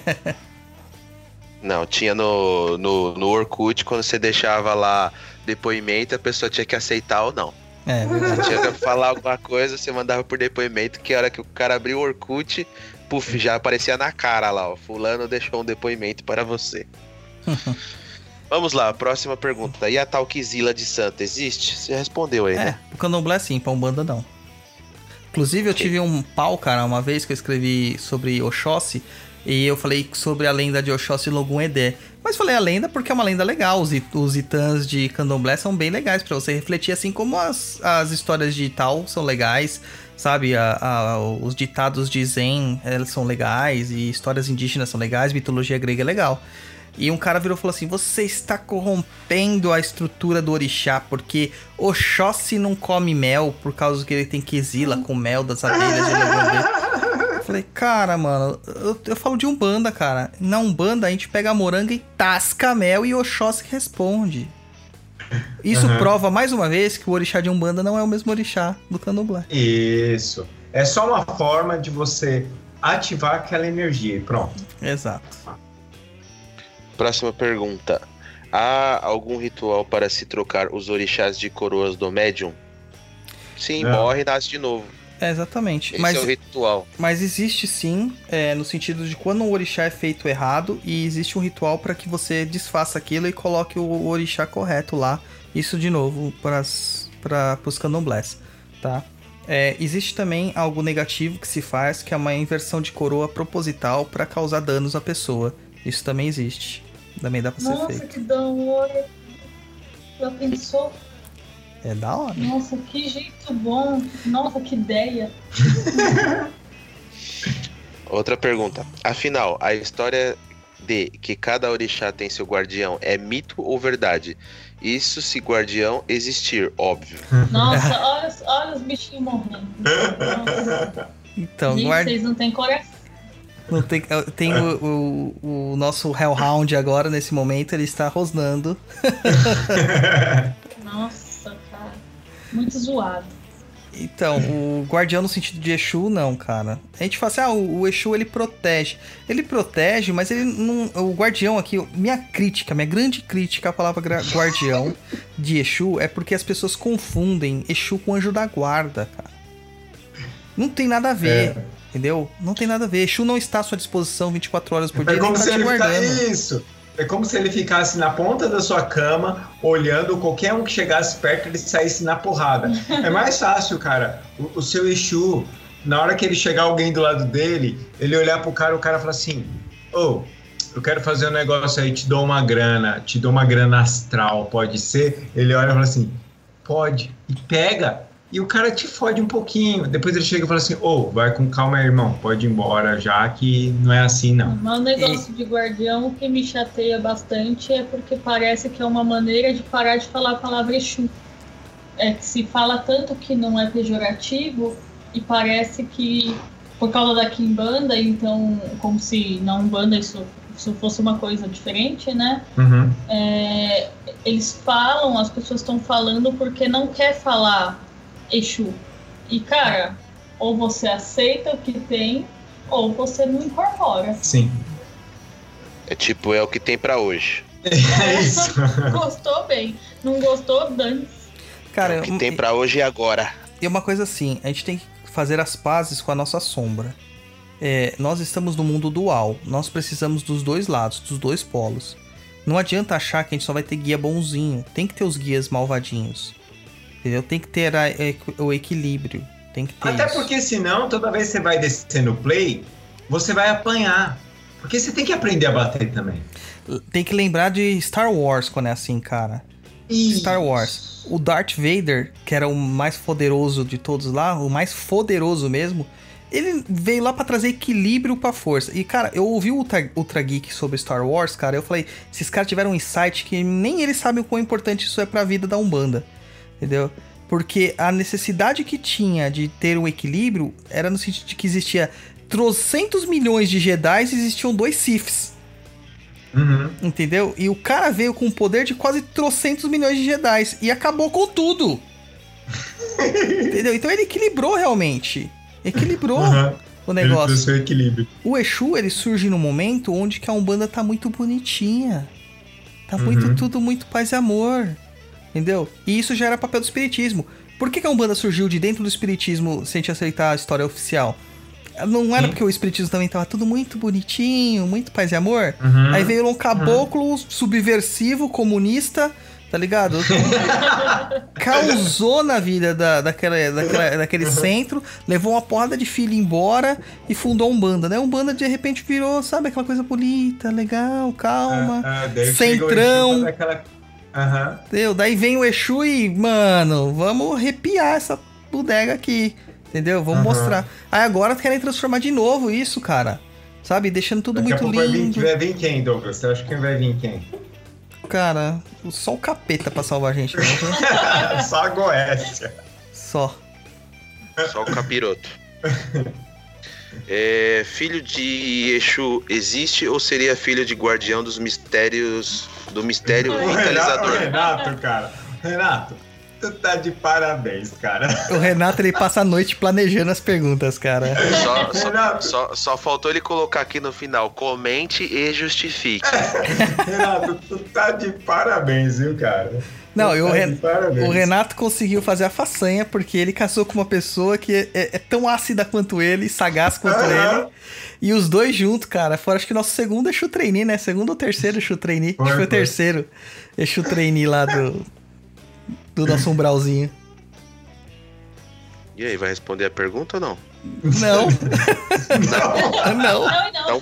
Não, tinha no, no, no Orkut, quando você deixava lá depoimento, a pessoa tinha que aceitar ou não. É, verdade. Você tinha que falar alguma coisa, você mandava por depoimento, que a hora que o cara abriu o Orkut, puf, já aparecia na cara lá, ó. Fulano deixou um depoimento para você. Vamos lá, próxima pergunta. E a tal Kizila de Santa existe? Você respondeu aí, É, né? o candomblé sim, pra Umbanda não. Inclusive eu tive um pau, cara, uma vez que eu escrevi sobre Oxóssi, e eu falei sobre a lenda de Oxóssi Logum Edé. Mas falei a lenda porque é uma lenda legal, os, it- os itãs de candomblé são bem legais pra você refletir, assim como as, as histórias de Tal são legais, sabe? A- a- os ditados de Zen, eles são legais, e histórias indígenas são legais, mitologia grega é legal. E um cara virou e falou assim, você está corrompendo a estrutura do orixá, porque Oxóssi não come mel por causa que ele tem quesila com mel das abelhas de Logandê. Eu falei, cara, mano, eu, eu falo de Umbanda, cara. Na Umbanda a gente pega a moranga e tasca mel e Oxóssi responde. Isso Uhum. prova mais uma vez que o orixá de Umbanda não é o mesmo orixá do candomblé. Isso. É só uma forma de você ativar aquela energia e pronto. Exato. Próxima pergunta. Há algum ritual para se trocar os orixás de coroas do médium? Sim, Não. morre e nasce de novo. É, exatamente. Esse mas, é o ritual. Mas existe sim, é, no sentido de quando um orixá é feito errado, e existe um ritual para que você desfaça aquilo e coloque o orixá correto lá. Isso, de novo, para os candomblés, tá? É, existe também algo negativo que se faz, que é uma inversão de coroa proposital para causar danos à pessoa. Isso também existe. Também dá pra ser Nossa, feito. que da hora. Já pensou? É da hora. Nossa, que jeito bom. Nossa, que ideia. Outra pergunta. Afinal, a história de que cada orixá tem seu guardião é mito ou verdade? Isso se guardião existir, óbvio. Nossa, olha, olha os bichinhos morrendo. Nossa. Então, Gente, guarda... vocês não têm coração. Não tem, tem o, o, o nosso Hellhound agora, nesse momento, ele está rosnando. Nossa, cara. Muito zoado. Então, o guardião no sentido de Exu, não, cara. A gente fala assim, ah, o, o Exu, ele protege. Ele protege, mas ele não... O guardião aqui, minha crítica, minha grande crítica à palavra guardião de Exu é porque as pessoas confundem Exu com anjo da guarda, cara. Não tem nada a ver. É. Entendeu? Não tem nada a ver. Exu não está à sua disposição vinte e quatro horas por dia. É como ele se tá te ele guardando. Fica... Isso. É como se ele ficasse na ponta da sua cama, olhando qualquer um que chegasse perto, ele saísse na porrada. É mais fácil, cara. O, o seu Exu, na hora que ele chegar alguém do lado dele, ele olhar pro cara, o cara fala assim: ô, oh, eu quero fazer um negócio aí, te dou uma grana, te dou uma grana astral, pode ser? Ele olha e fala assim: pode. E pega. E o cara te fode um pouquinho. Depois ele chega e fala assim: ô, oh, vai com calma, irmão, pode ir embora já, que não é assim, não. Mas o negócio e... de guardião que me chateia bastante é porque parece que é uma maneira de parar de falar a palavra Exu. É que se fala tanto que não é pejorativo e parece que, por causa da Quimbanda, então, como se na Umbanda isso, isso fosse uma coisa diferente, né? Uhum. É, eles falam, as pessoas estão falando porque não quer falar Exu. E, cara, ou você aceita o que tem, ou você não incorpora. Sim. É tipo, é o que tem pra hoje. É isso. Gostou bem. Não gostou, dane. Cara, é o que tem pra hoje e agora. E uma coisa assim, a gente tem que fazer as pazes com a nossa sombra. É, nós estamos no mundo dual. Nós precisamos dos dois lados, dos dois polos. Não adianta achar que a gente só vai ter guia bonzinho. Tem que ter os guias malvadinhos. Entendeu? Tem que ter a, a, o equilíbrio. Tem que ter Até isso. porque senão, toda vez que você vai descer no play, você vai apanhar. Porque você tem que aprender a bater também. Tem que lembrar de Star Wars quando é assim, cara. Isso. Star Wars. O Darth Vader, que era o mais poderoso de todos lá, o mais poderoso mesmo, ele veio lá pra trazer equilíbrio pra força. E, cara, eu ouvi o Ultra, Ultra Geek sobre Star Wars, cara, eu falei, esses caras tiveram um insight que nem eles sabem o quão importante isso é pra vida da Umbanda. Entendeu? Porque a necessidade que tinha de ter um equilíbrio era no sentido de que existia trocentos milhões de Jedi e existiam dois Siths. Uhum. Entendeu? E o cara veio com o poder de quase trocentos milhões de Jedi e acabou com tudo. Entendeu? Então ele equilibrou realmente. Equilibrou uhum. o negócio. Ele trouxe o equilíbrio. O Exu, ele surge num momento onde que a Umbanda tá muito bonitinha. Tá muito, uhum. tudo muito paz e amor. Entendeu? E isso já era papel do espiritismo. Por que, que a Umbanda surgiu de dentro do espiritismo sem te aceitar a história oficial? Não era Sim. porque o espiritismo também tava tudo muito bonitinho, muito paz e amor? Uhum. Aí veio um caboclo uhum. subversivo, comunista, tá ligado? Causou na vida da, daquela, daquela, daquele uhum. centro, levou uma porrada de filho embora e fundou a Umbanda, né? A Umbanda de repente virou, sabe, aquela coisa bonita, legal, calma, uh, uh, centrão. Uhum. Entendeu? Daí vem o Exu e, mano, vamos arrepiar essa bodega aqui. Entendeu? Vamos uhum. mostrar. Aí agora querem transformar de novo isso, cara. Sabe? Deixando tudo Daqui muito lindo. Vai vir, vai vir quem, Douglas? Você acha que vai vir quem? Cara, só o capeta pra salvar a gente. Né? Só a Goécia. Só. Só o capiroto. É, filho de Exu existe ou seria filho de guardião dos mistérios do mistério o vitalizador? Renato, o Renato, cara. Renato, Tu tá de parabéns, cara. O Renato, ele passa a noite planejando as perguntas, cara. Só, só, só, só faltou ele colocar aqui no final, comente e justifique. Renato, tu tá de parabéns, viu, cara? Não, e o, Tá Ren... de parabéns. o Renato conseguiu fazer a façanha porque ele casou com uma pessoa que é, é- é tão ácida quanto ele, sagaz quanto Aham. ele. E os dois juntos, cara, foram acho que o nosso segundo Exu Trainee, né? Segundo ou terceiro Exu Trainee. Foi, Acho que foi o foi. terceiro Exu Trainee lá do, do nosso umbralzinho. E aí, vai responder a pergunta ou não? Não. Não. Não, não. Então,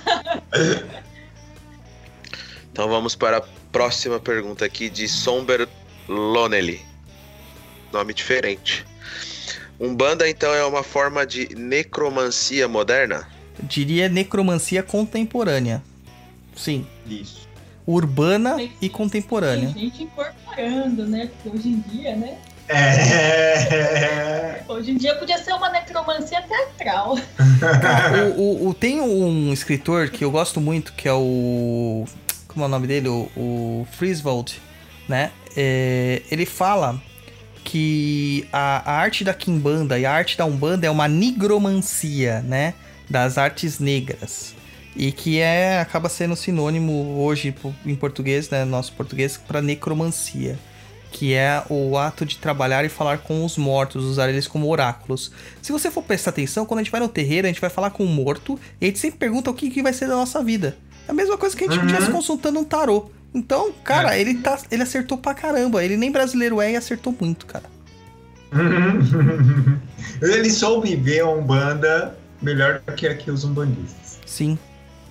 então vamos para a próxima pergunta aqui de Somber Lonely. Nome diferente. Umbanda, então, é uma forma de necromancia moderna? Diria necromancia contemporânea. Sim. Isso. Urbana Tem- e contemporânea. Tem gente incorporando, né? Porque hoje em dia, né? É... Hoje em dia podia ser uma necromancia teatral. o, o, o- tem um escritor que eu gosto muito, que é o... Como é o nome dele? O, o Friswold, né? É, ele fala que a, a arte da Quimbanda e a arte da Umbanda é uma nigromancia, né? Das artes negras. E que é, acaba sendo sinônimo hoje em português, né? Nosso português, para necromancia. Que é o ato de trabalhar e falar com os mortos, usar eles como oráculos. Se você for prestar atenção, quando a gente vai no terreiro, a gente vai falar com o morto e a gente sempre pergunta o que, que vai ser da nossa vida. É a mesma coisa que a gente Uhum. estivesse consultando um tarô. Então, cara, É. ele, tá, ele acertou pra caramba. Ele nem brasileiro é e acertou muito, cara. Ele soube ver a Umbanda melhor do que aqui os umbandistas. Sim.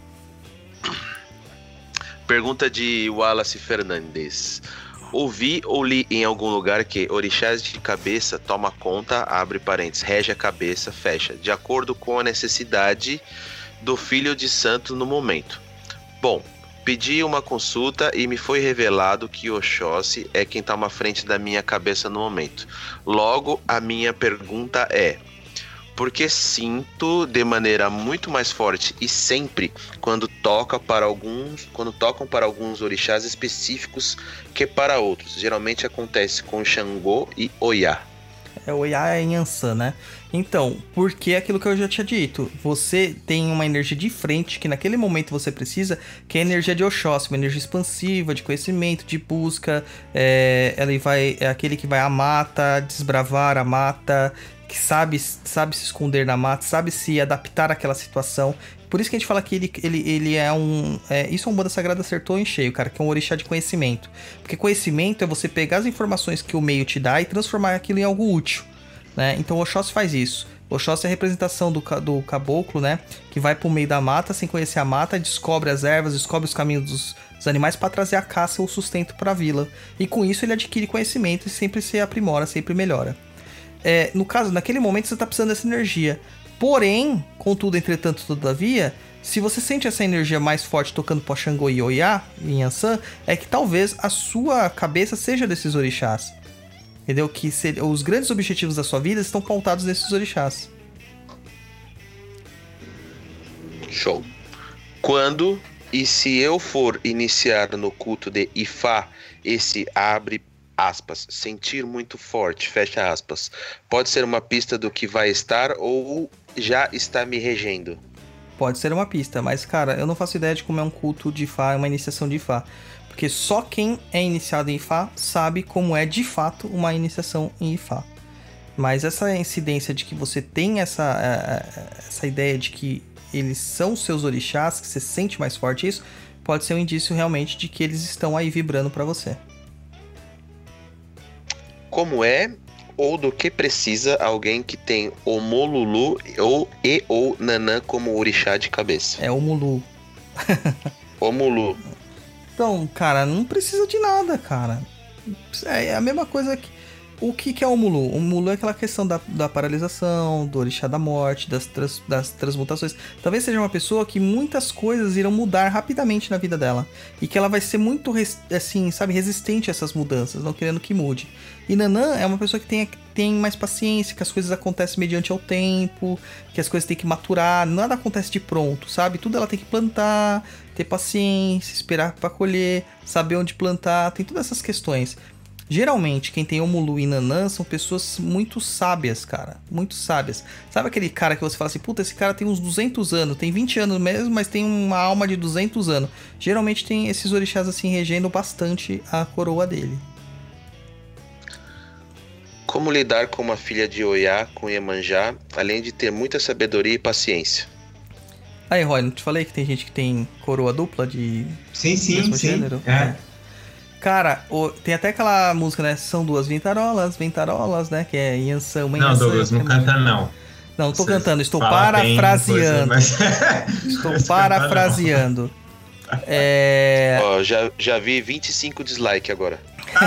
Pergunta de Wallace Fernandes. Ouvi ou li em algum lugar que orixás de cabeça toma conta, abre parênteses, rege a cabeça, fecha, de acordo com a necessidade do filho de santo no momento. Bom, pedi uma consulta e me foi revelado que Oxóssi é quem toma a frente da minha cabeça no momento. Logo, a minha pergunta é: porque sinto de maneira muito mais forte e sempre quando toca para alguns, quando tocam para alguns orixás específicos que para outros. Geralmente acontece com Xangô e Oiá. É o Oiá é Yansan, né? Então, porque é aquilo que eu já tinha dito. Você tem uma energia de frente que naquele momento você precisa, que é a energia de Oxóssi, uma energia expansiva, de conhecimento, de busca. É, ela vai, é aquele que vai à mata, desbravar a mata, que sabe, sabe se esconder na mata, sabe se adaptar àquela situação. Por isso que a gente fala que ele, ele, ele é um... É, isso a Umbanda Sagrada acertou em cheio, cara, que é um orixá de conhecimento. Porque conhecimento é você pegar as informações que o meio te dá e transformar aquilo em algo útil, né? Então o Oxóssi faz isso. O Oxóssi é a representação do, do caboclo, né? Que vai pro meio da mata, sem conhecer a mata, descobre as ervas, descobre os caminhos dos, dos animais para trazer a caça ou o sustento para a vila. E com isso ele adquire conhecimento e sempre se aprimora, sempre melhora. É, no caso, naquele momento você tá precisando dessa energia. Porém, contudo, entretanto, todavia, se você sente essa energia mais forte tocando pro Xangô e Oiá, em Yansan, é que talvez a sua cabeça seja desses orixás. Entendeu? Que se, os grandes objetivos da sua vida estão pautados nesses orixás. Show. Quando e se eu for iniciar no culto de Ifá, esse abre aspas, sentir muito forte, fecha aspas, pode ser uma pista do que vai estar ou já está me regendo? Pode ser uma pista, mas cara, eu não faço ideia de como é um culto de Ifá, uma iniciação de Ifá. Porque só quem é iniciado em Ifá sabe como é de fato uma iniciação em Ifá. Mas essa incidência de que você tem essa, essa ideia de que eles são seus orixás, que você sente mais forte isso, pode ser um indício realmente de que eles estão aí vibrando para você. Como é ou do que precisa alguém que tem o Molulu ou, e ou Nanã como orixá de cabeça? É o Mulu. O Mulu. Então, cara, não precisa de nada, cara. É a mesma coisa que... O que, que é o Mulu? O Mulu é aquela questão da, da paralisação, do orixá da morte, das, trans, das transmutações. Talvez seja uma pessoa que muitas coisas irão mudar rapidamente na vida dela. E que ela vai ser muito, assim, sabe, resistente a essas mudanças, não querendo que mude. E Nanã é uma pessoa que tem, tem mais paciência, que as coisas acontecem mediante ao tempo, que as coisas têm que maturar, nada acontece de pronto, sabe? Tudo ela tem que plantar, ter paciência, esperar para colher, saber onde plantar, tem todas essas questões. Geralmente, quem tem Omulu e Nanã são pessoas muito sábias, cara. Muito sábias. Sabe aquele cara que você fala assim, puta, esse cara tem uns duzentos anos, tem vinte anos mesmo, mas tem uma alma de duzentos anos. Geralmente tem esses orixás assim regendo bastante a coroa dele. Como lidar com uma filha de Oiá com Iemanjá, além de ter muita sabedoria e paciência? Aí, Roy, não te falei que tem gente que tem coroa dupla de Sim, sim, mesmo sim. gênero? É. Cara, o- tem até aquela música, né? São duas ventarolas, ventarolas, né? Que é Yansan, uma Não, Yansan, Douglas, não outra Iemanjá. canta não. Não, tô Você cantando, estou fala bem, parafraseando. coisa, mas- Estou mas parafraseando. É, Ó, já, já vi vinte e cinco dislike agora.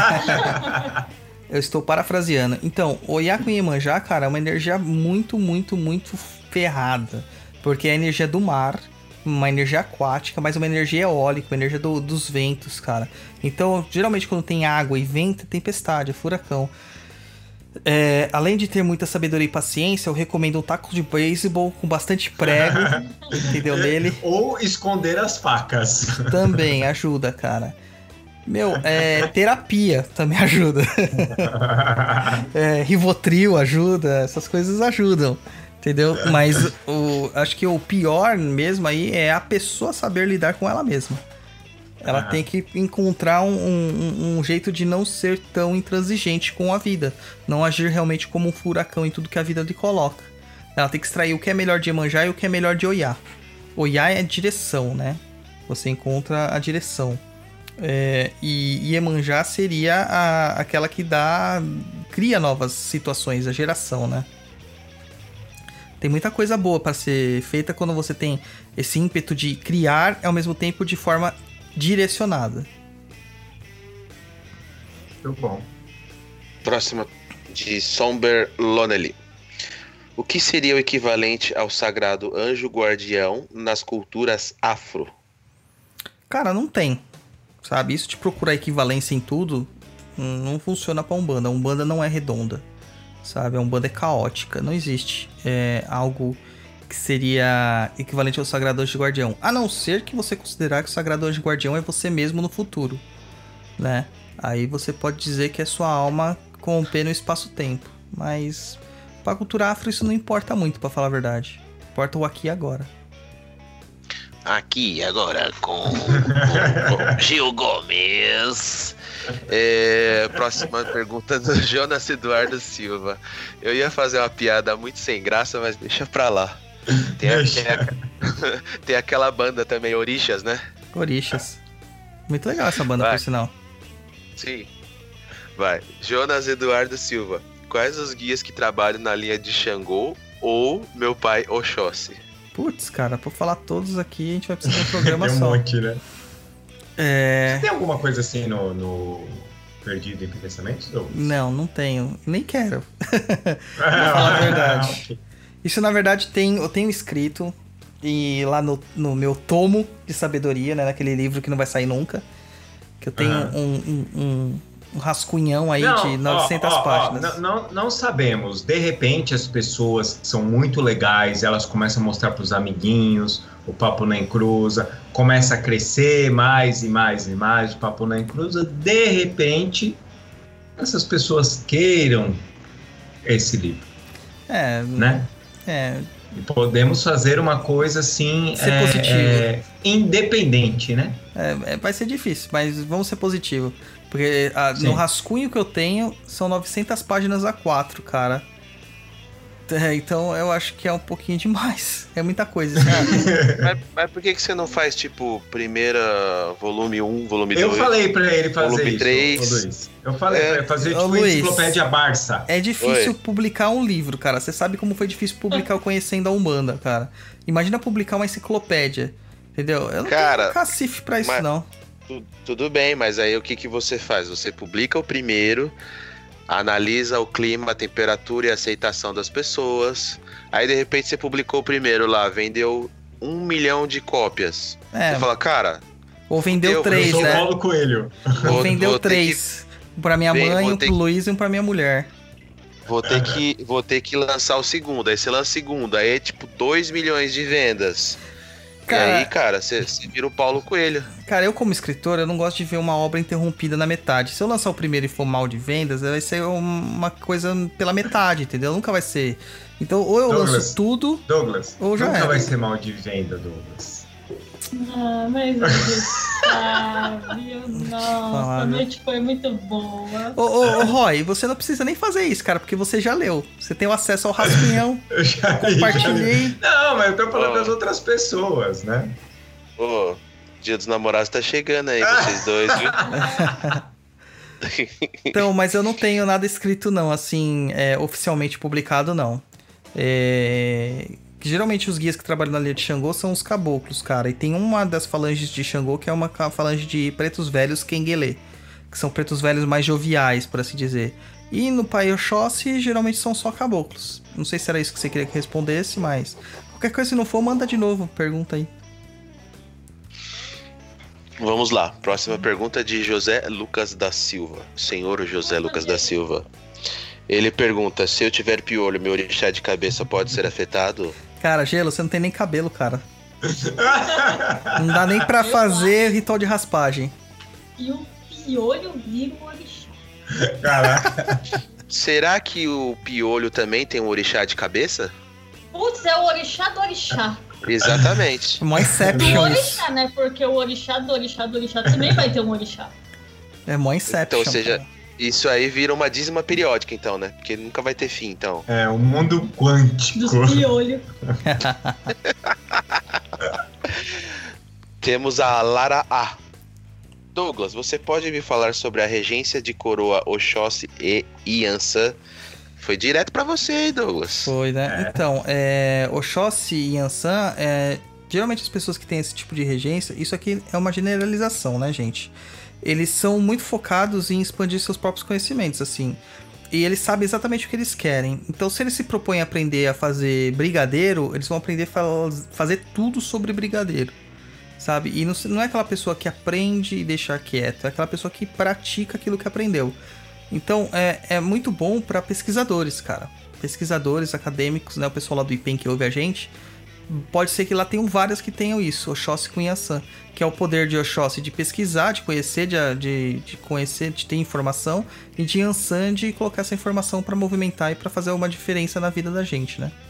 eu estou parafraseando. Então, o Oiá com Iemanjá, cara, é uma energia muito, muito, muito ferrada. Porque é a energia do mar, uma energia aquática, mas uma energia eólica, uma energia do- dos ventos, cara. Então, geralmente quando tem água e vento, é tempestade, é furacão. É, além de ter muita sabedoria e paciência, eu recomendo um taco de beisebol com bastante prego, entendeu, nele. Ou esconder as facas. Também ajuda, cara. Meu, é, terapia também ajuda. É, Rivotril ajuda, essas coisas ajudam, entendeu? Mas o, acho que o pior mesmo aí é a pessoa saber lidar com ela mesma. Ela Ah. tem que encontrar um, um- um jeito de não ser tão intransigente com a vida. Não agir realmente como um furacão em tudo que a vida lhe coloca. Ela tem que extrair o que é melhor de Iemanjá e o que é melhor de Oiá. Oiá é direção, né? Você encontra a direção. É, e Iemanjá seria a, aquela que dá, cria novas situações, a geração, né? Tem muita coisa boa para ser feita quando você tem esse ímpeto de criar ao mesmo tempo de forma direcionada. Muito bom. Próxima de Somber Lonely. O que seria o equivalente ao sagrado anjo guardião nas culturas afro? Cara, não tem. Sabe? Isso de procurar equivalência em tudo hum, não funciona pra Umbanda. A Umbanda não é redonda. Sabe? A Umbanda é caótica. Não existe é, algo que seria equivalente ao Sagrado Anjo Guardião. A não ser que você considerar que o Sagrado Anjo Guardião é você mesmo no futuro. Né? Aí você pode dizer que é sua alma com o pé no espaço-tempo. Mas pra cultura afro isso não importa muito, pra falar a verdade. Importa o aqui e agora. Aqui agora com, com Gil Gomes. É, próxima pergunta do Jonas Eduardo Silva. Eu ia fazer uma piada muito sem graça, mas deixa pra lá. Tem, a- Deixa. tem a- tem aquela banda também, Orixás, né? Orixás. Muito legal essa banda, Vai. por sinal. Sim. Vai. Jonas Eduardo Silva. Quais os guias que trabalham na linha de Xangô ou meu pai Oxóssi? Putz, cara, pra falar todos aqui, a gente vai precisar de um programa Tem um só. monte, né? É... Tem alguma coisa assim no, no Perdido em Pensamentos? Douglas? Não, não tenho. Nem quero. Pra falar a verdade. Isso, na verdade, tem, eu tenho escrito. E lá no, no meu tomo de sabedoria, né? Naquele livro que não vai sair nunca. Que eu tenho Aham. um, um, um, um rascunhão aí de novecentas ó, ó, ó, páginas. não, não, não sabemos. De repente, as pessoas são muito legais, elas começam a mostrar para os amiguinhos, o Papo Nem Cruza, começa a crescer mais e mais e mais o Papo Nem Cruza. De repente, essas pessoas queiram esse livro, É, né? é. E podemos fazer uma coisa assim, Ser é, positivo. é, independente, né? É, é, vai ser difícil, mas vamos ser positivo. Porque a- Sim. no rascunho que eu tenho, são novecentas páginas a quatro, cara. É, então eu acho que é um pouquinho demais. É muita coisa, sabe? Mas, mas por que, que você não faz, tipo, primeira volume um, volume dois? Eu falei pra ele fazer volume isso, três. ô Luiz. Eu falei É. pra ele fazer Ô, tipo Luiz. enciclopédia Barça. É difícil Oi. publicar um livro, cara. Você sabe como foi difícil publicar o Conhecendo a Umbanda, cara. Imagina publicar uma enciclopédia, entendeu? Eu não Cara, tenho cacife pra isso, mas- não. Tu- Tudo bem, mas aí o que, que você faz? Você publica o primeiro, analisa o clima, a temperatura e a aceitação das pessoas. Aí de repente você publicou o primeiro lá, vendeu um milhão de cópias. É, Você fala, cara, ou vendeu eu- três, eu sou né? Paulo Coelho. Ou vou, vendeu vou ter três. Um pra minha Vem, mãe, vou um ter pro que- Luiz e um pra minha mulher. que, vou, ter que, vou ter que lançar o segundo. Aí você lança o segundo, aí é tipo dois milhões de vendas. Cara- E aí, cara, você vira o Paulo Coelho. Cara, eu como escritor, eu não gosto de ver uma obra interrompida na metade. Se eu lançar o primeiro e for mal de vendas, vai ser uma coisa pela metade, entendeu? Nunca vai ser. Então, ou eu Douglas. lanço tudo, Douglas, Ou já nunca era. vai ser mal de venda, Douglas. Ah, mas a gente sabe. Nossa, a noite foi muito boa. Ô, ô, ô, Roy, você não precisa nem fazer isso, cara, porque você já leu. Você tem o acesso ao rascunhão. Eu já vi, Compartilhei. já vi. Não, mas eu tô falando Oh. das outras pessoas, né? Ô, Dia dos Namorados tá chegando aí, vocês dois, viu? Então, mas eu não tenho nada escrito, não, assim, é, oficialmente publicado, não. É... que Geralmente os guias que trabalham na linha de Xangô são os caboclos, cara. E tem uma das falanges de Xangô que é uma ca- falange de pretos velhos Kenguelê. Que são pretos velhos mais joviais, por assim dizer. E no Pai Oxóssi, geralmente são só caboclos. Não sei se era isso que você queria que respondesse, mas... Qualquer coisa, se não for, manda de novo. Pergunta aí. Vamos lá, próxima pergunta de José Lucas da Silva. Senhor José Lucas da Silva. Ele pergunta, se eu tiver piolho, meu orixá de cabeça pode ser afetado? Cara, Gelo, você não tem nem cabelo, cara. Não dá nem pra fazer ritual de raspagem. E o piolho vira um orixá. Caraca. Será que o piolho também tem um orixá de cabeça? Putz, é o orixá do orixá. Exatamente. É mó Do Inception isso. orixá, né? Porque o orixá do orixá do orixá também vai ter um orixá. É mó Inception. Então, ou seja, cara. isso aí vira uma dízima periódica, então, né? Porque nunca vai ter fim, então. É um mundo quântico. Dos piolhos. Temos a Lara A. Douglas, você pode me falar sobre a regência de coroa Oxóssi e Yansan? Foi direto pra você, hein, Douglas? Foi, né? É. Então, é, Oxóssi e Yansan, é, geralmente as pessoas que têm esse tipo de regência, isso aqui é uma generalização, né, gente? Eles são muito focados em expandir seus próprios conhecimentos, assim. E eles sabem exatamente o que eles querem. Então, se eles se propõem a aprender a fazer brigadeiro, eles vão aprender a fa- fazer tudo sobre brigadeiro, sabe? E não, não é aquela pessoa que aprende e deixa quieto, é aquela pessoa que pratica aquilo que aprendeu. Então, é, é muito bom para pesquisadores, cara. Pesquisadores, acadêmicos, né? O pessoal lá do I P E M que ouve a gente. Pode ser que lá tenham várias que tenham isso, Oxóssi com Yansan, que é o poder de Oxóssi de pesquisar, de conhecer, de, de, de conhecer, de ter informação, e de Yansan de colocar essa informação para movimentar e para fazer uma diferença na vida da gente, né?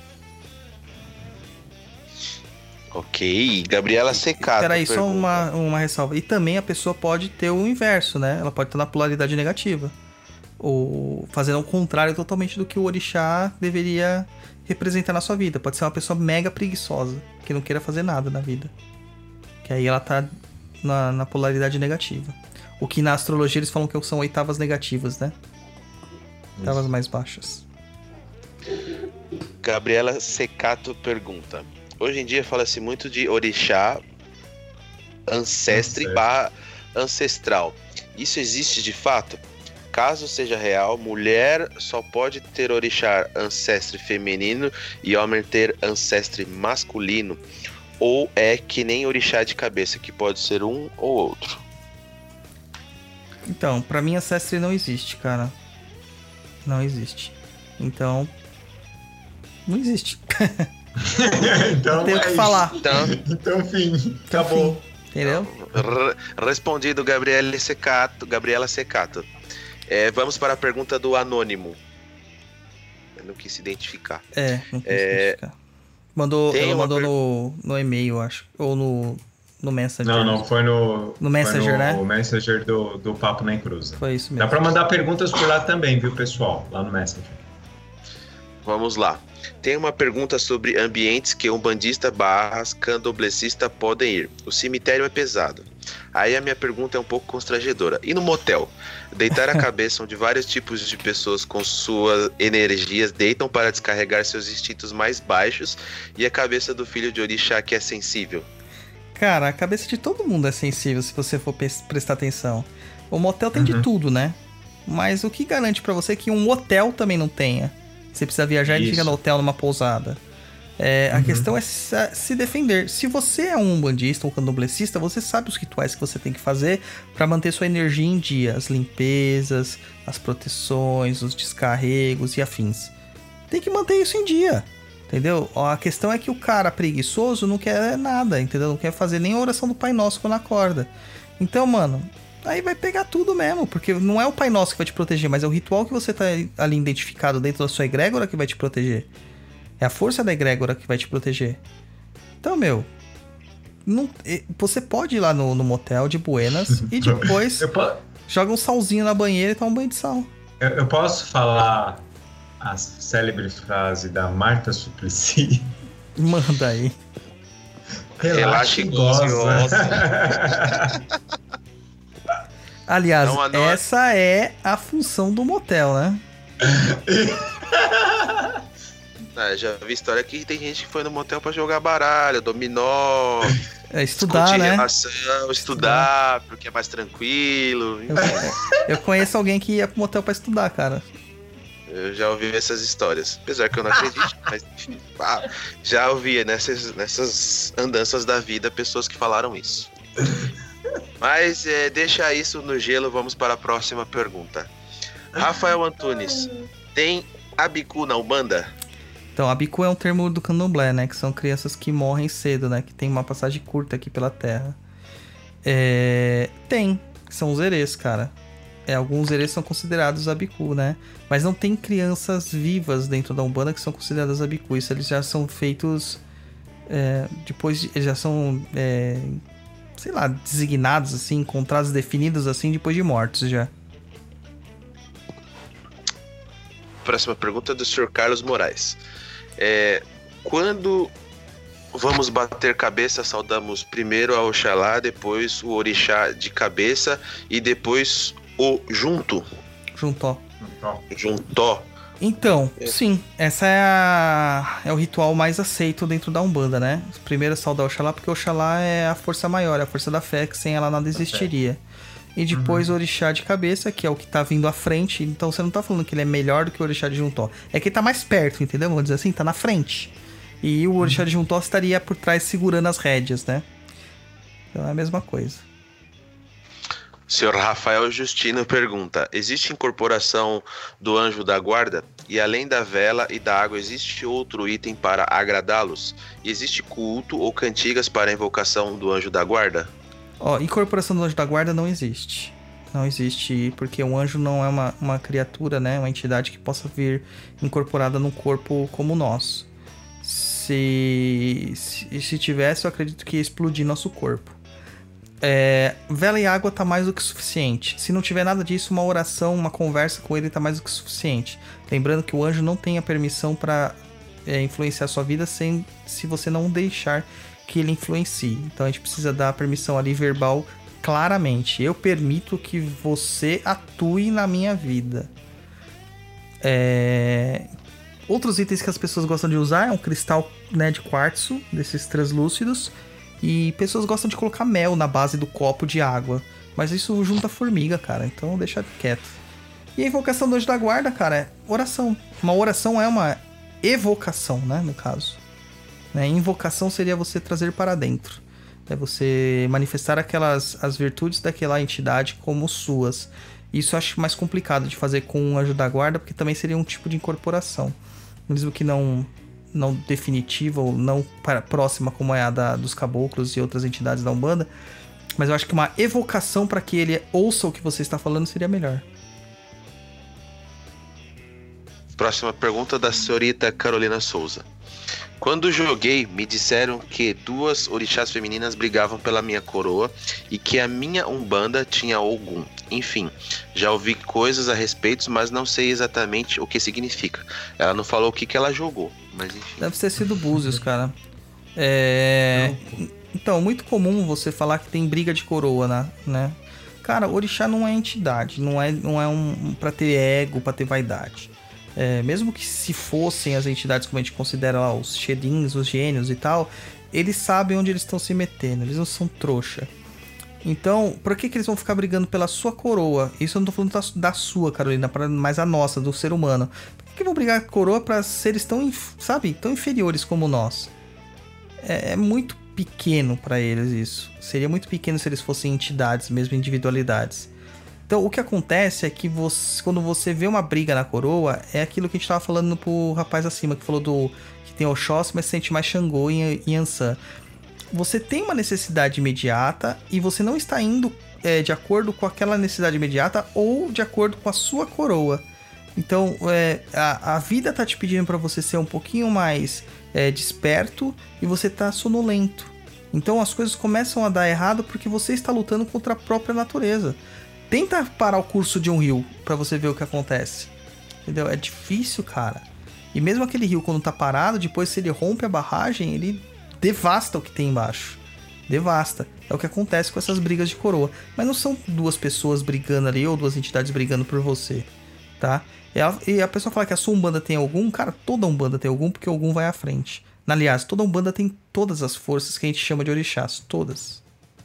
Ok, Gabriela Secato. Peraí, só pergunta. uma, uma ressalva. E também a pessoa pode ter o inverso, né? Ela pode estar na polaridade negativa. Ou fazendo o contrário totalmente do que o orixá deveria representar na sua vida. Pode ser uma pessoa mega preguiçosa, que não queira fazer nada na vida. Que aí ela tá na, na polaridade negativa. O que na astrologia eles falam que são oitavas negativas, né? Oitavas mais baixas. Gabriela Secato pergunta. Hoje em dia fala-se muito de orixá, ancestre Ancestral. barra ancestral. Isso existe de fato? Caso seja real, mulher só pode ter orixá ancestre feminino e homem ter ancestre masculino? Ou é que nem orixá de cabeça, que pode ser um ou outro? Então, pra mim ancestre não existe, cara. Não existe. Então, não existe. Então, Não tenho o é que isso. falar. Então, Então, fim. Então, Acabou. fim. Entendeu? re- respondido Gabriela Secato. Gabriela Secato. É, vamos para a pergunta do Anônimo. Eu não quis se identificar. É, não quis É, identificar. Mandou, tem ela uma mandou per- no, no e-mail, eu acho. Ou no, no Messenger. Não, não, foi no... No Messenger, foi né? no Messenger do, do Papo Nem Cruza. Foi isso Dá mesmo. pra mandar perguntas por lá também, viu, pessoal? Lá no Messenger. Vamos lá. Tem uma pergunta sobre ambientes que um bandista barra candomblessista podem ir. O cemitério é pesado. Aí a minha pergunta é um pouco constrangedora. E no motel? Deitar a cabeça onde vários tipos de pessoas com suas energias deitam para descarregar seus instintos mais baixos e a cabeça do filho de orixá que é sensível. Cara, a cabeça de todo mundo é sensível se você for pes- prestar atenção. O motel tem Uhum. de tudo, né? Mas o que garante pra você que um hotel também não tenha? Você precisa viajar e Isso. fica no hotel numa pousada. É, a Uhum. questão é se, se defender. Se você é um umbandista ou candomblessista, você sabe os rituais que você tem que fazer pra manter sua energia em dia. As limpezas, as proteções, os descarregos e afins. Tem que manter isso em dia. Entendeu? A questão é que o cara preguiçoso não quer nada, entendeu? Não quer fazer nem a oração do Pai Nosso quando acorda. Então, mano, aí vai pegar tudo mesmo, porque não é o Pai Nosso que vai te proteger, mas é o ritual que você tá ali identificado dentro da sua egrégora que vai te proteger. É a força da egrégora que vai te proteger. Então, meu, não, você pode ir lá no, no motel de Buenas e depois po- joga um salzinho na banheira e toma um banho de sal. Eu, eu posso falar a célebre frase da Marta Suplicy? Manda aí. Relaxa e goza. Aliás, Não, não é- essa é a função do motel, né? Ah, já vi história que tem gente que foi no motel pra jogar baralho, dominó, É estudar, discutir né? relação, estudar, porque é mais tranquilo. Eu, eu conheço alguém que ia pro motel pra estudar, cara. Eu já ouvi essas histórias. Apesar que eu não acredito, mas enfim, ah, já ouvi nessas, nessas andanças da vida pessoas que falaram isso. Mas é, deixa isso no gelo, vamos para a próxima pergunta. Rafael Antunes, tem abicu na Umbanda? Então, abicu é um termo do candomblé, né? Que são crianças que morrem cedo, né? Que tem uma passagem curta aqui pela Terra. É... Tem, são os herês, cara. É, alguns herês são considerados abicu, né? Mas não tem crianças vivas dentro da Umbanda que são consideradas abicu. Isso eles já são feitos... É, depois, de, eles já são... É, sei lá, designados, assim, encontrados, definidos, assim, depois de mortos, já. Próxima pergunta é do senhor Carlos Moraes. É, quando vamos bater cabeça, saudamos primeiro a Oxalá, depois o Orixá de cabeça e depois o Junto. Juntó. Juntó. Então, É. sim, essa é, a, é o ritual mais aceito dentro da Umbanda, né? Primeiro saudar Oxalá, porque Oxalá é a força maior, é a força da fé, que sem ela nada existiria. E depois o Orixá de cabeça, que é o que tá vindo à frente. Então você não tá falando que ele é melhor do que o Orixá de Juntó. É que ele tá mais perto, entendeu? Vamos dizer assim, tá na frente. E o Orixá de Juntó estaria por trás segurando as rédeas, né? Então é a mesma coisa. Senhor Rafael Justino pergunta: existe incorporação do anjo da guarda? E além da vela e da água, existe outro item para agradá-los? E existe culto ou cantigas para a invocação do anjo da guarda? Ó, incorporação do anjo da guarda não existe. Não existe, porque um anjo não é uma, uma criatura, né? Uma entidade que possa vir incorporada num corpo como o nosso. Se, se, se tivesse, eu acredito que ia explodir nosso corpo. É, vela e água tá mais do que suficiente. Se não tiver nada disso, uma oração, uma conversa com ele tá mais do que suficiente. Lembrando que o anjo não tem a permissão para é, influenciar a sua vida sem, se você não deixar que ele influencie. Então a gente precisa dar a permissão ali verbal claramente. Eu permito que você atue na minha vida. É... Outros itens que as pessoas gostam de usar é um cristal, né, de quartzo, desses translúcidos. E pessoas gostam de colocar mel na base do copo de água. Mas isso junta formiga, cara. Então deixa quieto. E a invocação do anjo da guarda, cara, é oração. Uma oração é uma evocação, né, no caso. Né? Invocação seria você trazer para dentro. É você manifestar aquelas as virtudes daquela entidade como suas. Isso eu acho mais complicado de fazer com um anjo da guarda, porque também seria um tipo de incorporação. Mesmo que não... não definitiva ou não para, próxima como é a da, dos caboclos e outras entidades da Umbanda, mas eu acho que uma evocação para que ele ouça o que você está falando seria melhor. Próxima pergunta da senhorita Carolina Souza. Quando joguei, me disseram que duas orixás femininas brigavam pela minha coroa e que a minha Umbanda tinha Ogum. Enfim, já ouvi coisas a respeito, mas não sei exatamente o que significa. Ela não falou o que, que ela jogou, mas enfim. Deve ter sido Búzios, cara. É... Então, muito comum você falar que tem briga de coroa, né? né? Cara, orixá não é entidade, não é, não é um pra ter ego, pra ter vaidade. É, mesmo que se fossem as entidades como a gente considera lá, os Xedins, os gênios e tal, eles sabem onde eles estão se metendo, eles não são trouxa. Então, por que, que eles vão ficar brigando pela sua coroa? Isso eu não tô falando da, da sua, Carolina, mas a nossa, do ser humano. Por que, que vão brigar com a coroa pra seres tão, sabe, tão inferiores como nós? É, é muito pequeno pra eles isso. Seria muito pequeno se eles fossem entidades, mesmo individualidades. Então, o que acontece é que você, quando você vê uma briga na coroa, é aquilo que a gente tava falando pro rapaz acima, que falou do que tem Oxóssi, mas sente mais Xangô e Yansan. Você tem uma necessidade imediata e você não está indo é, de acordo com aquela necessidade imediata ou de acordo com a sua coroa. Então, é, a, a vida tá te pedindo para você ser um pouquinho mais é, desperto e você tá sonolento. Então, as coisas começam a dar errado porque você está lutando contra a própria natureza. Tenta parar o curso de um rio para você ver o que acontece. Entendeu? É difícil, cara. E mesmo aquele rio, quando tá parado, depois se ele rompe a barragem, ele devasta o que tem embaixo. Devasta. É o que acontece com essas brigas de coroa. Mas não são duas pessoas brigando ali ou duas entidades brigando por você, tá? E a, e a pessoa fala que a sua Umbanda tem algum, cara, toda Umbanda tem algum, porque algum vai à frente. Aliás, toda Umbanda tem todas as forças que a gente chama de orixás, todas.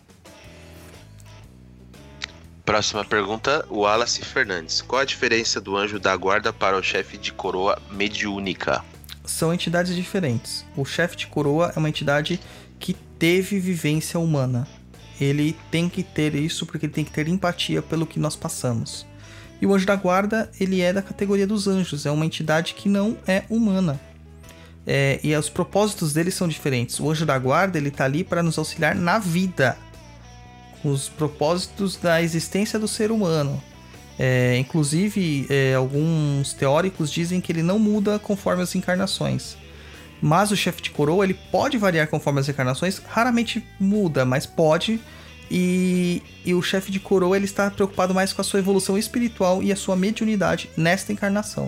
Próxima pergunta, Wallace Fernandes. Qual a diferença do anjo da guarda para o chefe de coroa mediúnica? São entidades diferentes. O chefe de coroa é uma entidade que teve vivência humana. Ele tem que ter isso porque ele tem que ter empatia pelo que nós passamos. E o anjo da guarda, ele é da categoria dos anjos. É uma entidade que não é humana. É, e os propósitos dele são diferentes. O anjo da guarda, ele tá ali para nos auxiliar na vida. Os propósitos da existência do ser humano. É, inclusive, é, alguns teóricos dizem que ele não muda conforme as encarnações. Mas o chefe de coroa, ele pode variar conforme as encarnações. Raramente muda, mas pode. E, e o chefe de coroa, ele está preocupado mais com a sua evolução espiritual e a sua mediunidade nesta encarnação.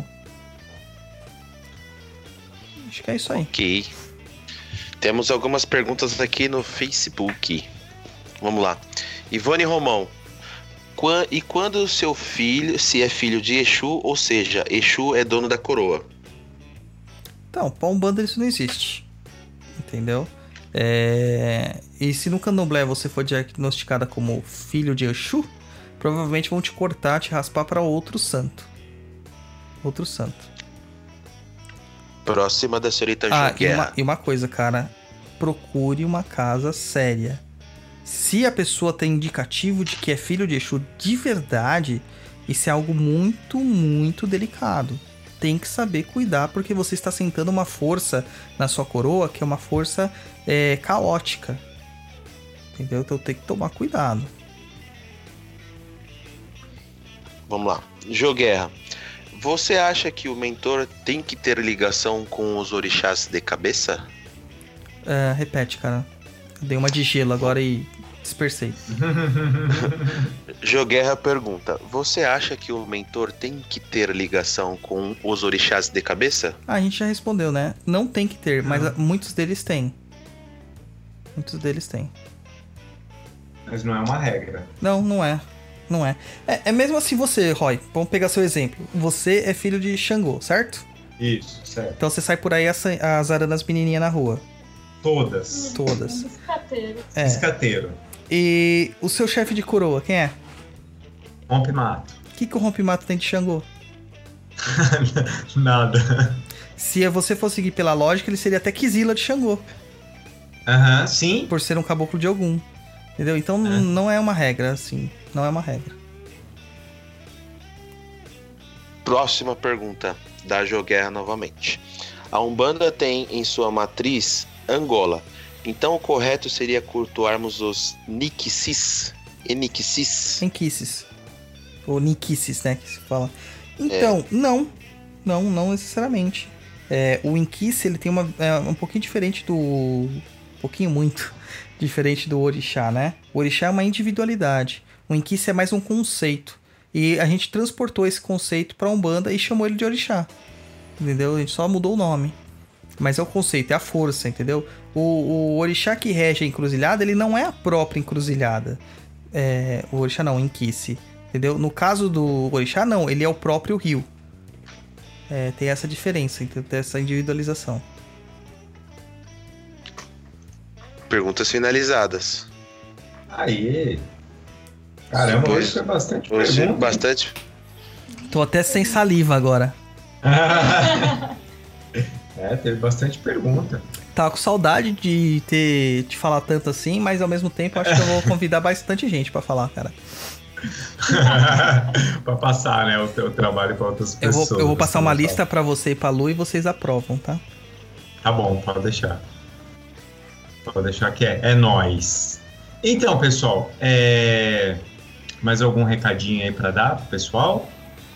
Acho que é isso aí. Ok. Temos algumas perguntas aqui no Facebook. Vamos lá. Ivone Romão. Qua- e quando o seu filho, se é filho de Exu, ou seja, Exu é dono da coroa? Então, pra Umbanda isso não existe. Entendeu? É... E se no candomblé você for diagnosticada como filho de Exu, provavelmente vão te cortar, te raspar para outro santo. Outro santo. Próxima da senhorita Ah, Joguerra. e uma, e uma coisa, cara. Procure uma casa séria. Se a pessoa tem indicativo de que é filho de Exu de verdade, isso é algo muito, muito delicado. Tem que saber cuidar, porque você está sentando uma força na sua coroa, que é uma força é, caótica. Entendeu? Então tem que tomar cuidado. Vamos lá. Joguerra. Você acha que o mentor tem que ter ligação com os orixás de cabeça? É, repete, cara. Eu dei uma de gelo agora e dispersei. Joguerra pergunta: você acha que o mentor tem que ter ligação com os orixás de cabeça? Ah, a gente já respondeu, né? Não tem que ter, mas Não. muitos deles têm. Muitos deles têm. Mas não é uma regra. Não, não é. Não é. É, é mesmo assim você, Roy. Vamos pegar seu exemplo. Você é filho de Xangô, certo? Isso, certo. Então você sai por aí as, as aranas menininhas na rua. Todas. Todas. Um biscateiro. É. Escateiro. E o seu chefe de coroa, quem é? Rompe mato. O que, que o rompe-mato tem de Xangô? Nada. Se você for seguir pela lógica, ele seria até Kizila de Xangô, Aham, sim. por ser um caboclo de Ogum. Entendeu? Então É. não é uma regra, assim. Não é uma regra. Próxima pergunta da Joguerra novamente. A Umbanda tem em sua matriz Angola. Então o correto seria cultuarmos os Nikisis? Enikisis? Enquices. Ou Nikices, né? Que se fala. Então, não. Não, não necessariamente. É, o Enquice, ele tem uma. É um pouquinho diferente do. Um pouquinho muito diferente do Orixá, né? O Orixá é uma individualidade. O Enquice é mais um conceito. E a gente transportou esse conceito pra Umbanda e chamou ele de Orixá. Entendeu? A gente só mudou o nome. Mas é o conceito, é a força, entendeu? O, o Orixá que rege a encruzilhada, ele não é a própria encruzilhada. É, o Orixá não, o Enquice. Entendeu? No caso do Orixá, não, ele é o próprio rio. É, tem essa diferença, então, tem essa individualização. Perguntas finalizadas. Aí. Caramba, Hoje- hoje foi bastante Hoje, pergunta. bastante. Tô até sem saliva agora. É, teve bastante pergunta. Tava com saudade de ter te falar tanto assim, mas ao mesmo tempo acho que eu vou convidar bastante gente pra falar, cara. Pra passar, né, o teu trabalho pra outras Eu vou, pessoas. eu vou passar uma né, lista pra você e pra Lu e vocês aprovam, tá? Tá bom, pode deixar. Pode deixar que é, é nóis. Então, pessoal, é... mais algum recadinho aí pra dar pro pessoal?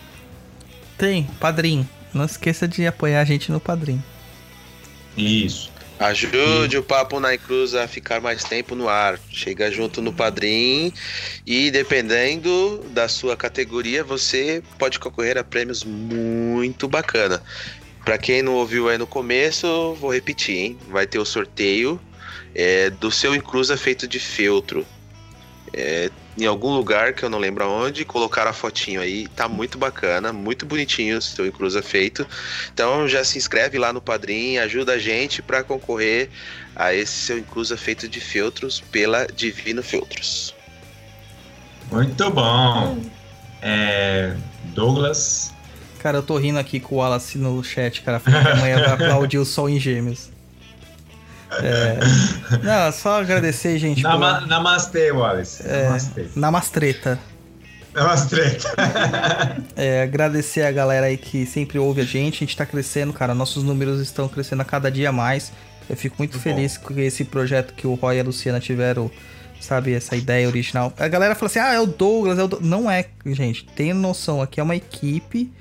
Tem, Padrim. Não esqueça de apoiar a gente no Padrim. Isso. Ajude o Papo na Cruz a ficar mais tempo no ar. Chega junto no Padrim e, dependendo da sua categoria, você pode concorrer a prêmios muito bacana. Pra quem não ouviu aí no começo, vou repetir, hein? Vai ter o sorteio é, do seu encruza feito de feltro. É, em algum lugar que eu não lembro aonde, colocaram a fotinho aí, tá muito bacana, muito bonitinho o seu encruza feito. Então já se inscreve lá no Padrim, ajuda a gente para concorrer a esse seu encruza feito de feltros pela Divino Feltros. Muito bom. É... Douglas. Cara, eu tô rindo aqui com o Wallace no chat, cara, falando que amanhã vai aplaudir o Sol em Gêmeos. É... Não, só agradecer, gente. Nama, por... Namastê, Wallace. É... Namastê. Namastreta. Namastreta. É, agradecer a galera aí que sempre ouve a gente. A gente tá crescendo, cara. Nossos números estão crescendo a cada dia mais. Eu fico muito, muito feliz bom. com esse projeto que o Roy e a Luciana tiveram, sabe, essa ideia original. A galera fala assim, ah, é o Douglas, é o Douglas. Não é, gente. Tenha noção, aqui é uma equipe.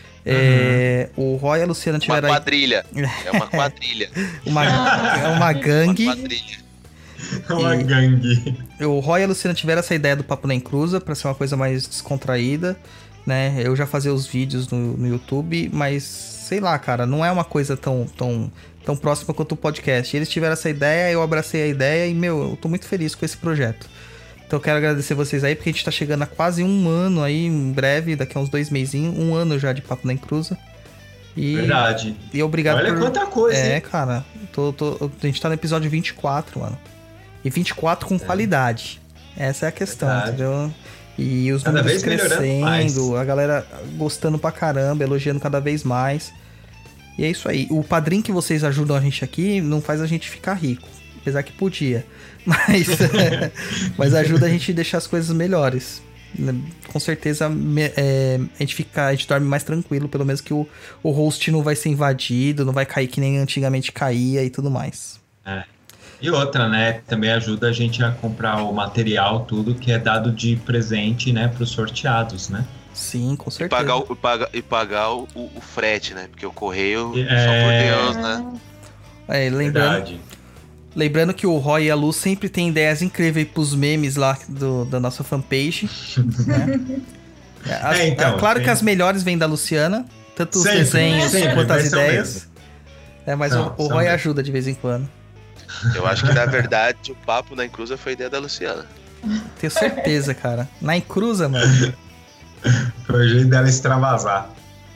É, uhum. O Roy e a Luciana tiveram... Uma quadrilha. É uma quadrilha. uma, é uma gangue. Uma quadrilha. Uma e gangue. O Roy e a Luciana tiveram essa ideia do Papo na Encruza pra ser uma coisa mais descontraída, né? Eu já fazia os vídeos no, no YouTube, mas sei lá, cara, não é uma coisa tão, tão, tão próxima quanto o podcast. Eles tiveram essa ideia, eu abracei a ideia e, meu, eu tô muito feliz com esse projeto. Então eu quero agradecer vocês aí, porque a gente tá chegando a quase um ano aí, em breve, daqui a uns dois mesinhos, um ano já de Papo na Encruza. E, Verdade. E obrigado Olha por... quanta coisa, É, hein? cara, tô, tô, a gente tá no episódio vinte e quatro, mano. E vinte e quatro com é. qualidade. Essa é a questão, Verdade. entendeu? E os cada números vez crescendo, a galera gostando pra caramba, elogiando cada vez mais. E é isso aí. O padrinho que vocês ajudam a gente aqui não faz a gente ficar rico. Apesar que podia. Mas, mas ajuda a gente a deixar as coisas melhores. Com certeza é, a, gente fica, a gente dorme mais tranquilo. Pelo menos que o, o host não vai ser invadido, não vai cair que nem antigamente caía e tudo mais. É. E outra, né? Também ajuda a gente a comprar o material, tudo que é dado de presente, né? Para os sorteados, né? Sim, com certeza. E pagar, o, pagar, e pagar o, o frete, né? Porque o correio, é... só por Deus, né? É, lembrando... Verdade. Lembrando que o Roy e a Lu sempre tem ideias incríveis pros memes lá do, da nossa fanpage. Né? As, é, então, é, claro tem... que as melhores vêm da Luciana, tanto os sempre, desenhos sempre, quanto as ideias. Mesmo. É, mas Não, o, o Roy mesmo. ajuda de vez em quando. Eu acho que na verdade o papo na Encruza foi ideia da Luciana. Tenho certeza, cara. Na Encruza, mano. Foi o jeito dela extravasar.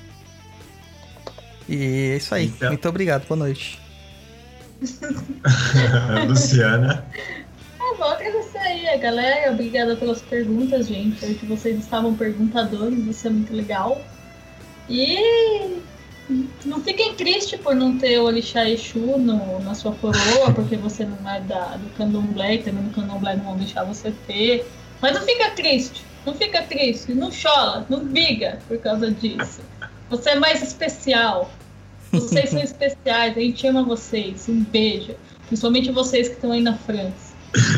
E é isso aí. Então... Muito obrigado. Boa noite. Luciana. Ah, vou agradecer aí a galera, obrigada pelas perguntas, gente. Hoje vocês estavam perguntadores, isso é muito legal. E não fiquem tristes por não ter o Orixá Exu no, na sua coroa, porque você não é da, do candomblé, e também no candomblé não vão deixar você ter. Mas não fica triste, não fica triste, não chora, não briga por causa disso. Você é mais especial. Vocês são especiais, a gente ama vocês. Um beijo. Principalmente vocês que estão aí na França.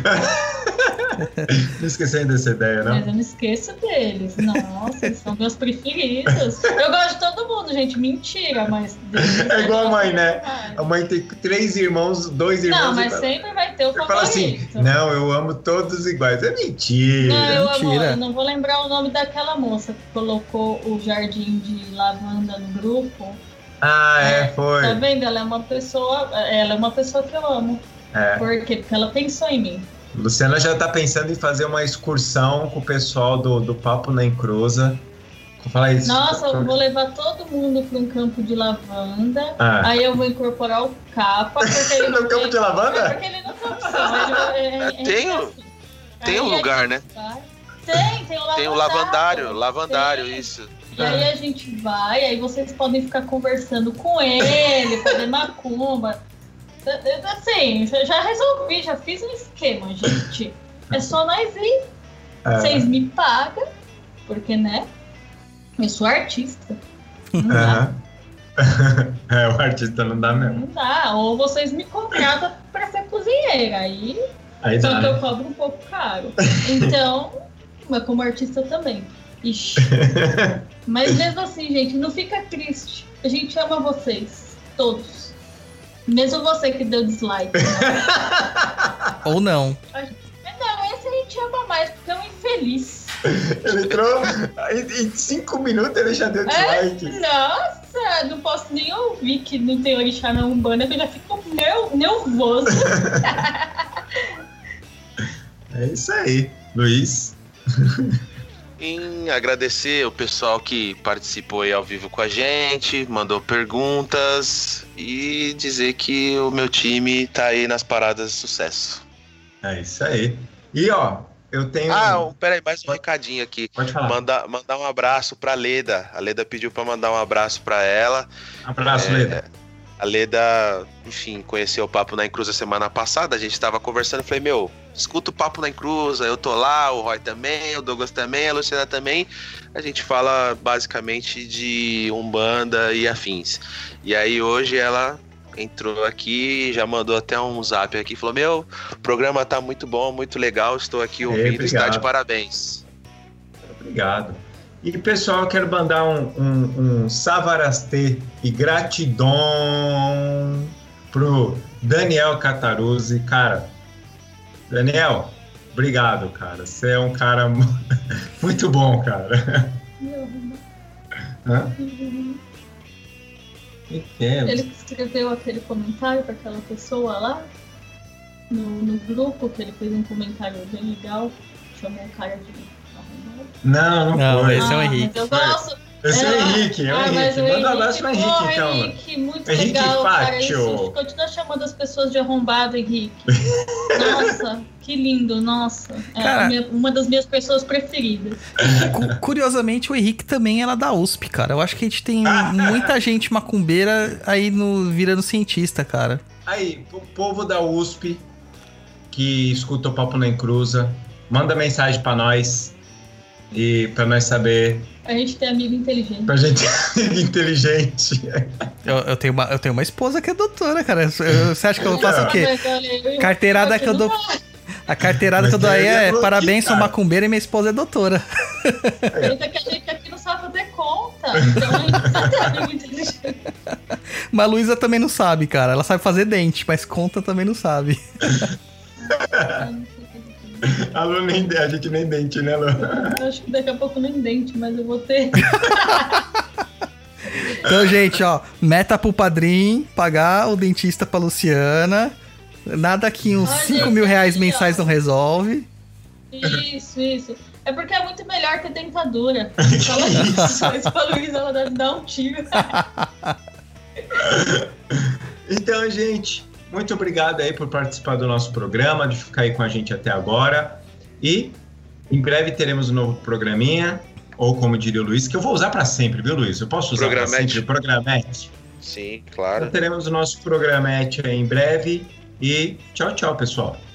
Não esquecendo dessa ideia, não? Mas eu não esqueço deles. Nossa, eles são meus preferidos. Eu gosto de todo mundo, gente. Mentira, mas... É igual a mãe, né? A mãe tem três irmãos, dois irmãos... Não, mas sempre vai ter o favorito. Fala assim, não, eu amo todos iguais. É mentira. Não, eu, mentira. Amo, eu não vou lembrar o nome daquela moça que colocou o jardim de lavanda no grupo. Ah, é, foi. Tá vendo? Ela é uma pessoa, ela é uma pessoa que eu amo. É. Por quê? Porque ela pensou em mim. Luciana já tá pensando em fazer uma excursão com o pessoal do, do Papo na Encruza. Vou falar isso. Nossa, eu vou levar todo mundo para um campo de lavanda. Ah. Aí eu vou incorporar o capa. Porque ele no campo de lavanda? É porque ele não tem opção. Ele, ele, tem o, tem um lugar, né? Vai. Tem, tem o lavandário. Tem o lavandário, lavandário, tem. Isso. E aí a gente vai, aí vocês podem ficar conversando com ele, fazer macumba. Assim, já resolvi, já fiz um esquema, gente. É só nós ir. É. Vocês me pagam, porque, né? Eu sou artista. Uhum. É, o artista não dá mesmo. Não dá. Ou vocês me contratam pra ser cozinheira. Aí, Aí só dá, que eu né? cobro um pouco caro. Então, mas como artista também. Ixi. Mas mesmo assim, gente, não fica triste. A gente ama vocês. Todos. Mesmo você que deu dislike. Né? Ou não. Não, esse a gente ama mais, porque é um infeliz. Ele entrou. Em em cinco minutos ele já deu dislike. É? Nossa, não posso nem ouvir que não tem orixá na Umbanda, que eu já fico neu- nervoso. É isso aí, Luiz. Em agradecer o pessoal que participou aí ao vivo com a gente, mandou perguntas e dizer que o meu time tá aí nas paradas de sucesso. É isso aí. E ó, eu tenho. Ah, um- peraí, mais um recadinho aqui. Pode falar. Mandar, mandar um abraço pra Leda. A Leda pediu pra mandar um abraço pra ela. Abraço, É, Leda. A Leda, enfim, conheceu o Papo na Encruza semana passada. A gente tava conversando e falei, meu, escuta o Papo na Encruza. Eu tô lá, o Roy também, o Douglas também, a Luciana também. A gente fala basicamente de Umbanda e afins. E aí hoje ela entrou aqui, já mandou até um zap aqui, falou, meu, o programa tá muito bom, muito legal, estou aqui ouvindo, está obrigado. de parabéns. Obrigado. E pessoal, eu quero mandar um, um, um savarastê e gratidão pro Daniel Cataruzzi. Cara, Daniel, obrigado, cara. Você é um cara mu- muito bom, cara. Hã? Que que é? Ele que escreveu aquele comentário para aquela pessoa lá no, no grupo, que ele fez um comentário bem legal, chamou o cara de arrombado. Não, não, Não, foi. esse é o Ah, Henrique. mas eu gosto. Esse é o Henrique, é o Ah, mas Henrique. Manda um abraço pro Henrique, porra, então. Henrique, muito Henrique legal, cara. Fátio. Isso, continua chamando as pessoas de arrombado, Henrique. Nossa, que lindo, nossa. É Cara. a minha- uma das minhas pessoas preferidas. Cu- Curiosamente, o Henrique também era da U S P, cara. Eu acho que a gente tem muita gente macumbeira aí no, virando cientista, cara. Aí, o povo da U S P que escuta o Papo na Encruza, manda mensagem pra nós e pra nós saber, A gente tem amigo inteligente. pra gente ser inteligente. Eu, eu, tenho uma, eu tenho uma esposa que é doutora, cara. Eu- eu- Você acha que eu faço o quê? Mas, olha, eu- Carteirada que eu dou. A carteirada que eu dou aí Mas é é parabéns, sou cara. macumbeira e minha esposa é doutora. Ainda que a gente aqui não sabe fazer conta. Então a gente precisa ter amigo inteligente. Mas a Luísa também não sabe, cara. Ela sabe fazer dente, mas conta também não sabe. A Lu nem, a gente nem dente, né, Lu? Eu acho que daqui a pouco nem dente, mas eu vou ter. Então, gente, ó, meta pro padrinho, pagar o dentista pra Luciana. Nada que uns Olha cinco mil esse reais aqui, mensais ó. não resolve. Isso, isso. É porque é muito melhor ter dentadura. Fala isso. Mas pra Luísa ela deve dar um tiro. Então, gente, muito obrigado aí por participar do nosso programa, de ficar aí com a gente até agora. E em breve teremos um novo programinha, ou como diria o Luiz, que eu vou usar pra sempre, viu, Luiz? Eu posso usar pra Programete. sempre o programete? Sim, Então claro. teremos o nosso programete aí em breve. E tchau, tchau, pessoal.